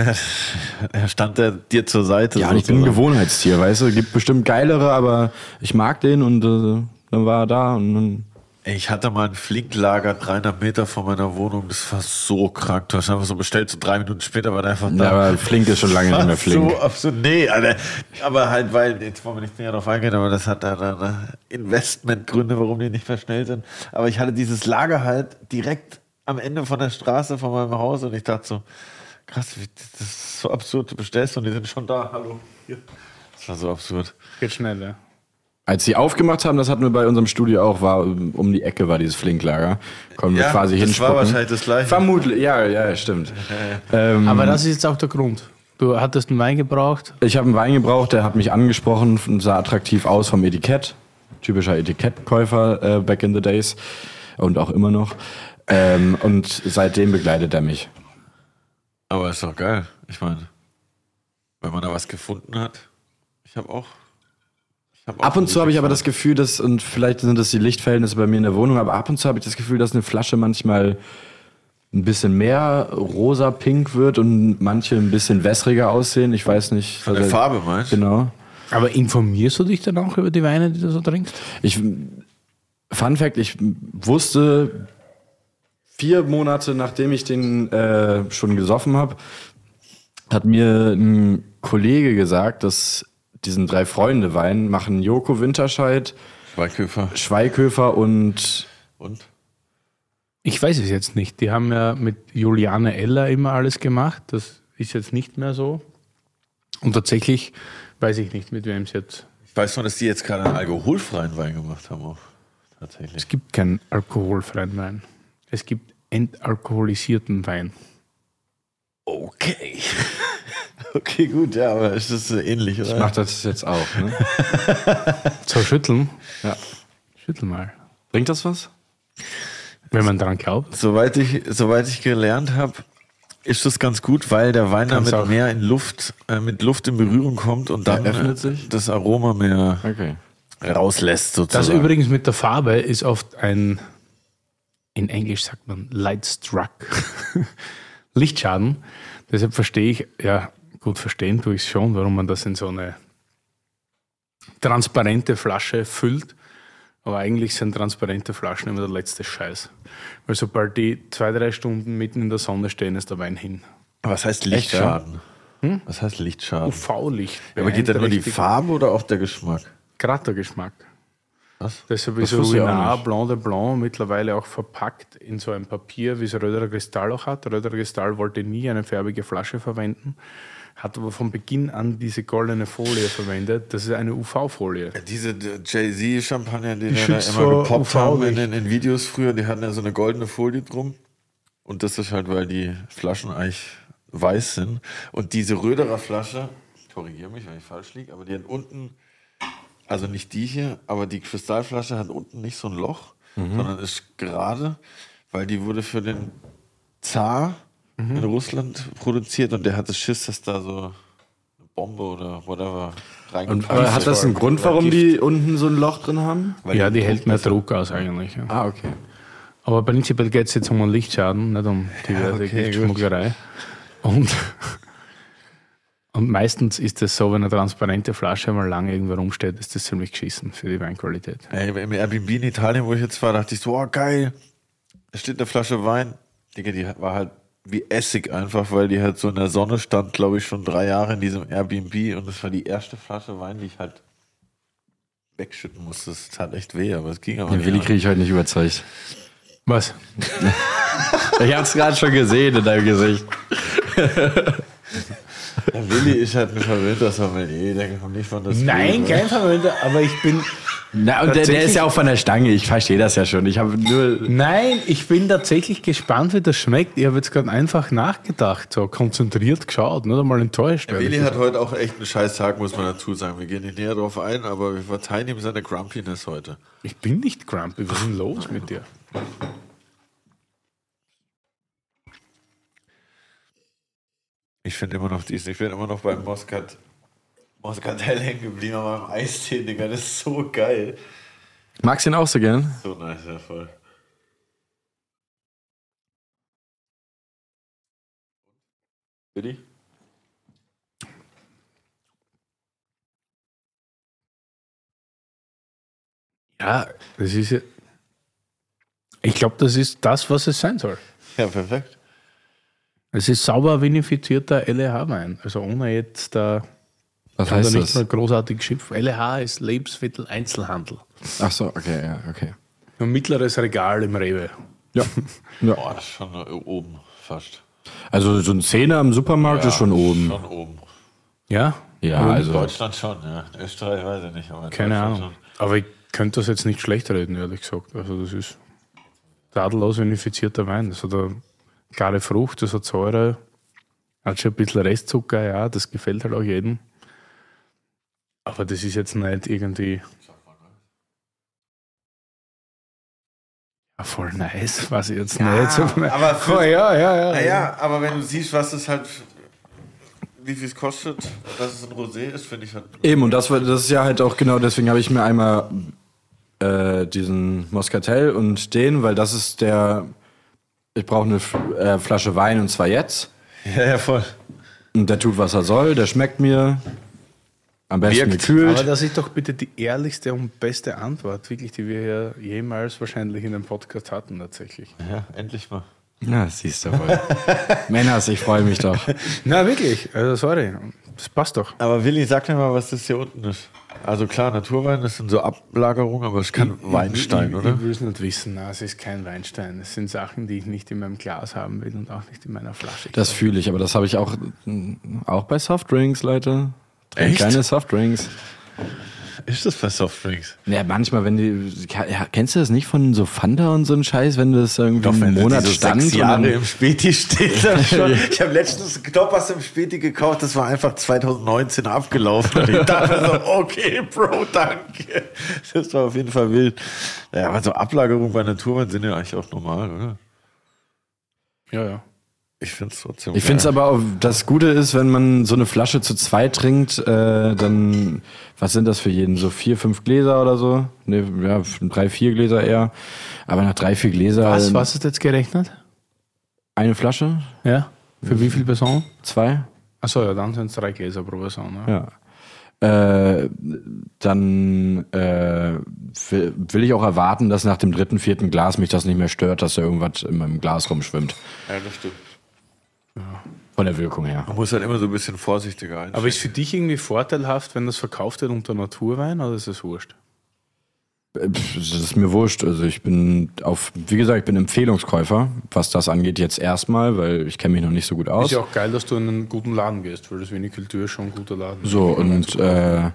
S1: Er stand der dir zur Seite.
S3: Ja, und ich bin ein
S1: sozusagen.
S3: Gewohnheitstier, weißt du, gibt bestimmt geilere, aber ich mag den und äh, dann war er da und dann
S1: Ich hatte mal ein Flinklager dreihundert Meter von meiner Wohnung. Das war so krank. Du hast einfach so bestellt, so drei Minuten später war der einfach da.
S3: ja, aber Flink ist schon lange nicht mehr Flink.
S1: So absolut. Nee, Alter. Aber halt, weil, jetzt wollen wir nicht näher drauf eingehen, aber das hat da, da, da Investmentgründe, warum die nicht mehr schnell sind. Aber ich hatte dieses Lager halt direkt am Ende von der Straße von meinem Haus und ich dachte so, krass, wie, das ist so absurd, du bestellst und die sind schon da. Hallo. Hier. Das war so absurd.
S2: Geht schneller.
S3: Als sie aufgemacht haben, das hatten wir bei unserem Studio auch, war um die Ecke war dieses Flinklager. Konnten wir
S1: Ja,
S3: quasi
S1: das
S3: hinspucken.
S1: war wahrscheinlich das Gleiche.
S3: Vermutlich, ja, ja, stimmt. Ähm,
S2: Aber das ist jetzt auch der Grund. Du hattest einen Wein gebraucht.
S3: ich habe einen Wein gebraucht, der hat mich angesprochen und sah attraktiv aus vom Etikett. Typischer Etikettkäufer äh, back in the days und auch immer noch. Ähm, und seitdem begleitet er mich.
S1: Aber ist doch geil. Ich meine, wenn man da was gefunden hat. Ich habe auch. Ich hab auch
S3: Ab und zu habe ich aber
S1: gefallen.
S3: das Gefühl, dass, und vielleicht sind das die Lichtverhältnisse bei mir in der Wohnung, aber ab und zu habe ich das Gefühl, dass eine Flasche manchmal ein bisschen mehr rosa-pink wird und manche ein bisschen wässriger aussehen. Ich weiß nicht.
S1: Von der
S3: also-
S1: Farbe meinst du?
S3: Genau.
S2: Aber informierst du dich dann auch über die Weine, die du so trinkst?
S3: Ich, Fun Fact, ich wusste vier Monate, nachdem ich den äh, schon gesoffen habe, hat mir ein Kollege gesagt, dass diesen drei Freunde Wein machen Joko Winterscheid,
S1: Schweighöfer.
S3: Schweighöfer und
S1: Und?
S2: Ich weiß es jetzt nicht. Die haben ja mit Juliane Eller immer alles gemacht. Das ist jetzt nicht mehr so. Und tatsächlich weiß ich nicht, mit wem es jetzt...
S1: Ich weiß nur, dass die jetzt gerade einen alkoholfreien Wein gemacht haben. Auch. Tatsächlich.
S2: Es gibt keinen alkoholfreien Wein. Es gibt entalkoholisierten Wein.
S1: Okay. Okay, gut, ja, aber ist das äh, ähnlich, oder?
S3: ich mache das jetzt auch. Ne?
S2: So, schütteln.
S3: Ja.
S2: Schüttel mal.
S3: Bringt das was?
S2: Wenn man daran glaubt.
S1: Soweit ich, soweit ich gelernt habe, ist das ganz gut, weil der Wein
S2: Kann's
S1: damit
S2: auch.
S1: mehr in Luft, äh, mit Luft in Berührung kommt und dann
S3: öffnet
S1: äh,
S3: sich?
S1: das Aroma mehr
S3: Okay.
S1: rauslässt,
S2: Das
S1: sozusagen.
S2: übrigens mit der Farbe ist oft ein, in Englisch sagt man Light Struck, Lichtschaden. Deshalb verstehe ich, ja gut, verstehen tue ich es schon, warum man das in so eine transparente Flasche füllt. Aber eigentlich sind transparente Flaschen immer der letzte Scheiß. Weil sobald die zwei, drei Stunden mitten in der Sonne stehen, ist der Wein hin.
S1: Was heißt
S3: Echt, ja?
S1: Lichtschaden? Was heißt Lichtschaden?
S2: U V-Licht.
S1: Ja, aber geht da nur die
S2: Beeinträchtigt
S1: Farbe oder auch der Geschmack?
S2: gerade der Geschmack.
S1: Was?
S2: Deshalb
S3: Das
S2: ist
S3: wusste ich auch
S2: Ruinart
S3: nicht.
S2: Blanc de Blanc mittlerweile auch verpackt in so ein Papier, wie es Röderer Kristall auch hat. Röderer Kristall wollte nie eine färbige Flasche verwenden, hat aber von Beginn an diese goldene Folie verwendet. Das ist eine U V-Folie.
S1: Diese Jay-Z-Champagner, die,
S2: Die
S1: wir da
S2: schützt
S1: immer
S2: vor
S1: gepoppt
S2: U V
S1: haben in
S2: nicht.
S1: den in Videos früher, die hatten ja so eine goldene Folie drum. Und das ist halt, weil die Flaschen eigentlich weiß sind. Und diese Röderer Flasche, korrigiere mich, wenn ich falsch liege, aber die hat unten, also nicht die hier, aber die Kristallflasche hat unten nicht so ein Loch,
S2: Mhm.
S1: sondern ist gerade, weil die wurde für den Zar
S2: Mhm.
S1: in Russland produziert und der hatte Schiss, dass da so eine Bombe oder whatever
S3: Und,
S1: reinkommt.
S3: aber hat das einen Grund, warum die unten so ein Loch drin haben?
S1: Weil
S2: Ja, die
S1: die
S2: hält mehr Druck aus eigentlich. Ja.
S3: Ah, okay.
S2: Aber prinzipiell geht es jetzt um einen Lichtschaden, nicht um diverse
S1: okay,
S2: Giftschmugglerei. Und, und meistens ist es so, wenn eine transparente Flasche mal lange irgendwo rumsteht, ist das ziemlich geschissen für die Weinqualität.
S1: Ey, im Airbnb in Italien, wo ich jetzt war, dachte ich so, oh geil, da steht eine Flasche Wein. Digga, die war halt wie Essig einfach, weil die halt so in der Sonne stand, glaube ich, schon drei Jahre in diesem Airbnb und das war die erste Flasche Wein, die ich halt wegschütten musste. Das tat echt weh, aber es ging aber
S3: Den
S1: nicht.
S3: Willi kriege ich heute nicht überzeugt.
S2: Was?
S3: Ich hab's gerade schon gesehen in deinem Gesicht.
S1: Der Willi ist halt ein verwöhnter Sommelier, der kommt nicht von das
S2: Nein, kein Verwöhnter, aber ich bin.
S3: Na, und der, der ist ja auch von der Stange, ich verstehe das ja schon. Ich habe nur.
S2: Nein, ich bin tatsächlich gespannt, wie das schmeckt. Ich habe jetzt gerade einfach nachgedacht, so konzentriert geschaut, nicht einmal enttäuscht.
S1: Der Willi hat heute auch echt einen scheiß Tag, muss man dazu sagen. Wir gehen nicht näher drauf ein, aber wir verzeihen ihm seine Grumpiness heute.
S2: Ich bin nicht grumpy, was ist denn los mit dir?
S1: Ich finde immer noch diesen, ich bin immer noch beim Moscat, Moscatel hängen geblieben, aber beim Eistee, Digga, das ist so geil.
S3: Magst du ihn auch so gern?
S1: So nice, ja voll. Willi?
S2: Ja, das ist ja. Ich glaube, das ist das, was es sein soll.
S1: Ja, perfekt.
S2: Es ist sauber vinifizierter L E H-Wein. Also ohne jetzt da.
S3: Was
S2: Kann da
S3: heißt
S2: nicht
S3: das?
S2: mal großartig schimpfen. L E H ist Lebensmitteleinzelhandel.
S3: Ach so, okay, ja, okay.
S2: Ein mittleres Regal im Rewe.
S3: Ja. ja.
S1: Boah, das ist schon äh, oben fast.
S3: Also so ein Zehner im Supermarkt ist schon oben.
S1: Schon oben.
S2: Ja?
S3: Ja,
S2: Aber
S3: also.
S1: Deutschland schon, ja. Österreich weiß ich nicht, aber in
S2: Keine
S1: Deutschland
S2: Ahnung. Aber ich könnte das jetzt nicht schlecht reden, ehrlich gesagt. Also das ist tadellos vinifizierter Wein. Das hat eine klare Frucht, das hat Säure, hat schon ein bisschen Restzucker, ja, das gefällt halt auch jedem. Aber das ist jetzt nicht irgendwie. Ja, voll nice, weiß ich jetzt
S1: Ja,
S2: nicht. So,
S1: aber für-
S2: oh, ja, ja, ja.
S1: Naja, aber wenn du siehst, was es halt, wie viel es kostet, dass es ein Rosé ist, finde ich halt.
S3: Eben, und das, war, das ist ja halt auch genau, deswegen habe ich mir einmal äh, diesen Moscatel und den, weil das ist der, ich brauche eine F- äh, Flasche Wein und zwar jetzt.
S1: Ja, ja, voll.
S3: Und der tut, was er soll, der schmeckt mir. Am besten
S1: Wirkt.
S3: gekühlt.
S2: Aber das ist doch bitte die ehrlichste und beste Antwort, wirklich, die wir ja jemals wahrscheinlich in dem Podcast hatten, tatsächlich.
S1: Ja, endlich mal.
S3: Ja, siehst du wohl. Männers, ich freue mich doch.
S2: Na, wirklich, also sorry, das passt doch.
S1: Aber Willi, sag mir mal, was das hier unten ist. Also klar, Naturwein, das sind so Ablagerungen, aber es ist kein Weinstein,
S2: ich,
S1: oder?
S2: Ich will es nicht wissen, nein, es ist kein Weinstein. Es sind Sachen, die ich nicht in meinem Glas haben will und auch nicht in meiner Flasche.
S3: Das fühle ich, aber das habe ich auch, auch bei Softdrinks, Leute. Trink
S1: Echt?
S3: keine Softdrinks.
S1: Ist das bei Softdrinks?
S3: Ja, manchmal, wenn die. Ja, kennst du das nicht von so Fanta und so ein Scheiß, wenn das irgendwie einen Monat stand?
S1: sechs
S3: und
S1: Jahre
S3: dann-
S1: im Späti steht dann schon. Ich habe letztens Knoppers im Späti gekauft, das war einfach zwanzig neunzehn abgelaufen. Und ich dachte so, okay, Bro, danke. Das war auf jeden Fall wild. Ja, aber so Ablagerungen bei Naturwein sind ja eigentlich auch normal, oder?
S2: Ja, ja.
S1: Ich finde es trotzdem.
S3: Ich finde es
S1: geil.
S3: aber auch, das Gute ist, wenn man so eine Flasche zu zweit trinkt, äh, dann, was sind das für jeden? So vier, fünf Gläser oder so? Ne, ja, drei, vier Gläser eher. Aber nach drei, vier Gläser.
S2: Was, was ist jetzt gerechnet?
S3: Eine Flasche?
S2: Ja. Für wie viele Personen?
S3: Zwei?
S2: Achso, ja, dann sind es drei Gläser pro Person. Ja.
S3: Ja. Äh, dann äh, will, will ich auch erwarten, dass nach dem dritten, vierten Glas mich das nicht mehr stört, dass da irgendwas in meinem Glas rumschwimmt.
S1: Ja, das stimmt.
S3: Von der Wirkung her.
S1: Man muss halt immer so ein bisschen vorsichtiger einstellen.
S2: Aber ist für dich irgendwie vorteilhaft, wenn das verkauft wird unter Naturwein oder ist es wurscht?
S3: Das ist mir wurscht. Also ich bin auf, wie gesagt, ich bin Empfehlungskäufer, was das angeht jetzt erstmal, weil ich kenne mich noch nicht so gut aus.
S2: Ist ja auch geil, dass du in einen guten Laden gehst, weil das Vinikultur ist schon ein guter Laden.
S3: So, und äh,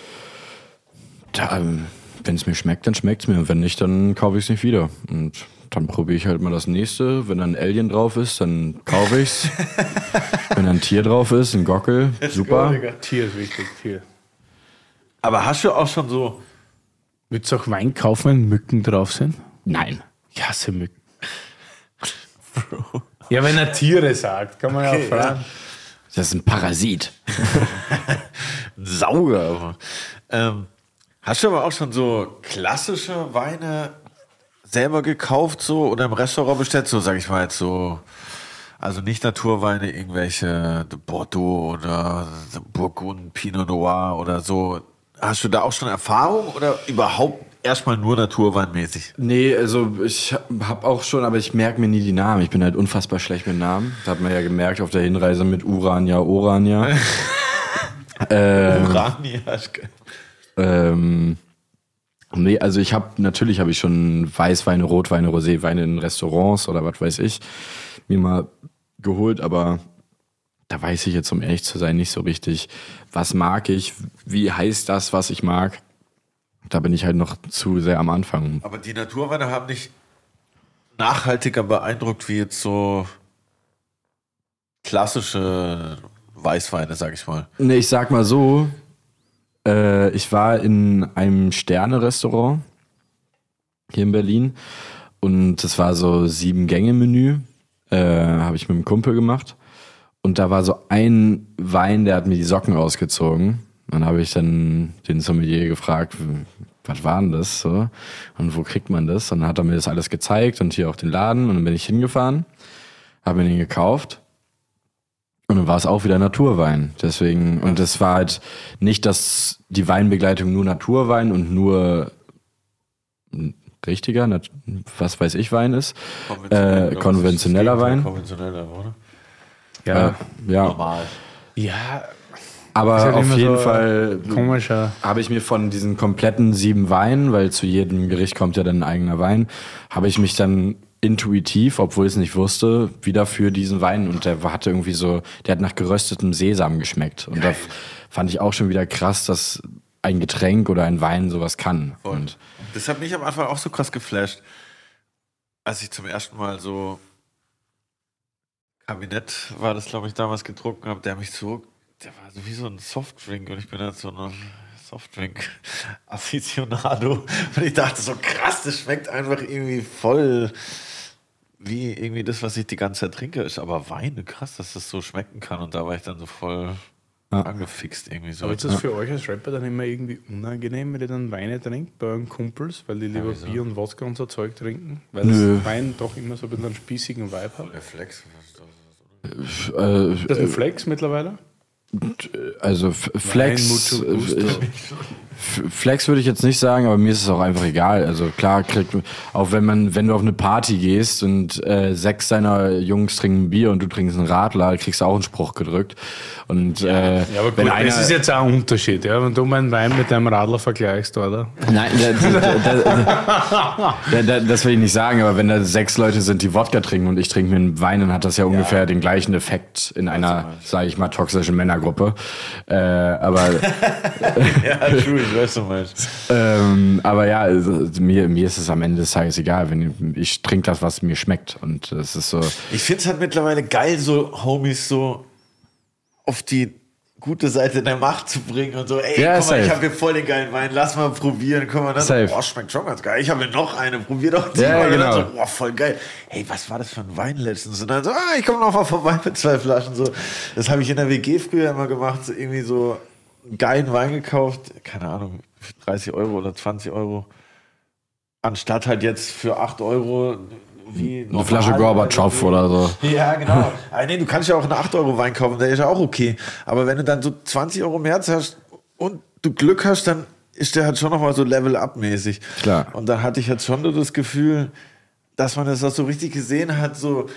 S3: wenn es mir schmeckt, dann schmeckt es mir. Und wenn nicht, dann kaufe ich es nicht wieder. Und dann probiere ich halt mal das nächste. Wenn da ein Alien drauf ist, dann kaufe ich es. Wenn da ein Tier drauf ist, ein Gockel, super.
S2: Go, Tier ist wichtig, Tier.
S1: Aber hast du auch schon so...
S2: Würdest du auch Wein kaufen, wenn Mücken drauf sind?
S3: Nein.
S2: Ich hasse Mücken. Ja, wenn er Tiere sagt, kann man
S1: Okay,
S2: ja auch fragen.
S1: ja.
S3: Das ist ein Parasit.
S1: Ein Sauger. Aber. Ähm, hast du aber auch schon so klassische Weine selber gekauft so oder im Restaurant bestellt? So, sag ich mal jetzt so... Also nicht Naturweine, irgendwelche Bordeaux oder Burgund, Pinot Noir oder so. Hast du da auch schon Erfahrung oder überhaupt erstmal nur naturweinmäßig?
S3: Nee, also ich habe auch schon, aber ich merke mir nie die Namen. Ich bin halt unfassbar schlecht mit Namen. Das hat man ja gemerkt auf der Hinreise mit Urania, Orania. ähm,
S1: Urania.
S3: ähm, nee, also ich habe, natürlich habe ich schon Weißweine, Rotweine, Roséweine in Restaurants oder was weiß ich mir mal geholt, aber da weiß ich jetzt, um ehrlich zu sein, nicht so richtig, was mag ich, wie heißt das, was ich mag. Da bin ich halt noch zu sehr am Anfang.
S1: Aber die Naturweine haben nicht nachhaltiger beeindruckt wie jetzt so klassische Weißweine, sag ich mal.
S3: Nee, ich sag mal so, äh, ich war in einem Sterne-Restaurant hier in Berlin und das war so Sieben-Gänge-Menü, äh, habe ich mit einem Kumpel gemacht. Und da war so ein Wein, der hat mir die Socken ausgezogen. Dann habe ich dann den Sommelier gefragt, was war denn das? So? Und wo kriegt man das? Und dann hat er mir das alles gezeigt und hier auch den Laden. Und dann bin ich hingefahren, habe mir den gekauft. Und dann war es auch wieder Naturwein. Deswegen, und es war halt nicht, dass die Weinbegleitung nur Naturwein und nur richtiger, was weiß ich, Wein ist. Konventionell, äh, konventioneller Wein.
S1: Konventioneller, oder?
S3: Ja, äh, ja.
S1: Normal.
S2: Ja,
S3: aber
S2: halt
S3: auf jeden
S2: so
S3: Fall
S2: komischer.
S3: habe ich mir von diesen kompletten sieben Weinen, weil zu jedem Gericht kommt ja dann ein eigener Wein, habe ich mich dann intuitiv, obwohl ich es nicht wusste, wieder für diesen Wein, und der hatte irgendwie so, der hat nach geröstetem Sesam geschmeckt. Und Geil. Da fand ich auch schon wieder krass, dass ein Getränk oder ein Wein sowas kann.
S1: Und,
S3: und
S1: das hat mich am Anfang auch so krass geflasht, als ich zum ersten Mal so Kabinett war das, glaube ich, damals getrunken habe, der mich so, der war so wie so ein Softdrink und ich bin halt so ein Softdrink-Aficionado und ich dachte so, krass, das schmeckt einfach irgendwie voll wie irgendwie das, was ich die ganze Zeit trinke, ist aber Wein, krass, dass das so schmecken kann, und da war ich dann so voll ja. angefixt irgendwie so.
S2: Aber ist das für euch als Rapper dann immer irgendwie unangenehm, wenn ihr dann Weine trinkt bei euren Kumpels, weil die lieber ja, Bier und Wodka und so Zeug trinken? Weil
S3: Nö.
S2: das Wein doch immer so ein bisschen einen spießigen Vibe hat.
S1: Reflex.
S3: Äh,
S2: ist das ein Flex mittlerweile?
S3: Also Flex, Nein, Flex würde ich jetzt nicht sagen, aber mir ist es auch einfach egal. Also klar, kriegt, auch wenn man, wenn du auf eine Party gehst und äh, sechs deiner Jungs trinken Bier und du trinkst einen Radler, kriegst du auch einen Spruch gedrückt. Und
S2: ja,
S3: äh,
S2: ja, aber gut,
S3: wenn einer,
S2: das ist jetzt auch ein Unterschied, ja, wenn du meinen Wein mit deinem Radler vergleichst, oder?
S3: Nein, das, das, das, das will ich nicht sagen, aber wenn da sechs Leute sind, die Wodka trinken und ich trinke mir einen Wein, dann hat das ja ungefähr ja. den gleichen Effekt in einer, sage ich mal, toxischen Männergruppe. Äh, aber
S1: ja, true, ich weiß, du meinst.
S3: Ähm, aber ja, also, mir, mir ist es am Ende des Tages egal, wenn ich, ich trinke das, was mir schmeckt, und das ist so.
S1: Ich finde es halt mittlerweile geil, so Homies so auf die gute Seite der Macht zu bringen und so, ey,
S3: ja,
S1: guck mal,
S3: safe.
S1: ich habe hier voll den geilen Wein, lass mal probieren, guck mal, dann
S3: Safe.
S1: so, boah, schmeckt schon ganz geil, ich habe hier noch eine, probier doch die
S3: ja,
S1: mal,
S3: genau.
S1: und dann so, boah, voll geil, hey, was war das für ein Wein letztens? Und dann so, ah, ich komme noch mal vorbei mit zwei Flaschen, so, das habe ich in der W G früher immer gemacht, so irgendwie so einen geilen Wein gekauft, keine Ahnung, für dreißig Euro oder zwanzig Euro, anstatt halt jetzt für acht Euro wie
S3: eine Flasche Gorbatschow oder so.
S1: Ja, genau. Aber nee, du kannst ja auch einen acht Euro Wein kaufen, der ist ja auch okay. Aber wenn du dann so zwanzig Euro mehr hast und du Glück hast, dann ist der halt schon nochmal so Level-Up-mäßig.
S3: Klar.
S1: Und dann hatte ich jetzt schon so das Gefühl, dass man das auch so richtig gesehen hat, so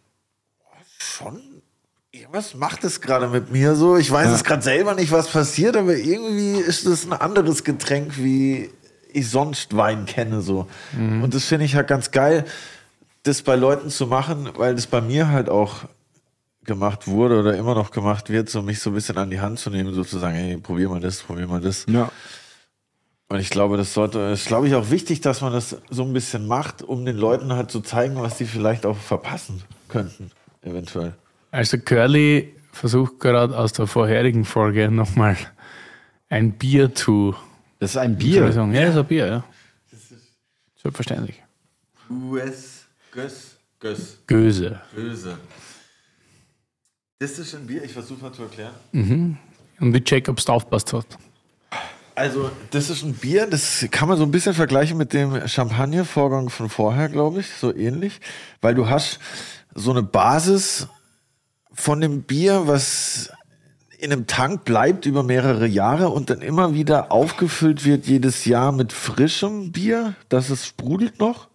S1: schon, irgendwas macht es gerade mit mir so. Ich weiß ja. es gerade selber nicht, was passiert, aber irgendwie ist das ein anderes Getränk wie ich sonst Wein kenne. So. Mhm. Und das finde ich halt ganz geil, das bei Leuten zu machen, weil das bei mir halt auch gemacht wurde oder immer noch gemacht wird, so mich so ein bisschen an die Hand zu nehmen, sozusagen, hey, probier mal das, probier mal das.
S3: Ja.
S1: Und ich glaube, das sollte, ist, glaube ich, auch wichtig, dass man das so ein bisschen macht, um den Leuten halt zu zeigen, was sie vielleicht auch verpassen könnten, eventuell.
S2: Also Curly versucht gerade aus der vorherigen Folge nochmal ein Bier zu...
S3: Das ist ein Bier?
S2: Ja, das ist ein Bier, ja. Selbstverständlich.
S1: U S Göss. Göss.
S2: Göse.
S1: Göse. Das ist ein Bier, ich versuche mal zu erklären.
S2: Mhm. Und wie check, ob es aufpasst hat.
S1: Also, das ist ein Bier, das kann man so ein bisschen vergleichen mit dem Champagner-Vorgang von vorher, glaube ich, so ähnlich. Weil du hast so eine Basis von dem Bier, was in einem Tank bleibt über mehrere Jahre und dann immer wieder aufgefüllt wird jedes Jahr mit frischem Bier, dass es sprudelt noch.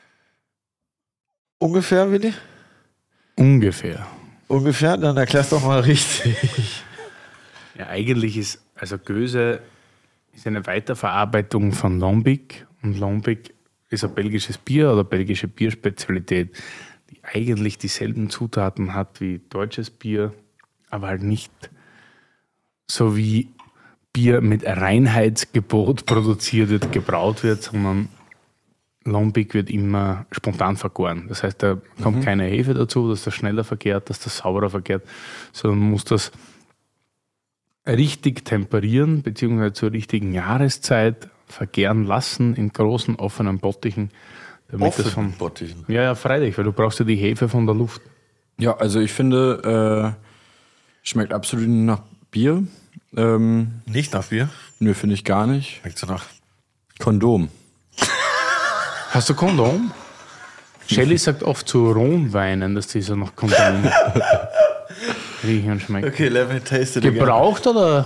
S1: Ungefähr, Willi?
S2: Ungefähr.
S1: Ungefähr? Dann erklär's doch mal richtig.
S2: Ja, eigentlich ist, also Göse ist eine Weiterverarbeitung von Lambic und Lambic ist ein belgisches Bier oder belgische Bierspezialität, die eigentlich dieselben Zutaten hat wie deutsches Bier, aber halt nicht so wie Bier mit Reinheitsgebot produziert wird, gebraut wird, sondern Lambic wird immer spontan vergoren. Das heißt, da kommt mhm. keine Hefe dazu, dass das schneller vergärt, dass das sauberer vergärt, sondern man muss das richtig temperieren, beziehungsweise zur richtigen Jahreszeit vergären lassen in großen offenen Bottichen. Damit
S1: offenen
S2: das von,
S1: Bottichen?
S2: Ja, ja, freilich, weil du brauchst ja die Hefe von der Luft.
S3: Ja, also ich finde, äh, schmeckt absolut nach Bier. Ähm,
S1: nicht nach Bier?
S3: Nö, finde ich gar nicht.
S1: Schmeckt so nach
S3: Kondom.
S2: Hast du Kondom? Shelly sagt oft zu Rhonweinen, dass die so nach Kondom riechen und schmecken.
S1: Okay, let me taste it
S2: Gebraucht
S1: again.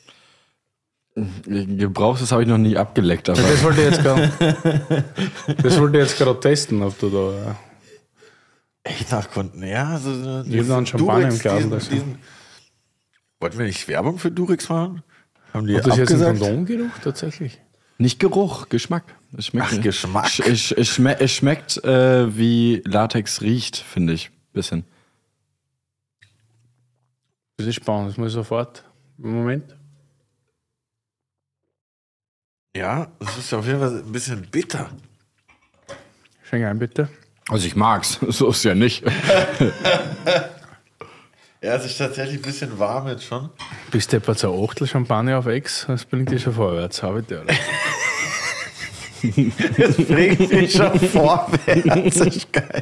S2: Oder?
S3: Gebraucht, das habe ich noch nie abgeleckt. Aber
S2: ja, das wollte ich jetzt gerade das wollte ich jetzt gerade testen, ob du da...
S1: Echt nach Kondom? Ja, also...
S2: Ich habe da einen Champagner im Glas. Diesen, diesen,
S1: wollten wir nicht Werbung für Durex machen? Haben die
S2: Hat das
S1: abgesagt?
S2: Jetzt ein Kondomgeruch tatsächlich?
S3: Nicht Geruch, Geschmack. Es schmeckt
S1: Ach, Geschmack?
S3: Es, es, schme es schmeckt, äh, wie Latex riecht, finde ich. Bisschen.
S2: Das ist spannend, das muss ich sofort. Moment.
S1: Ja, das ist auf jeden Fall ein bisschen bitter.
S2: Schenk ein, bitte.
S3: Also ich mag's, so ist ja nicht.
S1: Ja, es ist tatsächlich ein bisschen warm jetzt schon.
S2: Bist du etwa zur Achtel Champagner auf Ex? Das bringt dich schon vorwärts, habe ich dir.
S1: Das bringt mich schon vorwärts. Das ist geil.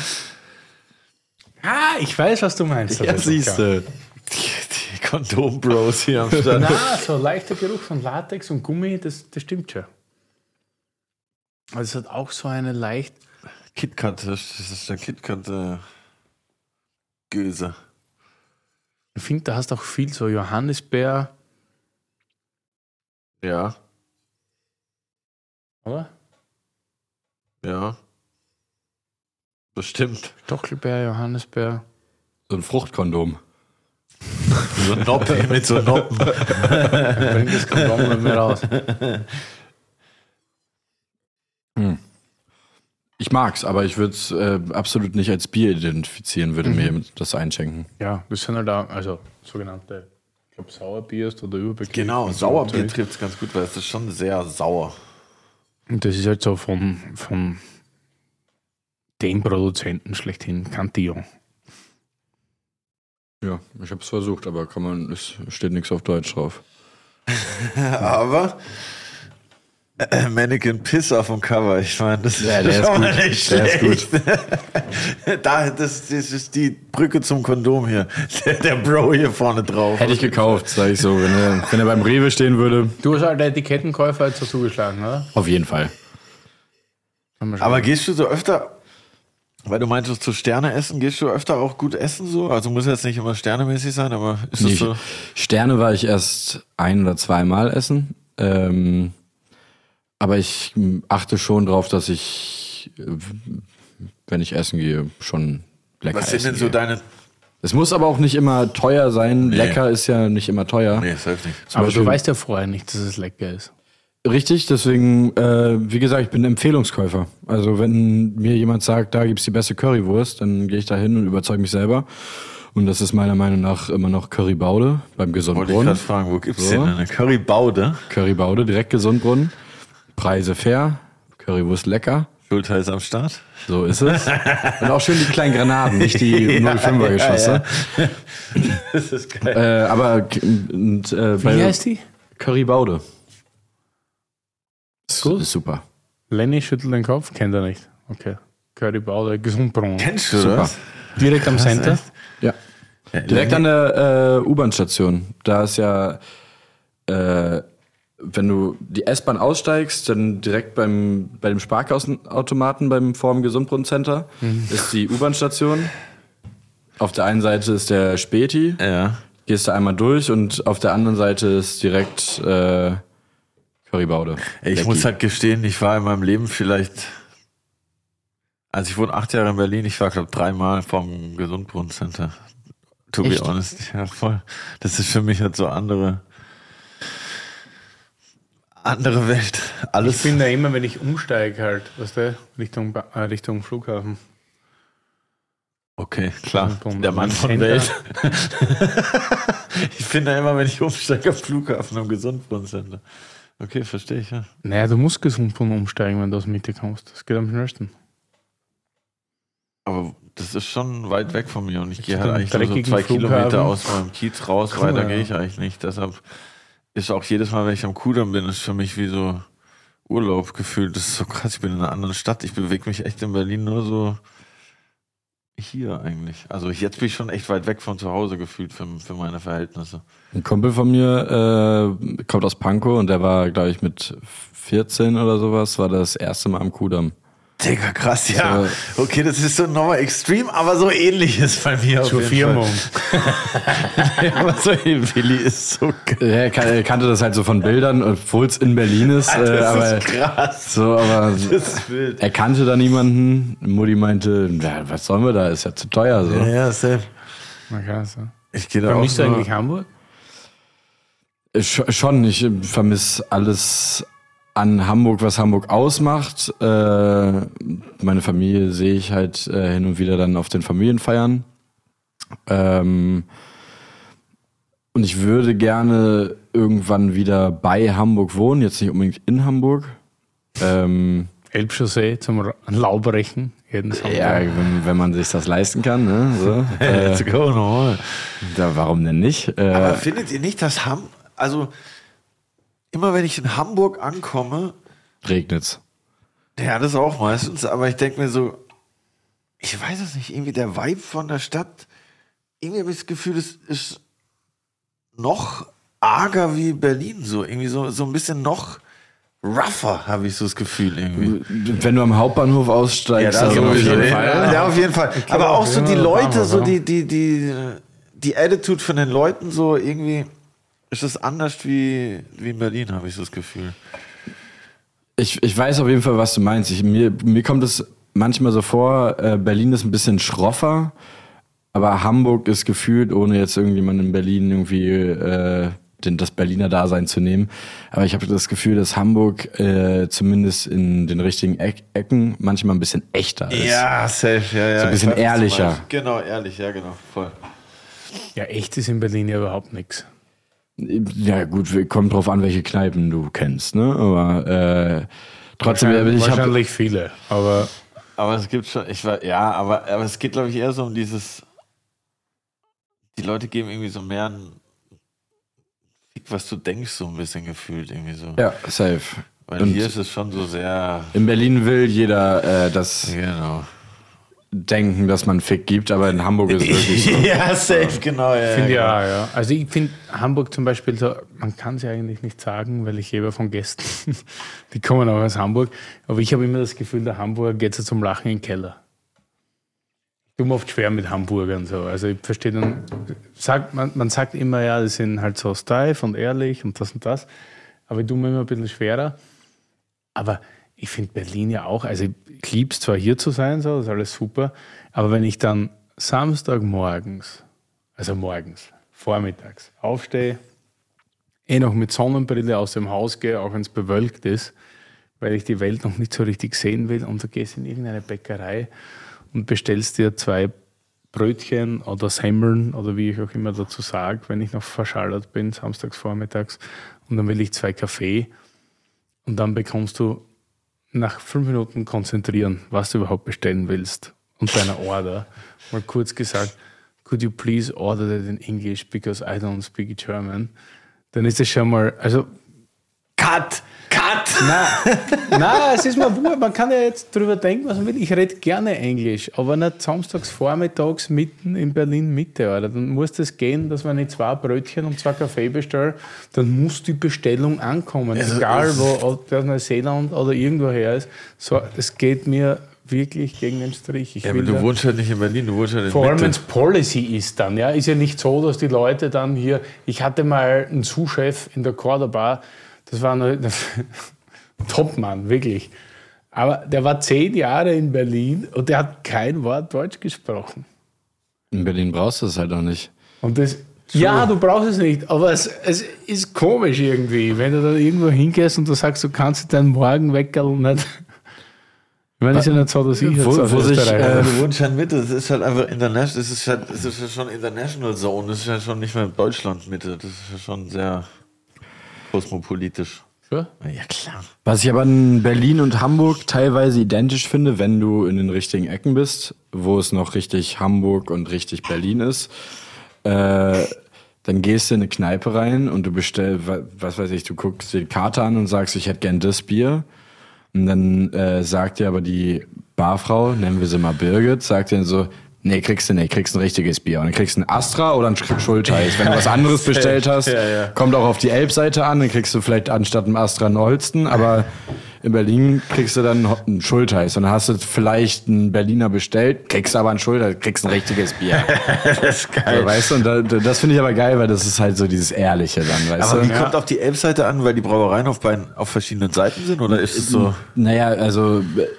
S2: Ah, ich weiß, was du meinst.
S3: Ja, siehst du.
S1: Die, die Kondom-Bros hier am Start.
S2: Na, so ein leichter Geruch von Latex und Gummi, das, das stimmt schon. Aber es hat auch so eine leicht...
S1: KitKat, das ist der KitKat-Göse. Äh,
S2: ich finde, da hast du auch viel so Johannisbeer.
S1: Ja.
S2: Oder?
S1: Ja. Bestimmt.
S2: Stochelbeer, Johannisbeer.
S3: So ein Fruchtkondom.
S1: So ein Noppen mit so Noppen.
S2: Bring das Kondom mit mir raus.
S3: Hm. Ich mag's, aber ich würde es äh, absolut nicht als Bier identifizieren, würde mhm. mir das einschenken.
S2: Ja, das sind halt auch, also sogenannte, ich glaube, Sauerbier ist oder Überbegriff.
S1: Genau, Sauerbier trifft es ganz gut, weil es ist schon sehr sauer.
S2: Und das ist halt so von, von dem Produzenten schlechthin, Cantillon.
S3: Ja, ich habe es versucht, aber kann man, es steht nichts auf Deutsch drauf.
S1: Aber äh, Mannequin Piss auf dem Cover, ich meine, das
S3: ja, der
S1: ist
S3: ist
S1: auch
S3: gut.
S1: nicht
S3: Der
S1: schlecht.
S3: ist gut.
S1: da, das, das ist die Brücke zum Kondom hier. Der, der Bro hier vorne drauf.
S3: Hätte ich gekauft, sag ich so, wenn er, wenn er beim Rewe stehen würde.
S2: Du hast halt der Etikettenkäufer jetzt dazu geschlagen, oder?
S3: Auf jeden Fall.
S1: Aber gehst du so öfter, weil du meintest zu Sterne essen, gehst du öfter auch gut essen so? Also muss jetzt nicht immer sternemäßig sein, aber ist das
S3: nee,
S1: so?
S3: Sterne war ich erst ein- oder zweimal essen. Ähm, aber ich achte schon drauf, dass ich, wenn ich essen gehe, schon lecker
S1: Was sind
S3: essen
S1: denn so
S3: gehe.
S1: deine...
S3: Es muss aber auch nicht immer teuer sein.
S1: Nee.
S3: Lecker ist ja nicht immer teuer.
S1: Nee, das hilft nicht.
S3: Zum
S2: Aber
S3: Beispiel,
S2: du weißt ja vorher nicht, dass es lecker ist.
S3: Richtig, deswegen, äh, wie gesagt, ich bin Empfehlungskäufer. Also wenn mir jemand sagt, da gibt's die beste Currywurst, dann gehe ich da hin und überzeuge mich selber. Und das ist meiner Meinung nach immer noch Currybaude beim Gesundbrunnen.
S1: Wollte ich gerade fragen, wo gibt's so. denn eine Currybaude?
S3: Currybaude, direkt Gesundbrunnen. Preise fair, Currywurst lecker.
S1: Schulter ist am Start.
S3: So ist es. Und auch schön die kleinen Granaten, nicht die null Komma fünfer Geschosse.
S1: Ja, ja. Das ist geil.
S3: Äh, aber und, äh,
S2: Wie heißt die?
S3: Currybaude.
S2: Ist gut.
S3: Ist super.
S2: Lenny schüttelt den Kopf, kennt er nicht. Okay. Currybaude, Gesundbrunnen.
S1: Kennst du
S3: Super.
S1: das?
S2: Direkt am Center.
S1: echt?
S3: Ja.
S1: Ja,
S3: Direkt an der äh, U-Bahn-Station. Da ist ja, äh, wenn du die S-Bahn aussteigst, dann direkt beim, bei dem Sparkassenautomaten beim Vorm Gesundbrunnen-Center mhm. ist die U-Bahn-Station. Auf der einen Seite ist der Späti.
S1: Ja.
S3: Gehst du einmal durch und auf der anderen Seite ist direkt äh, Currybaude.
S1: Ey, ich
S3: Lecky.
S1: muss halt gestehen, ich war in meinem Leben vielleicht, also ich wohne acht Jahre in Berlin, ich war glaube dreimal vom Gesundbrunnen-Center. To be
S3: Echt?
S1: honest. Ja, voll. Das ist für mich halt so andere, andere Welt. Alles.
S2: Ich bin da immer, wenn ich umsteige halt, weißt du, Richtung, Ba- äh, Richtung Flughafen.
S1: Okay, klar.
S2: Gesundbrunnen.
S1: Der Mann von
S2: Center.
S1: Welt. Ich bin da immer, wenn ich umsteige am Flughafen am Gesundbrunnen-Center. Okay, verstehe ich, ja.
S2: Naja, du musst Gesundbrunnen umsteigen, wenn du aus der Mitte kommst. Das geht am schnellsten.
S1: Aber das ist schon weit weg von mir und ich gehe
S2: so
S1: halt
S2: einen
S1: eigentlich nur so
S2: dreckigen
S1: zwei
S2: Flughafen.
S1: Kilometer aus meinem Kiez raus,
S2: Guck mal,
S1: weiter
S2: ja.
S1: gehe ich eigentlich nicht. Deshalb ist auch jedes Mal, wenn ich am Kudamm bin, ist für mich wie so Urlaub gefühlt. Das ist so krass, ich bin in einer anderen Stadt. Ich bewege mich echt in Berlin nur so hier eigentlich. Also jetzt bin ich schon echt weit weg von zu Hause gefühlt für, für meine Verhältnisse.
S3: Ein Kumpel von mir äh, kommt aus Pankow und der war, glaube ich, mit vierzehn oder sowas, war das erste Mal am Kudamm.
S1: Digga, krass, ja. Okay, das ist so nochmal extrem, aber so ähnlich ist bei mir auf
S2: Zur
S1: jeden
S2: Firmung.
S1: Fall. Aber so Willi ist so geil.
S3: Er kan- er kannte das halt so von Bildern, obwohl es in Berlin ist.
S1: Das
S3: äh, aber,
S1: ist krass.
S3: so, aber
S1: Das ist wild.
S3: er kannte da niemanden. Mutti meinte, ja, was sollen wir da, ist ja zu teuer. So.
S1: Ja, ja, safe.
S2: Na krass, ja.
S1: Ich gehe da auch
S2: Vermisst du
S1: nur-
S2: eigentlich Hamburg?
S3: Sch- Schon, ich vermisse alles an Hamburg, was Hamburg ausmacht. Äh, meine Familie sehe ich halt äh, hin und wieder dann auf den Familienfeiern. Ähm, und ich würde gerne irgendwann wieder bei Hamburg wohnen, jetzt nicht unbedingt in Hamburg. Ähm,
S2: Elbchaussee zum Ra- Laubrechen. Jeden Sonntag.
S3: ja, wenn, wenn man sich das leisten kann. Ne? So. äh,
S1: Let's go, nochmal.
S3: da, warum denn nicht? Äh,
S1: Aber findet ihr nicht, dass Ham, also immer wenn ich in Hamburg ankomme,
S3: regnet's.
S1: ja, das auch meistens, aber ich denke mir so, ich weiß es nicht, irgendwie der Vibe von der Stadt, irgendwie habe ich das Gefühl, es ist noch arger wie Berlin, so irgendwie so, so ein bisschen noch rougher, habe ich so das Gefühl irgendwie.
S3: Wenn du am Hauptbahnhof aussteigst,
S1: das
S3: also
S1: auf jeden
S3: so-
S1: Fall. Ja, auf jeden Fall. Aber auch so
S2: ja,
S1: die
S2: da
S1: Leute,
S2: fahren wir,
S1: so
S2: ja.
S1: die, die, die, die Attitude von den Leuten, so irgendwie ist es anders wie, wie in Berlin, habe ich so das Gefühl.
S3: Ich, ich weiß auf jeden Fall, was du meinst. Ich, mir, mir kommt es manchmal so vor, äh, Berlin ist ein bisschen schroffer, aber Hamburg ist gefühlt, ohne jetzt irgendjemanden in Berlin irgendwie äh, den, das Berliner Dasein zu nehmen. Aber ich habe das Gefühl, dass Hamburg äh, zumindest in den richtigen Eck, Ecken manchmal ein bisschen echter ist.
S1: Ja, safe, ja, ja.
S3: So ein bisschen
S1: Ich weiß, was du
S3: ehrlicher.
S1: meinst. Genau, ehrlich, ja, genau, voll.
S2: Ja, echt ist in Berlin ja überhaupt nichts.
S3: Ja gut, kommt drauf an, welche Kneipen du kennst, ne? Aber äh, trotzdem,
S2: Wahrscheinlich,
S3: ich habe
S2: wahrscheinlich viele, aber
S1: Aber es gibt schon, ich war, ja, aber, aber es geht, glaube ich, eher so um dieses, die Leute geben irgendwie so mehr ein Fick, was du denkst, so ein bisschen gefühlt, irgendwie so.
S3: ja safe.
S1: Weil
S3: Und
S1: hier ist es schon so sehr,
S3: in Berlin will jeder äh, das
S1: genau.
S3: denken, dass man Fick gibt, aber in Hamburg ist es wirklich so.
S1: Ja, safe, genau, ja.
S2: finde
S1: ja,
S2: ja, ja. Also ich finde Hamburg zum Beispiel so, man kann es ja eigentlich nicht sagen, weil ich lebe von Gästen, die kommen auch aus Hamburg, aber ich habe immer das Gefühl, der Hamburger geht so zum Lachen in den Keller. Ich tue mir oft schwer mit Hamburgern so. Also ich verstehe dann, sagt, man, man sagt immer, ja, die sind halt so steif und ehrlich und das und das, aber ich tue mir immer ein bisschen schwerer. Aber ich finde Berlin ja auch, also ich liebe es zwar hier zu sein, so, das ist alles super, aber wenn ich dann Samstagmorgens, also morgens, vormittags, aufstehe, eh noch mit Sonnenbrille aus dem Haus gehe, auch wenn es bewölkt ist, weil ich die Welt noch nicht so richtig sehen will. Und du gehst in irgendeine Bäckerei und bestellst dir zwei Brötchen oder Semmeln oder wie ich auch immer dazu sage, wenn ich noch verschallert bin, samstags vormittags. Und dann will ich zwei Kaffee. Und dann bekommst du nach fünf Minuten konzentrieren, was du überhaupt bestellen willst. Und deiner Order mal kurz gesagt, could you please order that in English because I don't speak German? Dann ist es schon mal, also
S1: Cut! Cut!
S2: Nein, nein, es ist mir wurscht. Man kann ja jetzt drüber denken, was man will. Ich rede gerne Englisch, aber nicht samstags vormittags mitten in Berlin Mitte. Oder? Dann muss das gehen, dass wenn ich zwei Brötchen und zwei Kaffee bestelle, dann muss die Bestellung ankommen. Also, egal, wo, ob das Neuseeland oder irgendwo her ist. So, es geht mir wirklich gegen den Strich. Ich
S1: ja, aber du wohnst halt nicht in Berlin, du wohnst halt in
S2: Vor allem,
S1: Mitte.
S2: wenn es Policy ist dann. Ja, ist ja nicht so, dass die Leute dann hier... Ich hatte mal einen Sous-Chef in der Cordoba, das war ein Topmann, wirklich. Aber der war zehn Jahre in Berlin und der hat kein Wort Deutsch gesprochen.
S3: In Berlin brauchst du es halt auch nicht.
S2: Und das, ja, du brauchst es nicht, aber es, es ist komisch irgendwie, wenn du da irgendwo hingehst und du sagst, du kannst deinen Morgenweckerl nicht... Ich meine, es ist ja nicht so, dass ich jetzt
S3: wo,
S2: aus
S3: wo sich,
S2: Österreich
S3: äh,
S1: Du wohnst halt Mitte, das ist halt einfach international, das ist halt, das ist ja schon International Zone, das ist ja schon nicht mehr Deutschland Mitte, das ist ja schon sehr kosmopolitisch.
S2: Ja?
S1: Ja, klar.
S3: Was ich aber in Berlin und Hamburg teilweise identisch finde, wenn du in den richtigen Ecken bist, wo es noch richtig Hamburg und richtig Berlin ist, äh, dann gehst du in eine Kneipe rein und du bestellst, was weiß ich, du guckst dir die Karte an und sagst, ich hätte gern das Bier. Und dann äh, sagt dir aber die Barfrau, nennen wir sie mal Birgit, sagt dir so, nee, kriegst du nicht, kriegst ein richtiges Bier. Und dann kriegst du ein Astra oder ein Schultheiß. Wenn du was anderes bestellt hast,
S1: Ja, ja.
S3: kommt auch auf die Elbseite an, dann kriegst du vielleicht anstatt einem Astra einen Holsten, aber in Berlin kriegst du dann einen Schultheiß. Und dann hast du vielleicht einen Berliner bestellt, kriegst aber einen Schultheiß, kriegst ein richtiges Bier.
S1: Das ist geil.
S3: So, weißt du, und da, das finde ich aber geil, weil das ist halt so dieses Ehrliche dann, weißt
S1: Aber
S3: du?
S1: wie kommt auf die Elbseite an, weil die Brauereien auf beiden, auf verschiedenen Seiten sind, oder ist es so?
S3: Naja, also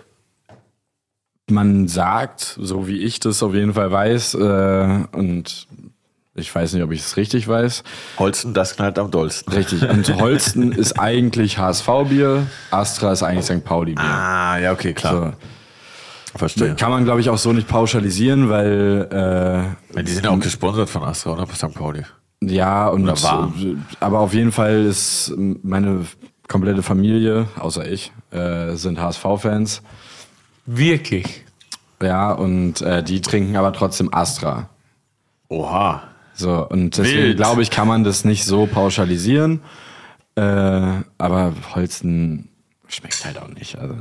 S3: man sagt, so wie ich das auf jeden Fall weiß, äh, und ich weiß nicht, ob ich es richtig weiß.
S1: Holsten, das knallt am dollsten.
S3: Richtig. Und Holsten ist eigentlich H S V-Bier, Astra ist eigentlich Sankt Pauli-Bier.
S1: Ah, ja, okay, klar.
S3: So.
S1: Verstehe.
S3: Kann man, glaube ich, auch so nicht pauschalisieren, weil äh,
S1: Ja, die sind ja auch gesponsert von Astra, oder? Sankt Pauli.
S3: ja, und
S1: Oder war.
S3: aber auf jeden Fall ist meine komplette Familie, außer ich, äh, sind H S V-Fans.
S2: Wirklich?
S3: Ja, und äh, die trinken aber trotzdem Astra.
S1: Oha.
S3: So, und deswegen
S1: Wild.
S3: glaube ich, kann man das nicht so pauschalisieren. Äh, aber Holsten schmeckt halt auch nicht. Also.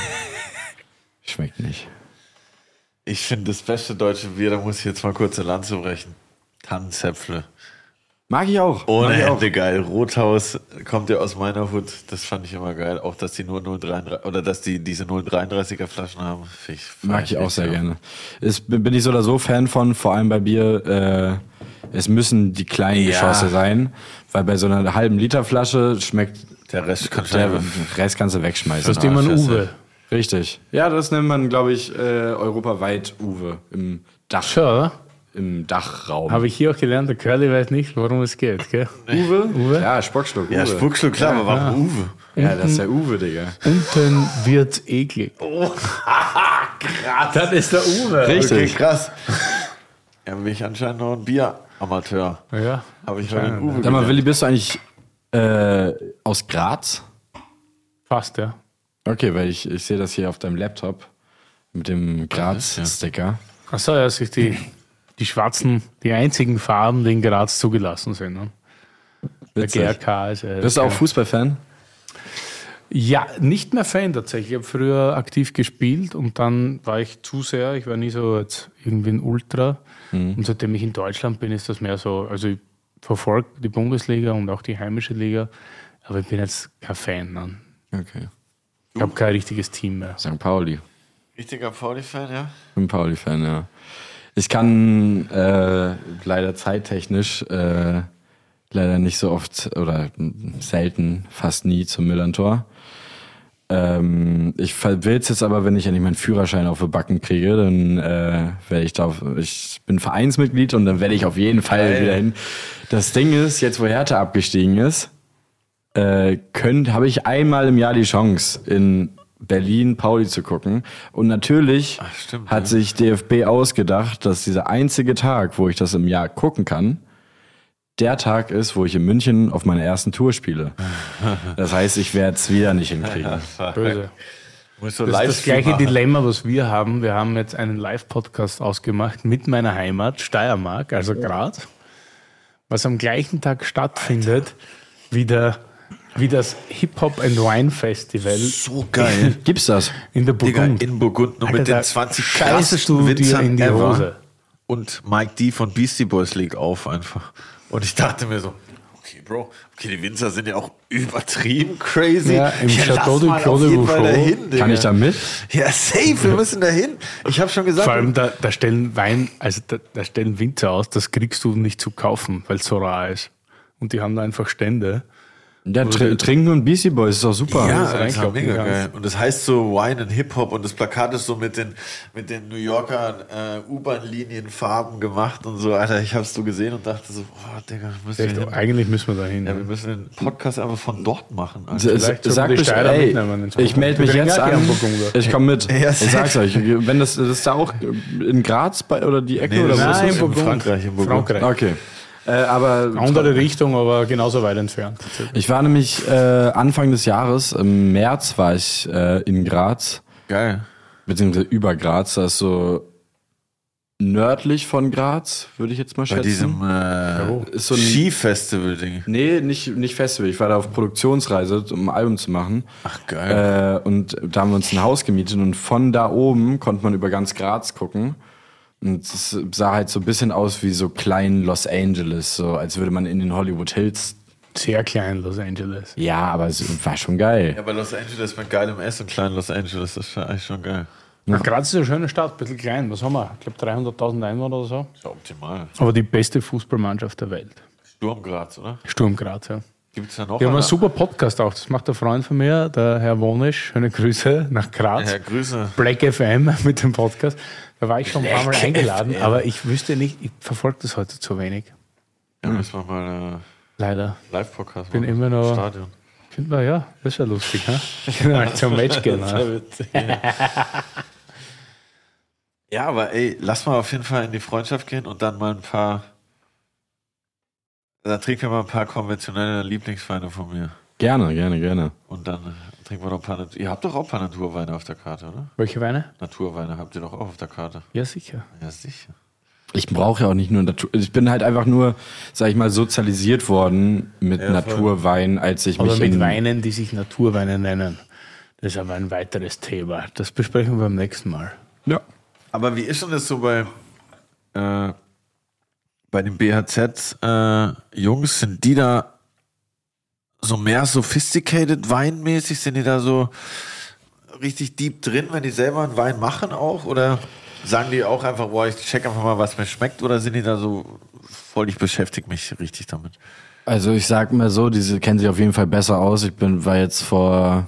S3: Schmeckt nicht.
S1: Ich finde das beste deutsche Bier, da muss ich jetzt mal kurz eine Lanze brechen. Tannenzäpfle.
S3: Mag ich auch.
S1: Ohne
S3: Mag ich auch.
S1: Ende geil. Rothaus kommt ja aus meiner Hut. Das fand ich immer geil. Auch, dass die nur null Komma dreiunddreißig oder dass die diese null Komma dreiunddreißiger Flaschen haben. Find ich,
S3: Mag ich auch
S1: echt,
S3: sehr
S1: ja.
S3: gerne. Ist, bin ich so oder so Fan von, vor allem bei Bier. Äh, es müssen die kleinen
S1: Ja.
S3: Geschosse sein, weil bei so einer halben Liter Flasche schmeckt
S1: Der Rest kann
S3: der
S1: schon.
S3: Rest kannst du wegschmeißen.
S2: Das ist immer ein
S1: Scheiße.
S2: Uwe.
S3: Richtig. Ja, das nennt man, glaube ich, äh, europaweit Uwe im Dach,
S2: Schon, oder?
S3: im Dachraum.
S2: Habe ich hier auch gelernt, der Curly weiß nicht, worum es geht. Gell?
S3: Uwe?
S2: Uwe?
S3: Ja, Spockschluck.
S1: Ja,
S3: Uwe.
S1: Spuckschluck, klar, aber warum Uwe?
S3: Ja, das ist der Uwe, Digga.
S2: Unten wird's eklig.
S1: Oh,
S2: Das ist der Uwe.
S3: Richtig.
S1: okay, krass. Ja, bin ich anscheinend noch ein Bieramateur.
S2: Ja.
S1: Habe ich heute den Uwe
S3: Sag mal,
S1: gelernt.
S3: Willi, bist du eigentlich äh, aus Graz?
S2: Fast, ja.
S3: Okay, weil ich, ich sehe das hier auf deinem Laptop mit dem Graz-Sticker.
S2: Achso, ja, sich die, die schwarzen, die einzigen Farben, die in Graz zugelassen sind. Ne? Der
S3: Witzig.
S2: G R K ist. Äh,
S3: Bist du auch Fußballfan?
S2: Ja, nicht mehr Fan tatsächlich. Ich habe früher aktiv gespielt und dann war ich zu sehr, ich war nie so jetzt irgendwie ein Ultra.
S3: Mhm.
S2: Und seitdem ich in Deutschland bin, ist das mehr so, also ich verfolge die Bundesliga und auch die heimische Liga, aber ich bin jetzt kein Fan. Ne?
S3: Okay.
S2: Ich habe kein richtiges Team mehr.
S3: Sankt Pauli.
S1: Richtiger Pauli-Fan, ja?
S3: Ich bin Pauli-Fan, ja. Ich kann äh, leider zeittechnisch äh, leider nicht so oft oder selten, fast nie zum Millantor. Ähm, ich will es jetzt aber, wenn ich endlich meinen Führerschein auf die Backen kriege, dann äh, werde ich da, auf, ich bin Vereinsmitglied und dann werde ich auf jeden Fall
S1: Geil.
S3: wieder hin. Das Ding ist, jetzt wo Hertha abgestiegen ist, äh, habe ich einmal im Jahr die Chance, in Berlin Pauli zu gucken. Und natürlich
S1: Ach, stimmt,
S3: hat
S1: ja.
S3: sich D F B ausgedacht, dass dieser einzige Tag, wo ich das im Jahr gucken kann, der Tag ist, wo ich in München auf meiner ersten Tour spiele. Das heißt, ich werde es wieder nicht hinkriegen.
S2: Böse.
S1: Musst du
S2: Das ist das
S1: Livestream
S2: gleiche
S1: machen.
S2: Dilemma, was wir haben. Wir haben jetzt einen Live-Podcast ausgemacht mit meiner Heimat, Steiermark, also Graz, was am gleichen Tag stattfindet wie, der, wie das Hip-Hop and Wine Festival
S1: So geil.
S3: Gibt's das?
S2: in der
S1: Digga,
S2: Burgund.
S1: in Burgund nur
S2: Alter,
S1: mit
S2: da
S1: den zwanzig
S2: scheißt
S1: krassesten
S2: du dir
S1: Winzern
S2: in die
S1: ever.
S2: Hose.
S1: Und Mike D von Beastie Boys legt auf einfach. Und ich dachte mir so, okay, Bro, okay, die Winzer sind ja auch übertrieben crazy.
S2: Ja, im
S1: lass
S2: Château de
S1: mal
S2: Clos
S1: auf
S2: de
S1: jeden Fall
S2: Bouchot.
S1: dahin, Digga.
S3: Kann ich da mit?
S1: Ja, safe, wir müssen dahin. Ich habe schon gesagt.
S2: Vor allem, da, da stellen Wein, also da, da stellen Winzer aus, das kriegst du nicht zu kaufen, weil es so rar ist. Und die haben da einfach Stände.
S3: Ja, tr Trinken und Beastie Boys ist doch super.
S1: Ja,
S2: das
S1: Alter,
S2: reinkloppen
S1: mega
S2: kannst.
S1: geil. Und das heißt so Wine and Hip-Hop und das Plakat ist so mit den, mit den New Yorker äh, U-Bahn-Linienfarben gemacht und so. Alter, ich hab's so gesehen und dachte so, boah, Digga, müssen wir
S2: Echt,
S1: hin.
S2: eigentlich müssen wir da hin.
S1: Ja, wir müssen den Podcast einfach von dort machen. Alter.
S3: S-
S2: Vielleicht sollten
S3: Sag
S2: wir die
S3: mich,
S2: Steirer
S3: ey,
S2: mitnehmen ins
S3: ich melde
S2: Wir
S3: mich
S2: kriegen
S3: jetzt
S2: auch die
S3: an.
S2: Hamburger.
S3: Ich komme mit.
S1: Ja,
S3: Ich sag's euch. Wenn das, das ist da auch in Graz bei, oder die Ecke
S1: Nee,
S3: oder
S1: das
S3: wo
S1: ist
S2: Nein,
S3: ist
S1: in
S2: Burgund.
S1: Frankreich, in Burgund.
S2: Frankreich.
S3: Okay. Äh, aber
S2: Andere Richtung, aber genauso weit entfernt.
S3: ich war nämlich äh, Anfang des Jahres, im März war ich äh, in Graz,
S1: Geil.
S3: beziehungsweise über Graz, das ist so nördlich von Graz, würde ich jetzt mal
S1: Bei
S3: schätzen.
S1: diesem äh,
S3: Ist so ein-
S1: Skifestival-Ding.
S3: Nee, nicht, nicht Festival. Ich war da auf Produktionsreise, um ein Album zu machen.
S1: Ach, geil.
S3: Äh, und da haben wir uns ein Haus gemietet und von da oben konnte man über ganz Graz gucken. Und es sah halt so ein bisschen aus wie so klein Los Angeles, so als würde man in den Hollywood Hills.
S2: Sehr klein, Los Angeles.
S3: Ja, aber es war schon geil.
S1: Ja, bei Los Angeles mit geilem S und kleinen Los Angeles, das ist eigentlich schon geil.
S2: Ja. Graz ist eine schöne Stadt, ein bisschen klein. Was haben wir? Ich glaube dreihunderttausend Einwohner oder so.
S1: Ist ja optimal.
S2: Aber die beste Fußballmannschaft der Welt.
S1: Sturm Graz, oder?
S2: Sturm Graz, ja.
S1: Gibt es da noch
S2: Wir haben einen
S1: eine?
S2: super Podcast auch. Das macht der Freund von mir, der Herr Wonisch. Schöne Grüße nach Graz.
S1: Ja, Grüße.
S2: Black F M mit dem Podcast. Da war ich schon ein paar Mal
S1: Black
S2: eingeladen,
S1: F M.
S2: aber ich wüsste nicht, ich verfolge das heute zu wenig.
S1: Ja, müssen wir mal
S2: Leider.
S1: äh, Live-Podcast
S2: Bin
S1: machen.
S2: immer noch-
S1: Stadion.
S2: Finden wir, ja, das wäre lustig, ha? Können wir zum Match gehen, ha?
S1: Ja, aber ey, lass mal auf jeden Fall in die Freundschaft gehen und dann mal ein paar. Dann trinken wir mal ein paar konventionelle Lieblingsweine von mir.
S3: Gerne, gerne, gerne.
S1: Und dann äh, trinken wir noch ein paar. Nat- Ihr habt doch auch ein paar Naturweine auf der Karte, oder?
S2: Welche Weine?
S1: Naturweine habt ihr doch auch auf der Karte.
S2: Ja, sicher.
S1: Ja, sicher.
S3: Ich brauche ja auch nicht nur Natur. Ich bin halt einfach nur, sag ich mal, sozialisiert worden mit
S1: Ja, voll.
S3: Naturwein, als ich
S2: Aber
S3: mich
S2: mit
S3: in,
S2: Weinen, die sich Naturweine nennen. Das ist aber ein weiteres Thema. Das besprechen wir beim nächsten Mal.
S3: Ja.
S1: Aber wie ist denn das so bei, äh, bei den B H Z-Jungs? Sind die da so mehr sophisticated weinmäßig? Sind die da so richtig deep drin, wenn die selber einen Wein machen auch? Oder sagen die auch einfach, boah, ich check einfach mal, was mir schmeckt? Oder sind die da so voll, ich beschäftige mich richtig damit?
S3: Also ich sag mal so, diese kennen sich auf jeden Fall besser aus. Ich bin, war jetzt vor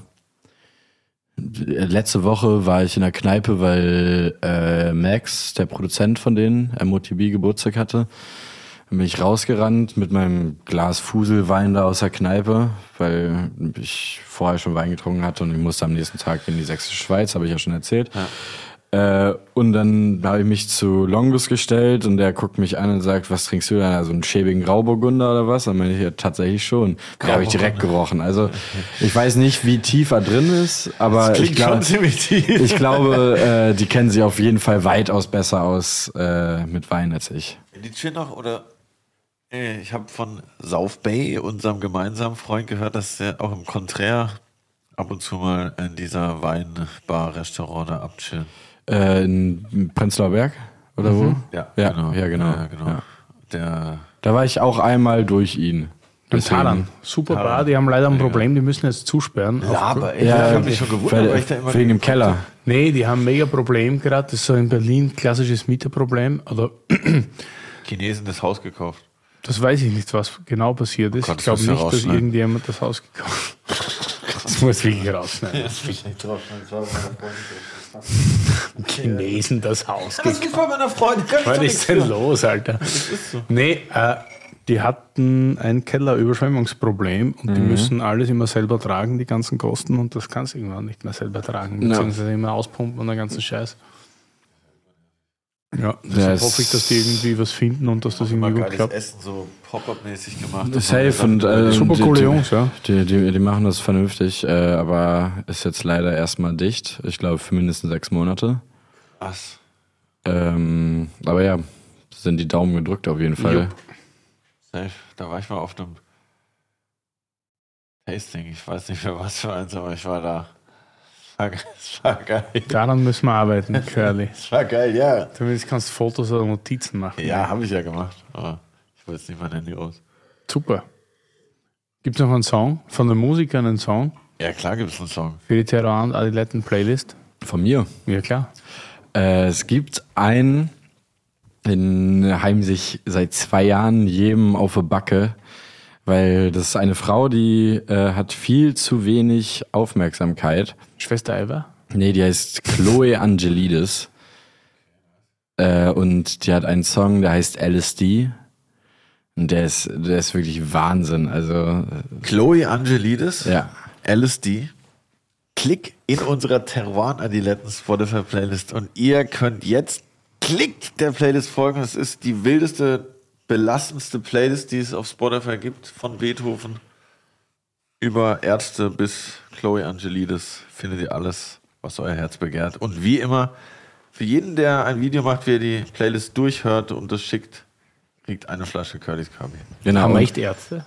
S3: letzte Woche war ich in der Kneipe, weil äh, Max, der Produzent von denen, M O T B, Geburtstag hatte. Dann bin ich rausgerannt mit meinem Glas Fuselwein da aus der Kneipe, weil ich vorher schon Wein getrunken hatte und ich musste am nächsten Tag in die Sächsische Schweiz, habe ich ja schon erzählt.
S1: Ja.
S3: Äh, und dann habe ich mich zu Longus gestellt und der guckt mich an und sagt, was trinkst du denn? Also einen schäbigen Grauburgunder oder was? Dann meine ich, ja, tatsächlich schon. Da habe ich direkt gerochen. Also ich weiß nicht, wie tief er drin ist, aber ich, glaub,
S1: ziemlich tief.
S3: ich glaube, äh, die kennen sich auf jeden Fall weitaus besser aus äh, mit Wein als ich.
S1: Die Chin noch oder? Ey, Ich habe von South Bay, unserem gemeinsamen Freund, gehört, dass er auch im Contraire ab und zu mal in dieser Weinbar-Restaurant da abchillen.
S3: Äh, in Prenzlauer Berg oder wo?
S1: Ja,
S3: Ja,
S1: genau.
S3: ja, genau.
S1: Ja, genau.
S3: Ja.
S1: Der,
S3: Da war ich auch einmal durch ihn.
S2: Im Talan. Super Bar, die haben leider ein Problem, die müssen jetzt zusperren.
S1: aber ey,
S3: Ja,
S1: ich habe mich schon gewundert,
S3: weil-
S1: weil ich da immer
S3: wegen dem Keller.
S2: Nee, die haben ein mega Problem gerade. Das ist so in Berlin klassisches Mieterproblem. Oder
S1: Chinesen das Haus gekauft.
S2: das weiß ich nicht, was genau passiert ist.
S1: Gott,
S2: ich
S1: das
S2: glaube
S1: musst du
S2: nicht, dass
S1: rausschneiden.
S2: irgendjemand das Haus gekauft hat. Das muss wirklich rausschneiden.
S1: Das muss nicht draufschneiden. Das war meiner Freundin.
S2: Chinesen das Haus
S1: Das ist bei meiner Freundin. Kann ich
S2: Was
S1: doch
S2: ist
S1: nichts
S2: denn
S1: für.
S2: los, Alter?
S1: Das ist so.
S2: Nee, äh, die hatten ein Kellerüberschwemmungsproblem und die müssen alles immer selber tragen, die ganzen Kosten, und das kannst du irgendwann nicht mehr selber tragen, beziehungsweise immer auspumpen und den ganzen Scheiß. Ja, deshalb
S3: Das-
S2: hoffe ich, dass die irgendwie was finden und dass das irgendwie gut
S1: Geiles
S2: klappt.
S1: Essen so Pop-Up-mäßig gemacht.
S3: Safe und äh,
S2: Super
S3: die-
S2: coole
S3: die-
S2: Jungs, ja.
S3: Die, die, die machen das vernünftig, äh, aber ist jetzt leider erstmal dicht. Ich glaube für mindestens sechs Monate.
S1: Was?
S3: Ähm, aber ja, sind die Daumen gedrückt auf jeden Fall.
S2: Jupp.
S1: Safe. Da war ich mal auf einem Tasting. Ich weiß nicht mehr was für eins, aber ich war da. Es war geil.
S2: Daran müssen wir arbeiten, Curly.
S1: Es war geil, ja.
S2: Zumindest kannst du Fotos oder Notizen machen.
S1: Ja, habe ich ja gemacht. Aber ich will jetzt nicht mein Handy aus.
S2: Super. Gibt es noch einen Song? Von den Musikern einen Song
S1: Ja, klar gibt es einen Song.
S2: für die Terran Adiletten Playlist?
S3: Von mir.
S2: Ja, klar.
S3: Äh, es gibt einen, den heim sich seit zwei Jahren jedem auf die Backe, weil das ist eine Frau, die äh, hat viel zu wenig Aufmerksamkeit.
S2: Schwester Eva?
S3: Nee, die heißt Chloe Angelidis. Äh, und die hat einen Song, der heißt L S D. Und der ist, der ist wirklich Wahnsinn. Also,
S1: Chloe Angelidis,
S3: ja.
S1: L S D. Klick in unserer Terroir Adiletten Spotify Playlist und ihr könnt jetzt klickt der Playlist folgen. Es ist die wildeste, belastendste Playlist, die es auf Spotify gibt, von Beethoven über Ärzte bis Chloe Angelidis. Findet ihr alles, was euer Herz begehrt. Und wie immer, für jeden, der ein Video macht, wie er die Playlist durchhört und das schickt, kriegt eine Flasche Curly's Kabi.
S3: Genau.
S2: Haben wir
S3: Und,
S2: echt Ärzte?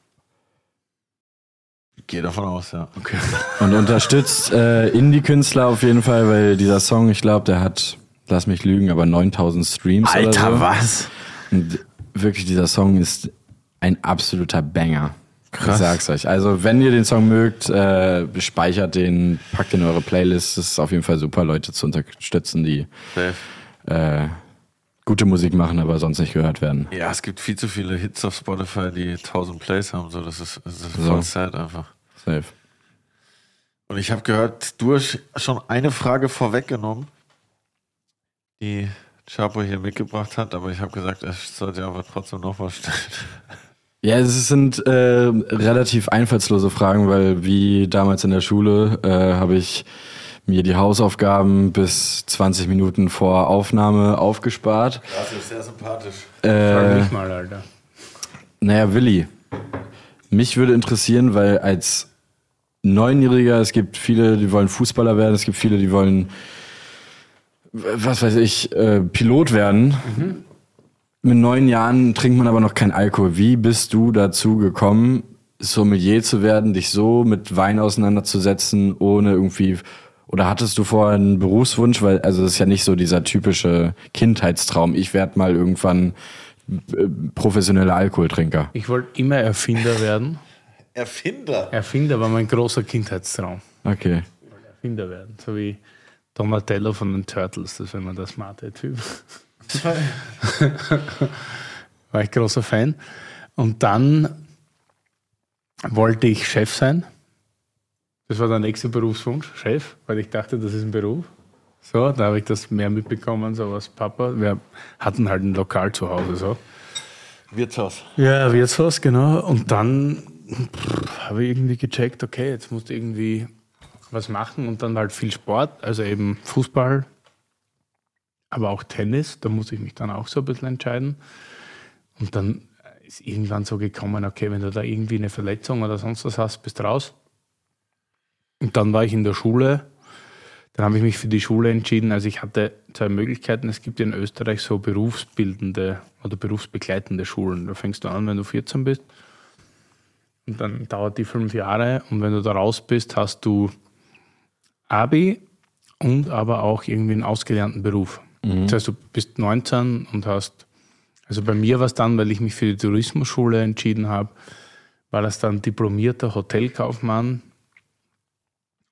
S1: Ich gehe davon aus, ja.
S2: Okay.
S3: und unterstützt äh, Indie-Künstler auf jeden Fall, weil dieser Song, ich glaube, der hat, lass mich lügen, aber neuntausend Streams oder so.
S1: was?
S3: Und wirklich, dieser Song ist ein absoluter Banger.
S1: Krass.
S3: Ich sag's euch. Also, wenn ihr den Song mögt, äh, speichert den, packt den in eure Playlist. Das ist auf jeden Fall super, Leute zu unterstützen, die
S1: Safe.
S3: äh, gute Musik machen, aber sonst nicht gehört werden.
S1: Ja, es gibt viel zu viele Hits auf Spotify, die tausend Plays haben. So, das ist, das ist
S3: So.
S1: voll sad einfach.
S3: Safe.
S1: Und ich habe gehört, du hast schon eine Frage vorweggenommen, die Chapo hier mitgebracht hat, aber ich habe gesagt, er sollte aber trotzdem noch was stellen.
S3: Ja, es sind äh, relativ einfallslose Fragen, weil wie damals in der Schule äh, habe ich mir die Hausaufgaben bis zwanzig Minuten vor Aufnahme aufgespart.
S1: Das ist sehr sympathisch.
S2: Frag
S3: Äh,
S2: mich mal, Alter.
S3: naja, Willi, mich würde interessieren, weil als Neunjähriger, es gibt viele, die wollen Fußballer werden, es gibt viele, die wollen, was weiß ich, äh, Pilot werden.
S2: Mhm.
S3: Mit neun Jahren trinkt man aber noch keinen Alkohol. Wie bist du dazu gekommen, Sommelier zu werden, dich so mit Wein auseinanderzusetzen, ohne irgendwie, oder hattest du vorher einen Berufswunsch? Weil, also das ist ja nicht so dieser typische Kindheitstraum. Ich werde mal irgendwann äh, professioneller Alkoholtrinker.
S2: Ich wollte immer Erfinder werden.
S1: Erfinder.
S2: Erfinder war mein großer Kindheitstraum.
S3: Okay.
S2: Erfinder werden. So wie Donatello von den Turtles. Das wäre immer der smarte Typ. War ich großer Fan. Und dann wollte ich Chef sein. Das war der nächste Berufswunsch, Chef, weil ich dachte, das ist ein Beruf. So, da habe ich das mehr mitbekommen, so was Papa. Wir hatten halt ein Lokal zu Hause. So.
S1: Wirtshaus.
S2: Ja, Wirtshaus, genau. Und dann pff, habe ich irgendwie gecheckt, okay, jetzt musst du irgendwie was machen und dann halt viel Sport, also eben Fußball, aber auch Tennis. Da muss ich mich dann auch so ein bisschen entscheiden. Und dann ist irgendwann so gekommen, okay, wenn du da irgendwie eine Verletzung oder sonst was hast, bist du raus. Und dann war ich in der Schule. Dann habe ich mich für die Schule entschieden. Also ich hatte zwei Möglichkeiten. Es gibt in Österreich so berufsbildende oder berufsbegleitende Schulen. Da fängst du an, wenn du vierzehn bist. Und dann dauert die fünf Jahre. Und wenn du da raus bist, hast du Abi und aber auch irgendwie einen ausgelernten Beruf. Das heißt, du bist neunzehn und hast, also bei mir war es dann, weil ich mich für die Tourismusschule entschieden habe, war das dann diplomierter Hotelkaufmann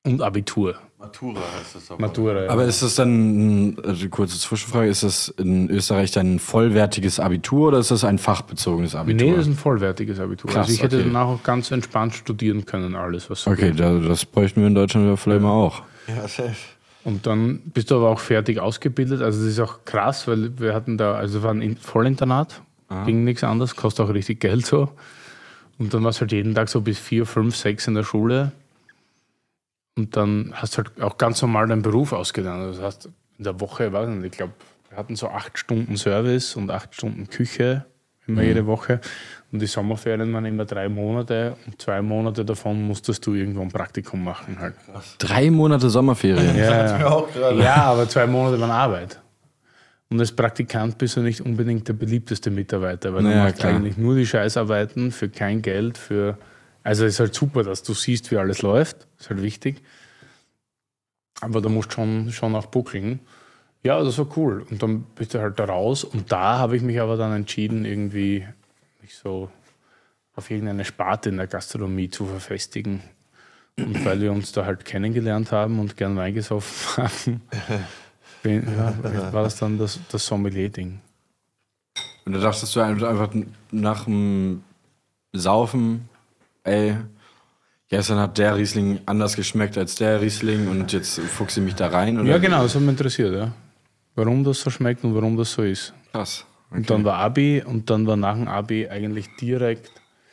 S2: und Abitur.
S4: Matura heißt das aber.
S2: Matura, ja.
S3: Aber ist das dann, also kurze Zwischenfrage, ist das in Österreich dann ein vollwertiges Abitur oder ist das ein fachbezogenes Abitur?
S2: Nee, das ist ein vollwertiges Abitur.
S3: Krass,
S2: also ich hätte
S3: okay.
S2: danach auch ganz entspannt studieren können, alles, was so
S3: Okay,
S2: geht.
S3: da, das bräuchten wir in Deutschland ja vielleicht mal auch.
S4: Ja, safe.
S2: Und dann bist du aber auch fertig ausgebildet. Also das ist auch krass, weil wir hatten da, also war ein Vollinternat, ging nichts anderes, kostet auch richtig Geld so. Und dann warst du halt jeden Tag so bis vier, fünf, sechs in der Schule. Und dann hast du halt auch ganz normal deinen Beruf ausgelernt. Also das heißt, in der Woche, weiß ich nicht, ich glaube, wir hatten so acht Stunden Service und acht Stunden Küche immer mhm. jede Woche. Und die Sommerferien waren immer drei Monate und zwei Monate davon musstest du irgendwo ein Praktikum machen halt.
S3: Drei Monate Sommerferien?
S2: Ja,
S4: mir auch gerade.
S2: ja, aber zwei Monate waren Arbeit. Und als Praktikant bist du nicht unbedingt der beliebteste Mitarbeiter, weil
S3: Naja,
S2: du machst
S3: klar.
S2: eigentlich nur die Scheißarbeiten für kein Geld, für... Also es ist halt super, dass du siehst, wie alles läuft. Ist halt wichtig. Aber da musst du schon, schon auch buckeln. Ja, das war cool. Und dann bist du halt da raus. Und da habe ich mich aber dann entschieden, irgendwie mich so auf irgendeine Sparte in der Gastronomie zu verfestigen. Und weil wir uns da halt kennengelernt haben und gern Wein gesoffen haben, bin, ja, war das dann das, das Sommelier-Ding.
S3: Und da dachtest du einfach nach dem Saufen, ey, gestern hat der Riesling anders geschmeckt als der Riesling und jetzt fuchse ich mich da rein? Oder?
S2: Ja, genau, das hat mich interessiert, ja. Warum das so schmeckt und warum das so ist.
S3: Krass. Okay.
S2: Und dann war Abi und dann war nach dem Abi eigentlich direkt,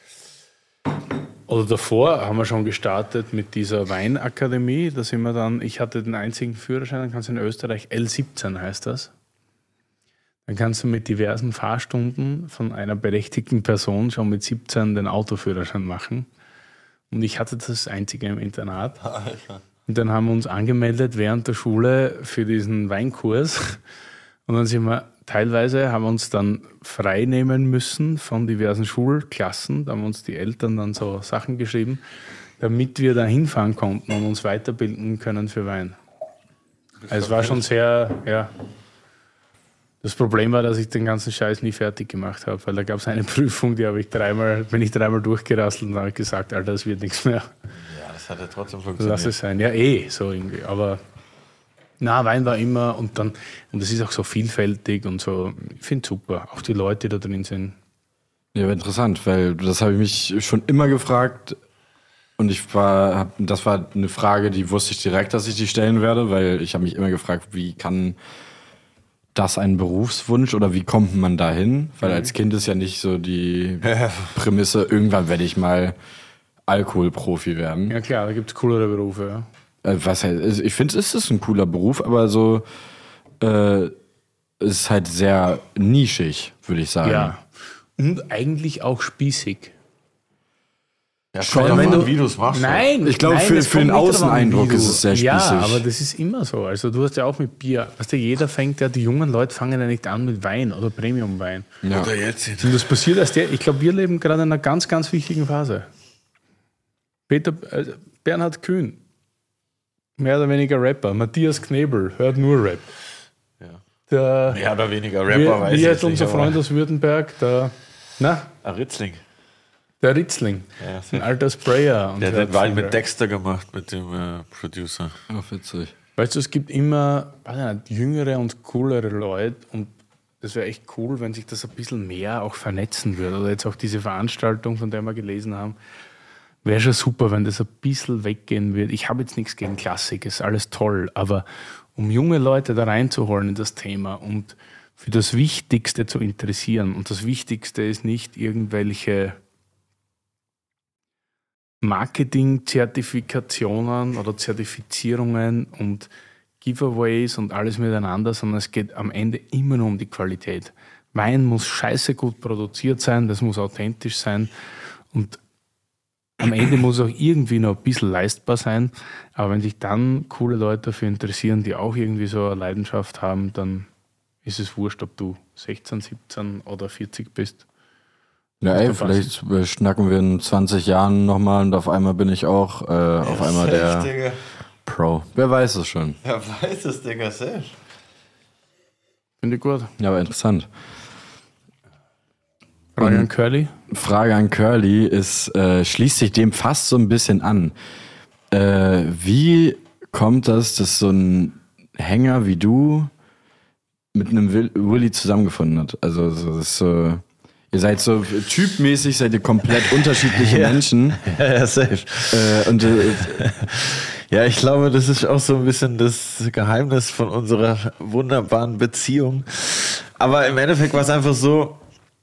S2: oder davor haben wir schon gestartet mit dieser Weinakademie. Da sind wir dann, ich hatte den einzigen Führerschein, dann kannst du in Österreich L siebzehn heißt das. Dann kannst du mit diversen Fahrstunden von einer berechtigten Person schon mit siebzehn den Autoführerschein machen. Und ich hatte das einzige im Internat. Und dann haben wir uns angemeldet während der Schule für diesen Weinkurs. Und dann sind wir teilweise, haben wir uns dann frei nehmen müssen von diversen Schulklassen. Da haben uns die Eltern dann so Sachen geschrieben, damit wir da hinfahren konnten und uns weiterbilden können für Wein. Also es war schon sehr, ja. Das Problem war, dass ich den ganzen Scheiß nie fertig gemacht habe, weil da gab es eine Prüfung, die habe ich dreimal, bin ich dreimal durchgerasselt und habe gesagt, Alter, das wird nichts mehr.
S4: Ja, das hat ja trotzdem funktioniert.
S2: Lass es sein. Ja, eh, so irgendwie. Aber na, Wein war immer und dann, und es ist auch so vielfältig und so, ich finde es super. Auch die Leute, die da drin sind.
S3: Ja, aber interessant, weil das habe ich mich schon immer gefragt und ich war, hab, das war eine Frage, die wusste ich direkt, dass ich die stellen werde, weil ich habe mich immer gefragt, wie kann das ein Berufswunsch oder wie kommt man dahin? Weil als Kind ist ja nicht so die Prämisse, irgendwann werde ich mal Alkoholprofi werden.
S2: Ja klar, da gibt es coolere Berufe. Ja.
S3: Äh, was halt, ich finde, es ist ein cooler Beruf, aber so äh, ist halt sehr nischig, würde ich sagen.
S2: Ja. Und eigentlich auch spießig.
S4: Ja,
S2: Schon,
S4: schon,
S2: wenn
S4: wenn
S2: du-
S4: wie du es machst.
S2: Nein,
S3: Ich glaube,
S2: nein,
S3: für-
S2: es
S3: für
S2: kommt
S3: den
S2: nicht drauf
S3: Außeneindruck
S2: an, wie
S3: ist
S2: du-
S3: es sehr
S2: Ja,
S3: spießig.
S2: aber das ist immer so. Also du hast ja auch mit Bier. Weißt du, jeder fängt ja, die jungen Leute fangen ja nicht an mit Wein oder Premium-Wein.
S3: Ja.
S4: Oder jetzt nicht.
S2: Und das passiert erst, der, ich glaube, wir leben gerade in einer ganz, ganz wichtigen Phase. Peter, äh, Bernhard Kühn, mehr oder weniger Rapper. Matthias Knebel hört nur Rap.
S4: Ja.
S2: Der,
S4: Mehr oder weniger Rapper,
S2: wie,
S4: weiß
S2: wie
S4: ich
S2: heißt
S4: nicht.
S2: unser
S4: aber-
S2: Freund aus Württemberg? Der, na,
S4: Ah, Ritzling.
S2: der Ritzling.
S4: Ja,
S2: Ein alter Sprayer. Und
S4: der hat
S2: hört
S4: den Wein
S2: viel
S4: mit
S2: Rap.
S4: Dexter gemacht, mit dem äh, Producer.
S3: Ach, witzig.
S2: Weißt du, es gibt immer weiß ich nicht, jüngere und coolere Leute und das wäre echt cool, wenn sich das ein bisschen mehr auch vernetzen würde. Oder jetzt auch diese Veranstaltung, von der wir gelesen haben. Wäre schon super, wenn das ein bisschen weggehen würde. Ich habe jetzt nichts gegen Klassik, ist alles toll, aber um junge Leute da reinzuholen in das Thema und für das Wichtigste zu interessieren. Und das Wichtigste ist nicht irgendwelche Marketing-Zertifikationen oder Zertifizierungen und Giveaways und alles miteinander, sondern es geht am Ende immer nur um die Qualität. Wein muss scheiße gut produziert sein, das muss authentisch sein und am Ende muss auch irgendwie noch ein bisschen leistbar sein. Aber wenn sich dann coole Leute dafür interessieren, die auch irgendwie so eine Leidenschaft haben, dann ist es wurscht, ob du sechzehn, siebzehn oder vierzig bist.
S3: Ja, ey,
S2: du
S3: vielleicht äh, schnacken wir in zwanzig Jahren nochmal und auf einmal bin ich auch äh, auf einmal der
S4: Digga.
S3: Pro. Wer weiß es schon.
S4: Wer weiß es, Digga, selbst.
S2: Finde ich gut.
S3: Ja, aber interessant.
S2: Frage
S3: Mhm.
S2: an Curly.
S3: Frage an Curly ist, äh, schließt sich dem fast so ein bisschen an. Äh, wie kommt das, dass so ein Hänger wie du mit einem Will- Willi zusammengefunden hat? Also so, das ist so, ihr seid so typmäßig, seid ihr komplett unterschiedliche Menschen.
S1: Ja, ja, safe.
S3: Äh, und äh,
S1: Ja, ich glaube, das ist auch so ein bisschen das Geheimnis von unserer wunderbaren Beziehung. Aber im Endeffekt war es einfach so,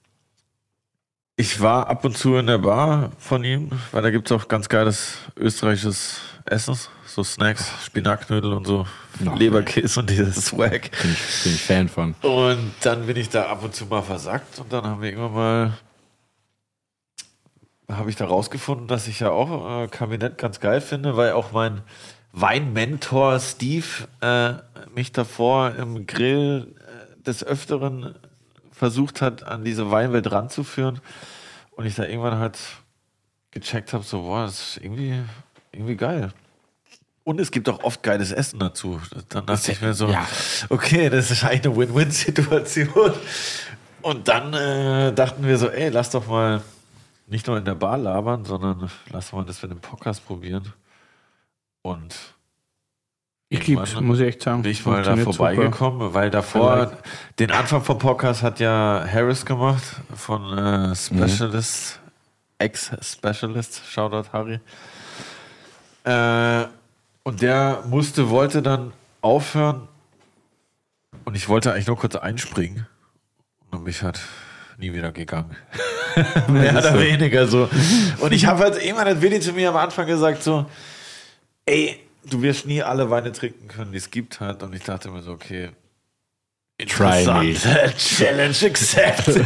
S1: ich war ab und zu in der Bar von ihm, weil da gibt es auch ganz geiles österreichisches Essen, so Snacks, Spinatknödel und so, Leberkäse und dieses Swag.
S3: bin, ich, bin ich Fan von.
S1: Und dann bin ich da ab und zu mal versackt und dann haben wir irgendwann mal, habe ich da rausgefunden, dass ich ja auch äh, Kabinett ganz geil finde, weil auch mein Weinmentor Steve äh, mich davor im Grill äh, des Öfteren versucht hat, an diese Weinwelt ranzuführen und ich da irgendwann halt gecheckt habe, so, boah, das ist irgendwie, irgendwie geil. Und es gibt auch oft geiles Essen dazu. Dann dachte ich mir so,
S3: ja.
S1: okay, das ist eigentlich eine Win-Win-Situation. Und dann äh, dachten wir so, ey, lass doch mal nicht nur in der Bar labern, sondern lass mal das mit dem Podcast probieren. Und
S2: Ich lieb's,
S1: irgendwann
S2: muss ich echt sagen.
S1: bin ich mal da
S2: Funktioniert
S1: vorbeigekommen, super. Weil davor,
S2: I like.
S1: den Anfang vom Podcast hat ja Harris gemacht, von äh, Specialist, mhm. Ex-Specialist, Shoutout Harry. Äh, und der musste, wollte dann aufhören und ich wollte eigentlich nur kurz einspringen und dann bin ich halt nie wieder gegangen. Mehr oder so. Weniger so. Und ich habe halt irgendwann hat Willi zu mir am Anfang gesagt so, ey, du wirst nie alle Weine trinken können, die es gibt halt. Und ich dachte mir so, okay,
S3: Try
S1: Challenge accepted.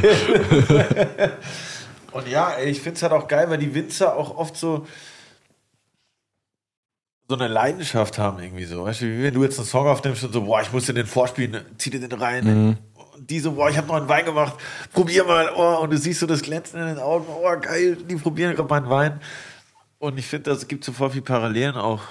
S1: Und ja, ey, ich finde es halt auch geil, weil die Winzer auch oft so so eine Leidenschaft haben irgendwie so. Weißt du, wie wenn du jetzt einen Song aufnimmst und so, boah, ich muss dir den vorspielen, zieh dir den rein.
S3: Mhm.
S1: Und die so, boah, ich habe noch einen Wein gemacht, probier mal. Oh, und du siehst so das Glänzen in den Augen, oh, geil, die probieren gerade meinen Wein. Und ich finde, es gibt so voll viel Parallelen auch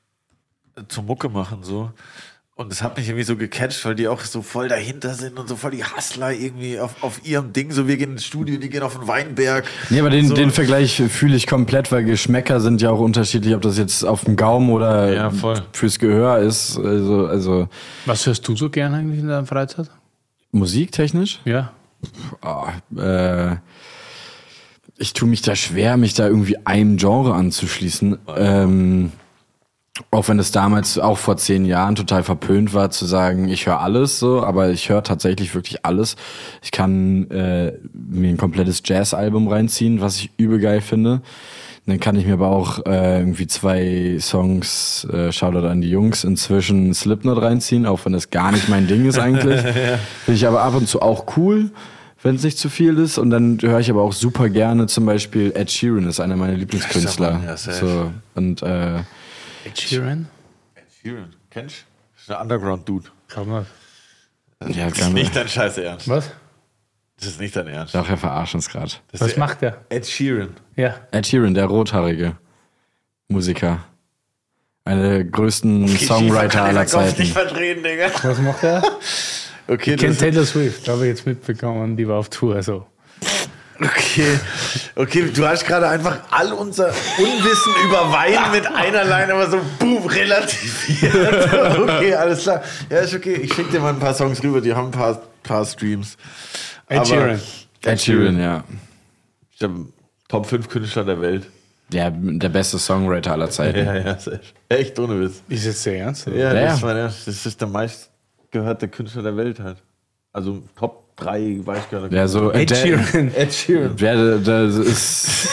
S1: zum Mucke machen so. Und es hat mich irgendwie so gecatcht, weil die auch so voll dahinter sind und so voll die Hustler irgendwie auf, auf ihrem Ding. So, wir gehen ins Studio, die gehen auf den Weinberg.
S3: Nee, aber den,
S1: so.
S3: den Vergleich fühle ich komplett, weil Geschmäcker sind ja auch unterschiedlich, ob das jetzt auf dem Gaumen oder
S1: Ja, voll.
S3: fürs Gehör ist. Also, also
S2: Was hörst du so gern eigentlich in deiner Freizeit?
S3: musiktechnisch?
S2: Ja.
S3: Oh, äh, ich tue mich da schwer, mich da irgendwie einem Genre anzuschließen. Ähm, auch wenn es damals auch vor zehn Jahren total verpönt war, zu sagen, ich höre alles so, aber ich höre tatsächlich wirklich alles. Ich kann äh, mir ein komplettes Jazz-Album reinziehen, was ich übel geil finde. Dann kann ich mir aber auch äh, irgendwie zwei Songs, äh, Shoutout an die Jungs, inzwischen Slipknot reinziehen, auch wenn das gar nicht mein Ding ist eigentlich. ja. Finde ich aber ab und zu auch cool, wenn es nicht zu viel ist. Und dann höre ich aber auch super gerne zum Beispiel Ed Sheeran, ist einer meiner Lieblingskünstler.
S1: Ja, safe.
S3: so, und äh,
S2: Ed Sheeran?
S1: Ed Sheeran, kennst du? Das ist ein Underground-Dude.
S2: Schau mal.
S3: ja,
S1: Das ist nicht dein Scheiß Ernst.
S2: Was?
S1: Das ist nicht dein Ernst.
S3: Doch, wir verarschen es gerade.
S1: Das
S2: Was
S1: ist
S2: macht der?
S1: Ed Sheeran.
S2: Ja.
S3: Ed Sheeran, der rothaarige Musiker. Einer der größten Songwriter aller Zeiten.
S1: nicht verdrehen, Digga.
S2: Was macht er?
S1: Okay,
S2: Ich kenne
S1: das,
S2: Taylor Swift, habe ich jetzt mitbekommen, die war auf Tour. Also.
S1: okay. Okay, du hast gerade einfach all unser Unwissen über Wein mit einer Line aber so boom, relativiert. Okay, alles klar. Ja, ist okay. Ich schicke dir mal ein paar Songs rüber, die haben ein paar, paar Streams.
S2: Ed Sheeran.
S3: Ed Sheeran, ja.
S1: Ich hab Top fünf Künstler der Welt.
S3: Der, der beste Songwriter aller Zeiten.
S1: Ja, ja, echt ohne Witz.
S2: Ist jetzt sehr ernst? Oder?
S1: Ja,
S3: Ja.
S1: das, war der, das ist der meistgehörte Künstler der Welt halt. Also Top drei meistgehörte
S3: Ja, so
S2: Ed
S3: der-
S2: Sheeran.
S1: Ed Sheeran.
S3: Wer, das ist.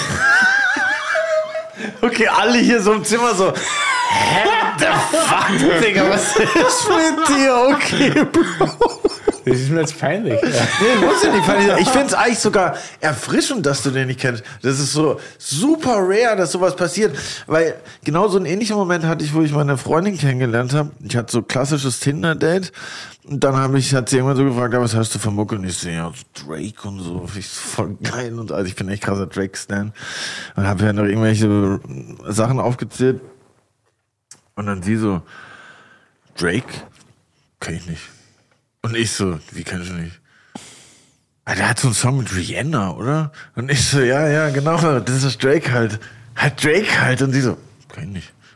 S1: Okay, alle hier so im Zimmer so. Hä? The fuck, Digga, was ist mit dir? Okay, Bro.
S2: Das ist mir jetzt peinlich. Ja.
S1: Nee, muss ich nicht. Ich finde es eigentlich sogar erfrischend, dass du den nicht kennst. Das ist so super rare, dass sowas passiert. Weil genau so einen ähnlichen Moment hatte ich, wo ich meine Freundin kennengelernt habe. Ich hatte so klassisches Tinder-Date. Und dann habe ich, hat sie irgendwann so gefragt, ja, was hast du für Mucke? Und ich so, ja, Drake und so. Finde ich voll geil. Und also ich bin echt krasser Drake-Stan. Und habe ja noch irgendwelche Sachen aufgezählt. Und dann sie so, Drake? Kenn ich nicht. Und ich so, wie kennst du nicht? Ah, der hat so einen Song mit Rihanna, oder? Und ich so, ja, ja, genau, das ist Drake halt. Halt Drake halt. Und sie so, kenn ich nicht.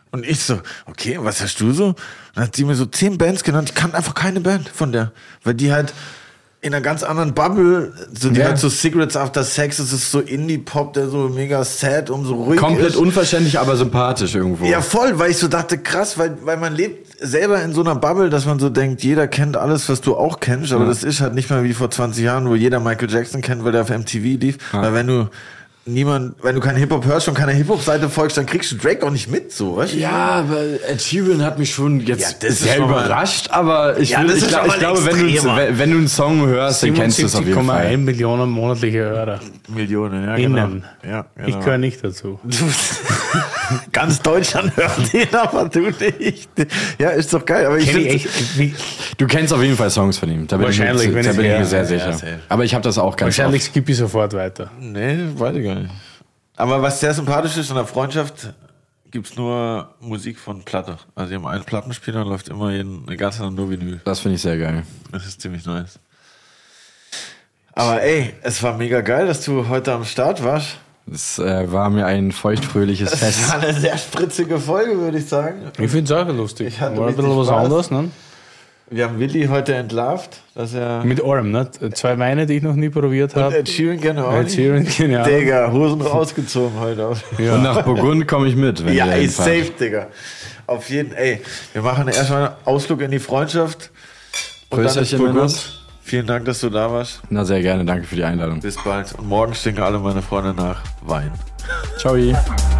S1: Und ich so, okay, was hast du so? Und dann hat sie mir so zehn Bands genannt, ich kannte einfach keine Band von der. Weil die halt in einer ganz anderen Bubble, so die
S2: Ja.
S1: halt so Cigarettes After Sex, das ist so Indie-Pop, der so mega sad und so ruhig
S3: Komplett
S1: ist.
S3: unverständlich, aber sympathisch irgendwo.
S1: Ja, voll, weil ich so dachte, krass, weil, weil man lebt selber in so einer Bubble, dass man so denkt, jeder kennt alles, was du auch kennst, aber
S3: Ja.
S1: das ist halt nicht mehr wie vor zwanzig Jahren, wo jeder Michael Jackson kennt, weil der auf M T V lief.
S3: Ja.
S1: Weil wenn du niemand, wenn du keinen Hip-Hop hörst und keiner Hip-Hop-Seite folgst, dann kriegst du Drake auch nicht mit, so, weißt du?
S3: Ja, aber Ed Sheeran hat mich schon jetzt
S1: Ja, das ist
S3: sehr
S1: schon mal-
S3: überrascht, aber ich,
S1: Ja,
S3: will,
S1: das
S3: ich,
S1: ist
S3: glaub,
S1: schon
S3: ich
S1: mal
S3: glaube, wenn du,
S1: extremer.
S3: wenn, wenn du einen Song hörst, dann kennst du es auf jeden
S2: siebenundsiebzig Komma eins
S3: Fall.
S2: Millionen monatliche Hörer.
S1: Millionen, ja,
S2: Innen.
S1: genau. Ja, genau.
S2: Ich gehöre nicht dazu.
S1: Ganz Deutschland hört den, aber du nicht. Ja, ist doch geil, aber ich
S2: Kenn ich
S1: finde
S2: echt, wie,
S3: Du kennst auf jeden Fall Songs von ihm. Da bin
S2: Wahrscheinlich,
S3: ich mir,
S2: wenn
S3: da
S2: ich-
S3: bin ich
S2: ja,
S3: mir sehr
S1: ja,
S3: sicher.
S1: safe.
S3: Aber ich habe das auch ganz
S2: wahrscheinlich
S3: oft.
S2: skippe ich sofort weiter.
S1: Nee, weiß ich gar nicht. Aber was sehr sympathisch ist in der Freundschaft, gibt's nur Musik von Platte. Also, die haben einen Plattenspieler und läuft immer jeden, eine ganze Zeit nur Vinyl.
S3: Das finde ich sehr geil.
S1: Das ist ziemlich nice. Aber ey, es war mega geil, dass du heute am Start warst.
S3: Es äh, war mir ein feuchtfröhliches
S1: Es
S3: Fest.
S1: war eine sehr spritzige Folge, würde ich sagen.
S2: Ich finde es auch lustig.
S1: Ich hatte
S2: War ein
S1: richtig
S2: bisschen was
S1: Spaß.
S2: anderes, ne?
S1: Wir haben Willi heute entlarvt, dass er
S2: Mit Orm, ne? Zwei Weine, die ich noch nie probiert habe.
S1: Ed Sheeran gerne auch
S2: Ed
S1: nicht.
S2: Sheeran, genau.
S1: Digga, Hosen rausgezogen heute auch.
S2: Ja.
S3: Und nach Burgund komme ich mit. Wenn
S1: Ja,
S3: ihr
S1: ey,
S3: hinfahrt.
S1: safe, Digga. Auf jeden, ey, wir machen erstmal einen Ausflug in die Freundschaft. Und dann ist
S3: Prösterchen,
S1: Burgund.
S3: Männers.
S1: Vielen Dank, dass du da warst.
S3: Na, sehr gerne. Danke für die Einladung.
S1: Bis bald. Und morgen stinken alle meine Freunde nach Wein.
S3: Ciao.